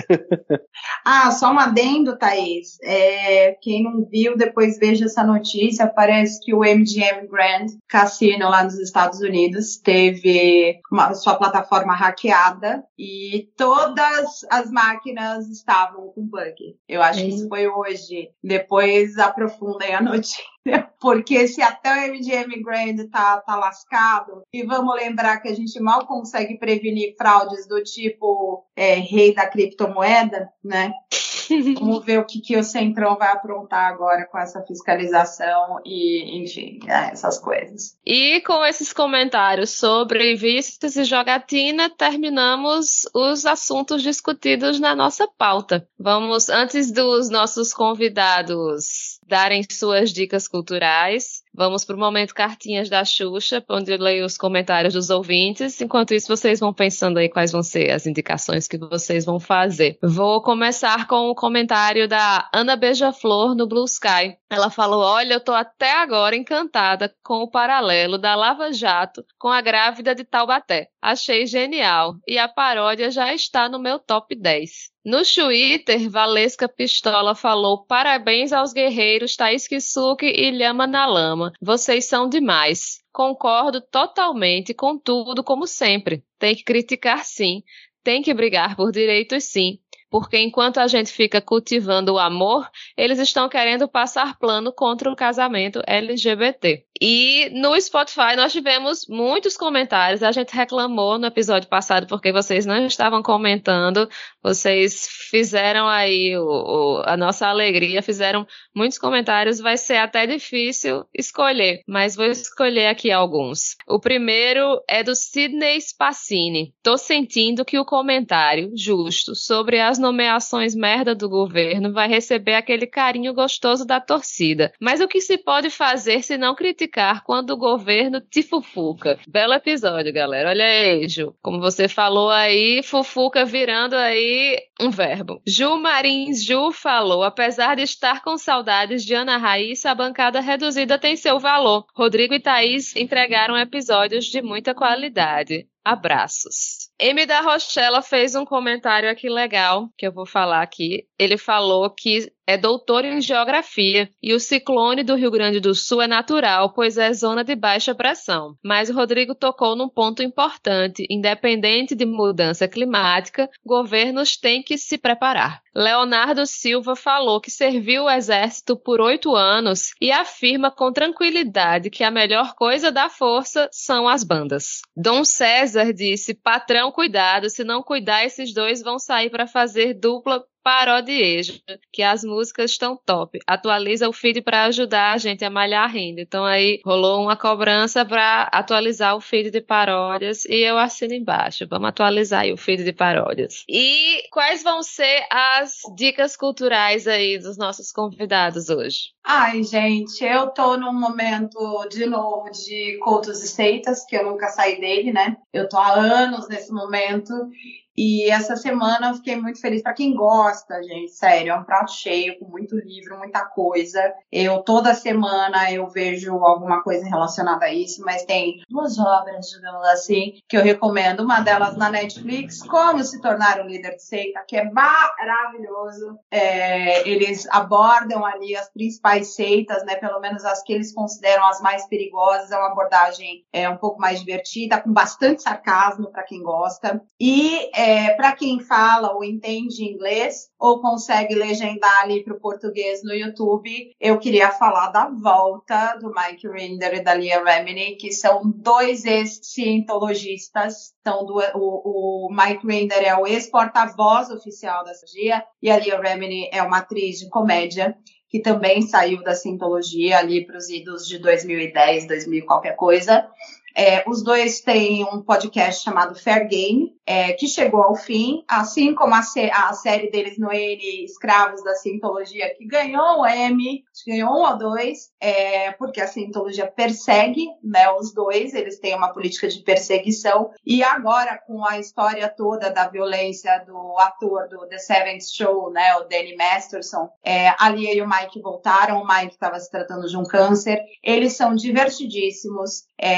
Ah, só um adendo, Thaís. É, quem não viu, depois veja essa notícia. Parece que o M G M Grand Casino lá nos Estados Unidos teve uma, sua plataforma hackeada e todas as máquinas estavam com bug. Eu acho é. que isso foi hoje. Depois aprofundem a notícia. Porque se até o M G M Grand tá, tá lascado, e vamos lembrar que a gente mal consegue prevenir fraudes do tipo é, rei da criptomoeda, né? Vamos ver o que, que o Centrão vai aprontar agora com essa fiscalização e, enfim, é, essas coisas. E com esses comentários sobre vícios e jogatina, terminamos os assuntos discutidos na nossa pauta. Vamos, antes dos nossos convidados darem suas dicas culturais, vamos para o momento Cartinhas da Xuxa, onde eu leio os comentários dos ouvintes. Enquanto isso, vocês vão pensando aí quais vão ser as indicações que vocês vão fazer. Vou começar com o comentário da Ana Beija-Flor no Blue Sky. Ela falou: olha, eu tô até agora encantada com o paralelo da Lava Jato com a grávida de Taubaté. Achei genial. E a paródia já está no meu top dez. No Twitter, Valesca Pistola falou: parabéns aos guerreiros Thaís Kisuke e Lhama na Lama. Vocês são demais. Concordo totalmente com tudo, como sempre. Tem que criticar sim. Tem que brigar por direitos sim. Porque enquanto a gente fica cultivando o amor, eles estão querendo passar plano contra o casamento L G B T. E no Spotify nós tivemos muitos comentários. A gente reclamou no episódio passado porque vocês não estavam comentando. Vocês fizeram aí o, o, a nossa alegria, fizeram muitos comentários. Vai ser até difícil escolher, mas vou escolher aqui alguns. O primeiro é do Sidney Spassini. Tô sentindo que o comentário justo sobre as nomeações merda do governo vai receber aquele carinho gostoso da torcida. Mas o que se pode fazer se não criticar quando o governo te fufuca? Belo episódio, galera. Olha aí, Ju. Como você falou aí, fufuca virando aí um verbo. Ju Marins Ju falou: apesar de estar com saudades de Ana Raíssa, a bancada reduzida tem seu valor. Rodrigo e Thaís entregaram episódios de muita qualidade. Abraços. M da Rochella fez um comentário aqui legal, que eu vou falar aqui. Ele falou que é doutor em geografia e o ciclone do Rio Grande do Sul é natural, pois é zona de baixa pressão. Mas o Rodrigo tocou num ponto importante. Independente de mudança climática, governos têm que se preparar. Leonardo Silva falou que serviu o exército por oito anos e afirma com tranquilidade que a melhor coisa da força são as bandas. Dom César disse: patrão, cuidado, se não cuidar esses dois vão sair para fazer dupla parodieja, que as músicas estão top. Atualiza o feed para ajudar a gente a malhar rindo. Então aí rolou uma cobrança para atualizar o feed de paródias e eu assino embaixo. Vamos atualizar aí o feed de paródias. E quais vão ser as dicas culturais aí dos nossos convidados hoje? Ai, gente, eu tô num momento, de novo, de cultos e seitas, que eu nunca saí dele, né? Eu tô há anos nesse momento. E essa semana eu fiquei muito feliz. Para quem gosta, gente, sério, é um prato cheio, com muito livro, muita coisa. Eu, toda semana, eu vejo alguma coisa relacionada a isso, mas tem duas obras, digamos assim, que eu recomendo. Uma delas na Netflix, Como se tornar um líder de seita, que é maravilhoso. É, eles abordam ali as principais seitas, né, pelo menos as que eles consideram as mais perigosas. É uma abordagem é, um pouco mais divertida, com bastante sarcasmo para quem gosta. E é, É, para quem fala ou entende inglês ou consegue legendar ali para o português no YouTube, eu queria falar da volta do Mike Rinder e da Leah Remini, que são dois ex-cientologistas. Então, do, o, o Mike Rinder é o ex-porta-voz oficial da cientologia e a Leah Remini é uma atriz de comédia que também saiu da cientologia ali para os idos de dois mil e dez, dois mil qualquer coisa. É, os dois têm um podcast chamado Fair Game, é, que chegou ao fim, assim como a, sé- a série deles no N, Escravos da Cientologia, que ganhou o Emmy, ganhou um ou dois, é, porque a Cientologia persegue, né, os dois, eles têm uma política de perseguição, e agora com a história toda da violência do ator do The Seventh Show, né, o Danny Masterson, é, a Lia e o Mike voltaram, o Mike estava se tratando de um câncer, eles são divertidíssimos, é, eles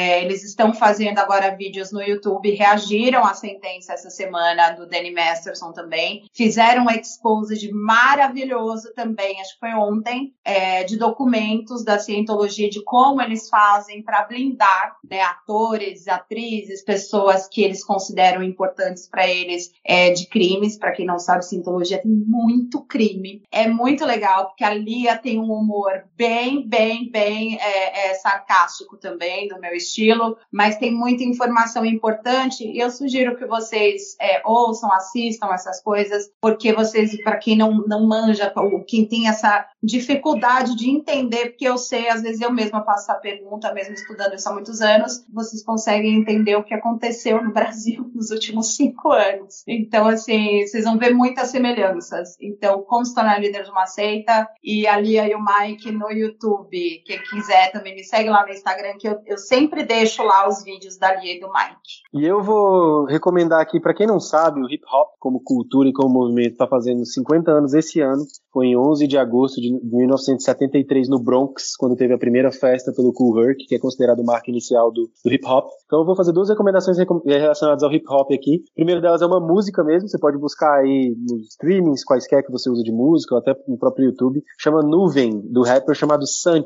estão fazendo agora vídeos no YouTube, reagiram à sentença essa semana do Danny Masterson também, fizeram um exposed maravilhoso também, acho que foi ontem, é, de documentos da cientologia, de como eles fazem para blindar, né, atores, atrizes, pessoas que eles consideram importantes para eles, é, de crimes. Para quem não sabe, cientologia tem muito crime, é muito legal, porque a Lia tem um humor bem, bem, bem é, é, sarcástico também, do meu estilo, mas tem muita informação importante, e eu sugiro que vocês é, ouçam, assistam essas coisas, porque vocês, para quem não, não manja, quem tem essa dificuldade de entender, porque eu sei, às vezes eu mesma faço essa pergunta, mesmo estudando isso há muitos anos, vocês conseguem entender o que aconteceu no Brasil nos últimos cinco anos. Então, assim, vocês vão ver muitas semelhanças. Então, como se tornar líder de uma seita, e a Lia e o Mike no YouTube. Quem quiser também me segue lá no Instagram, que eu, eu sempre deixo lá os vídeos da Lia e do Mike. E eu vou recomendar aqui, para quem não sabe, o hip hop como cultura e como movimento está fazendo cinquenta anos esse ano. Foi em onze de agosto de mil novecentos e setenta e três no Bronx, quando teve a primeira festa pelo Kool Herc, que é considerado o marco inicial do, do hip hop. Então eu vou fazer duas recomendações relacionadas ao hip hop aqui. A primeira delas é uma música mesmo, você pode buscar aí nos streamings, quaisquer que você usa de música, ou até no próprio YouTube. Chama Nuvem, do rapper chamado Sant,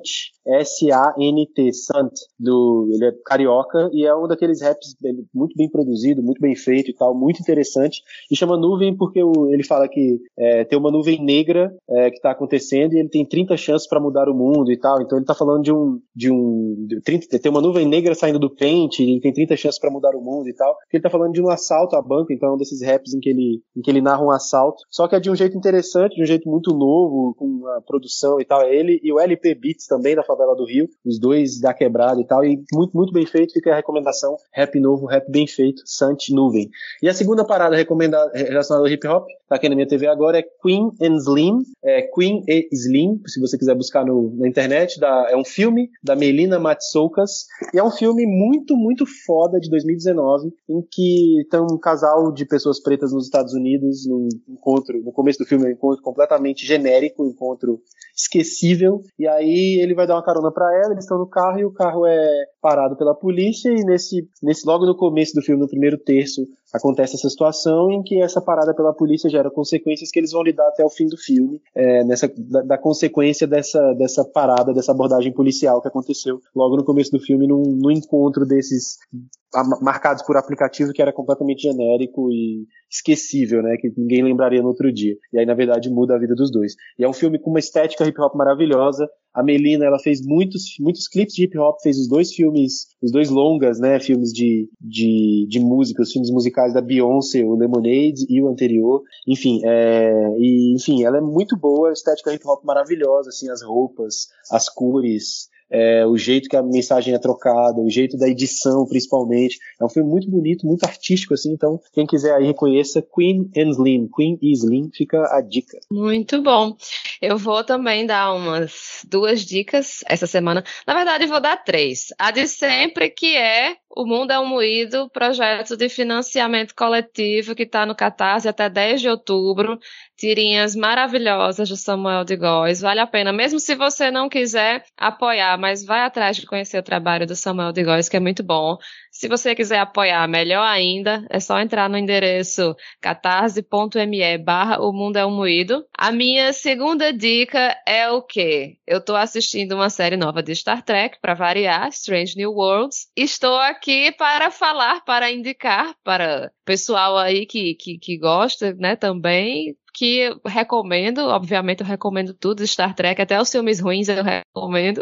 S A N T, Sant. Do, ele é carioca e é um daqueles raps muito bem produzido, muito bem feito e tal, muito interessante. E chama Nuvem porque o, ele fala que é, tem uma nuvem negra É, que está acontecendo e ele tem trinta chances para mudar o mundo e tal, então ele está falando de um, de um de trinta, tem uma nuvem negra saindo do pente e ele tem trinta chances para mudar o mundo e tal, ele está falando de um assalto a banco, então é um desses raps em que, ele, em que ele narra um assalto, só que é de um jeito interessante, de um jeito muito novo, com uma produção e tal, é ele e o L P Beats também da Favela do Rio, os dois da quebrada e tal, e muito, muito bem feito, fica a recomendação, rap novo, rap bem feito, Sant Nuvem. E a segunda parada recomendada relacionada ao hip hop, tá aqui na minha T V agora, é Queen and Slim, É Queen e Slim, se você quiser buscar no, na internet, da, é um filme da Melina Matsoukas, e é um filme muito, muito foda de dois mil e dezenove, em que tem um casal de pessoas pretas nos Estados Unidos, num encontro, no começo do filme é um encontro completamente genérico, um encontro esquecível, e aí ele vai dar uma carona pra ela, eles estão no carro e o carro é parado pela polícia, e nesse, nesse logo no começo do filme, no primeiro terço, acontece essa situação em que essa parada pela polícia gera consequências que eles vão lidar até o fim do filme, é, nessa, da, da consequência dessa, dessa parada, dessa abordagem policial que aconteceu logo no começo do filme, num, num encontro desses marcados por aplicativo que era completamente genérico e esquecível, né, que ninguém lembraria no outro dia. E aí, na verdade, muda a vida dos dois. E é um filme com uma estética hip hop maravilhosa. A Melina, ela fez muitos, muitos clipes de hip hop, fez os dois filmes, os dois longas, né, filmes de, de, de música, os filmes musicais da Beyoncé, o Lemonade e o anterior. Enfim, é, e, enfim, ela é muito boa, estética hip hop maravilhosa, assim, as roupas, as cores, É, o jeito que a mensagem é trocada, o jeito da edição, principalmente. É um filme muito bonito, muito artístico, assim, então quem quiser aí reconheça Queen and Slim, Queen e Slim, fica a dica. Muito bom. Eu vou também dar umas duas dicas essa semana. Na verdade, vou dar três. A de sempre, que é O Mundo é um Moído, projeto de financiamento coletivo que está no Catarse até dez de outubro. Tirinhas maravilhosas do Samuel de Góes. Vale a pena, mesmo se você não quiser apoiar, mas vai atrás de conhecer o trabalho do Samuel de Góes, que é muito bom. Se você quiser apoiar, melhor ainda, é só entrar no endereço catarse.me barra O Mundo é um Moído. A minha segunda dica é o quê? Eu tô assistindo uma série nova de Star Trek, para variar, Strange New Worlds. Estou aqui para falar, para indicar para o pessoal aí que, que, que gosta, né, também, que eu recomendo, obviamente eu recomendo tudo, Star Trek, até os filmes ruins eu recomendo,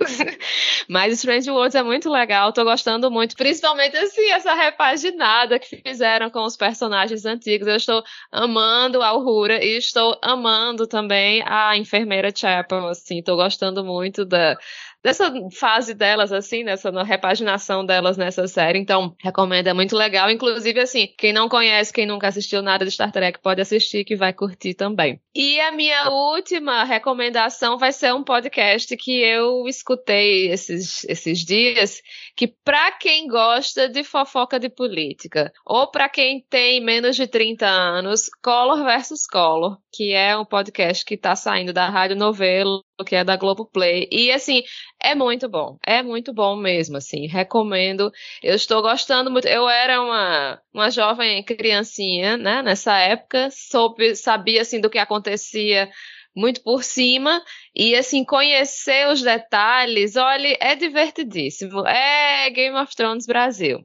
mas Strange Worlds é muito legal, tô gostando muito, principalmente assim, essa repaginada que fizeram com os personagens antigos, eu estou amando a Uhura e estou amando também a enfermeira Chapel, assim, tô gostando muito da dessa fase delas, assim, dessa repaginação delas nessa série, então recomendo, é muito legal, inclusive assim, quem não conhece, quem nunca assistiu nada de Star Trek pode assistir que vai curtir também. E a minha última recomendação vai ser um podcast que eu escutei esses, esses dias, que pra quem gosta de fofoca de política, ou pra quem tem menos de trinta anos, Collor versus Collor, que é um podcast que tá saindo da Rádio Novelo, que é da Globoplay. E, assim, é muito bom. É muito bom mesmo, assim. Recomendo. Eu estou gostando muito. Eu era uma, uma jovem criancinha, né? Nessa época. Soube, sabia, assim, do que acontecia muito por cima, e assim, conhecer os detalhes, olha, é divertidíssimo, é Game of Thrones Brasil.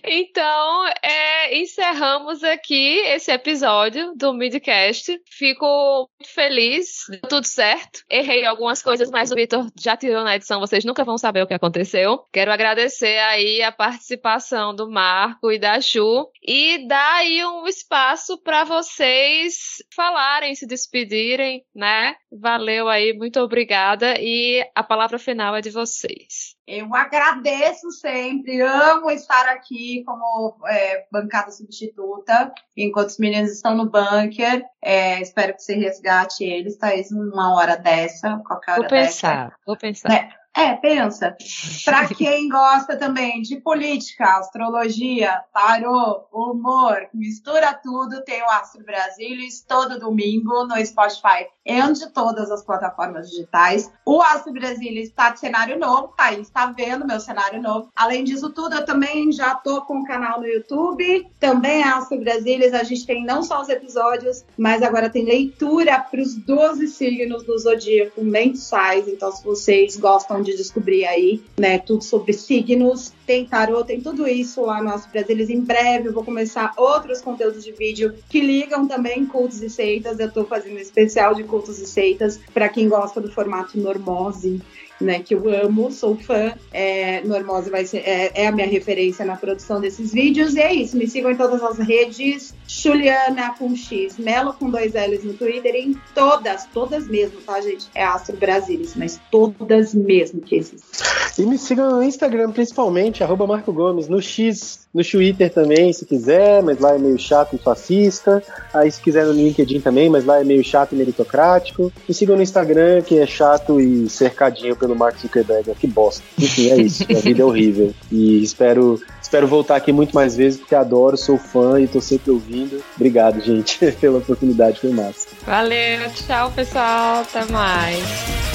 Então, é, encerramos aqui esse episódio do Midcast, fico muito feliz, deu tudo certo, errei algumas coisas, mas o Vitor já tirou na edição, vocês nunca vão saber o que aconteceu. Quero agradecer aí a participação do Marco e da Ju, e dar aí um espaço para vocês falarem, se despedirem, né? Valeu aí, muito obrigada, e a palavra final é de vocês. Eu agradeço sempre, amo estar aqui como é, bancada substituta, enquanto os meninos estão no bunker. É, espero que você resgate eles, Thaís, numa hora dessa, qualquer hora vou pensar, dessa. Vou pensar, né? É, pensa. Para quem gosta também de política, astrologia, tarô, humor, mistura tudo, tem o Astro Brasilis todo domingo no Spotify e de todas as plataformas digitais. O Astro Brasilis está de cenário novo, tá aí, está vendo meu cenário novo. Além disso tudo, eu também já tô com um canal no YouTube, também é Astro Brasilis, a gente tem não só os episódios, mas agora tem leitura para os doze signos do zodíaco mensais, então se vocês gostam de descobrir aí, né, tudo sobre signos, tem tarô, tem tudo isso lá no Astro Brasilis. Em breve eu vou começar outros conteúdos de vídeo que ligam também cultos e seitas. Eu tô fazendo um especial de cultos e seitas para quem gosta do formato normose, né, que eu amo, sou fã. É, Normose vai ser, é, é a minha referência na produção desses vídeos. E é isso, me sigam em todas as redes, Juliana com X, Melo com dois L's no Twitter, e em todas, todas mesmo, tá, gente? É Astro Brasilis, mas todas mesmo que existem. E me sigam no Instagram, principalmente, arroba Marco Gomes, no X, no Twitter também, se quiser, mas lá é meio chato e fascista. Aí se quiser no LinkedIn também, mas lá é meio chato e meritocrático. Me sigam no Instagram, que é chato e cercadinho pelo Mark Zuckerberg. Que bosta. Enfim, é isso. A vida é horrível. E espero, espero voltar aqui muito mais vezes, porque adoro, sou fã e tô sempre ouvindo. Obrigado, gente, pela oportunidade, foi massa. Valeu, tchau, pessoal, até mais.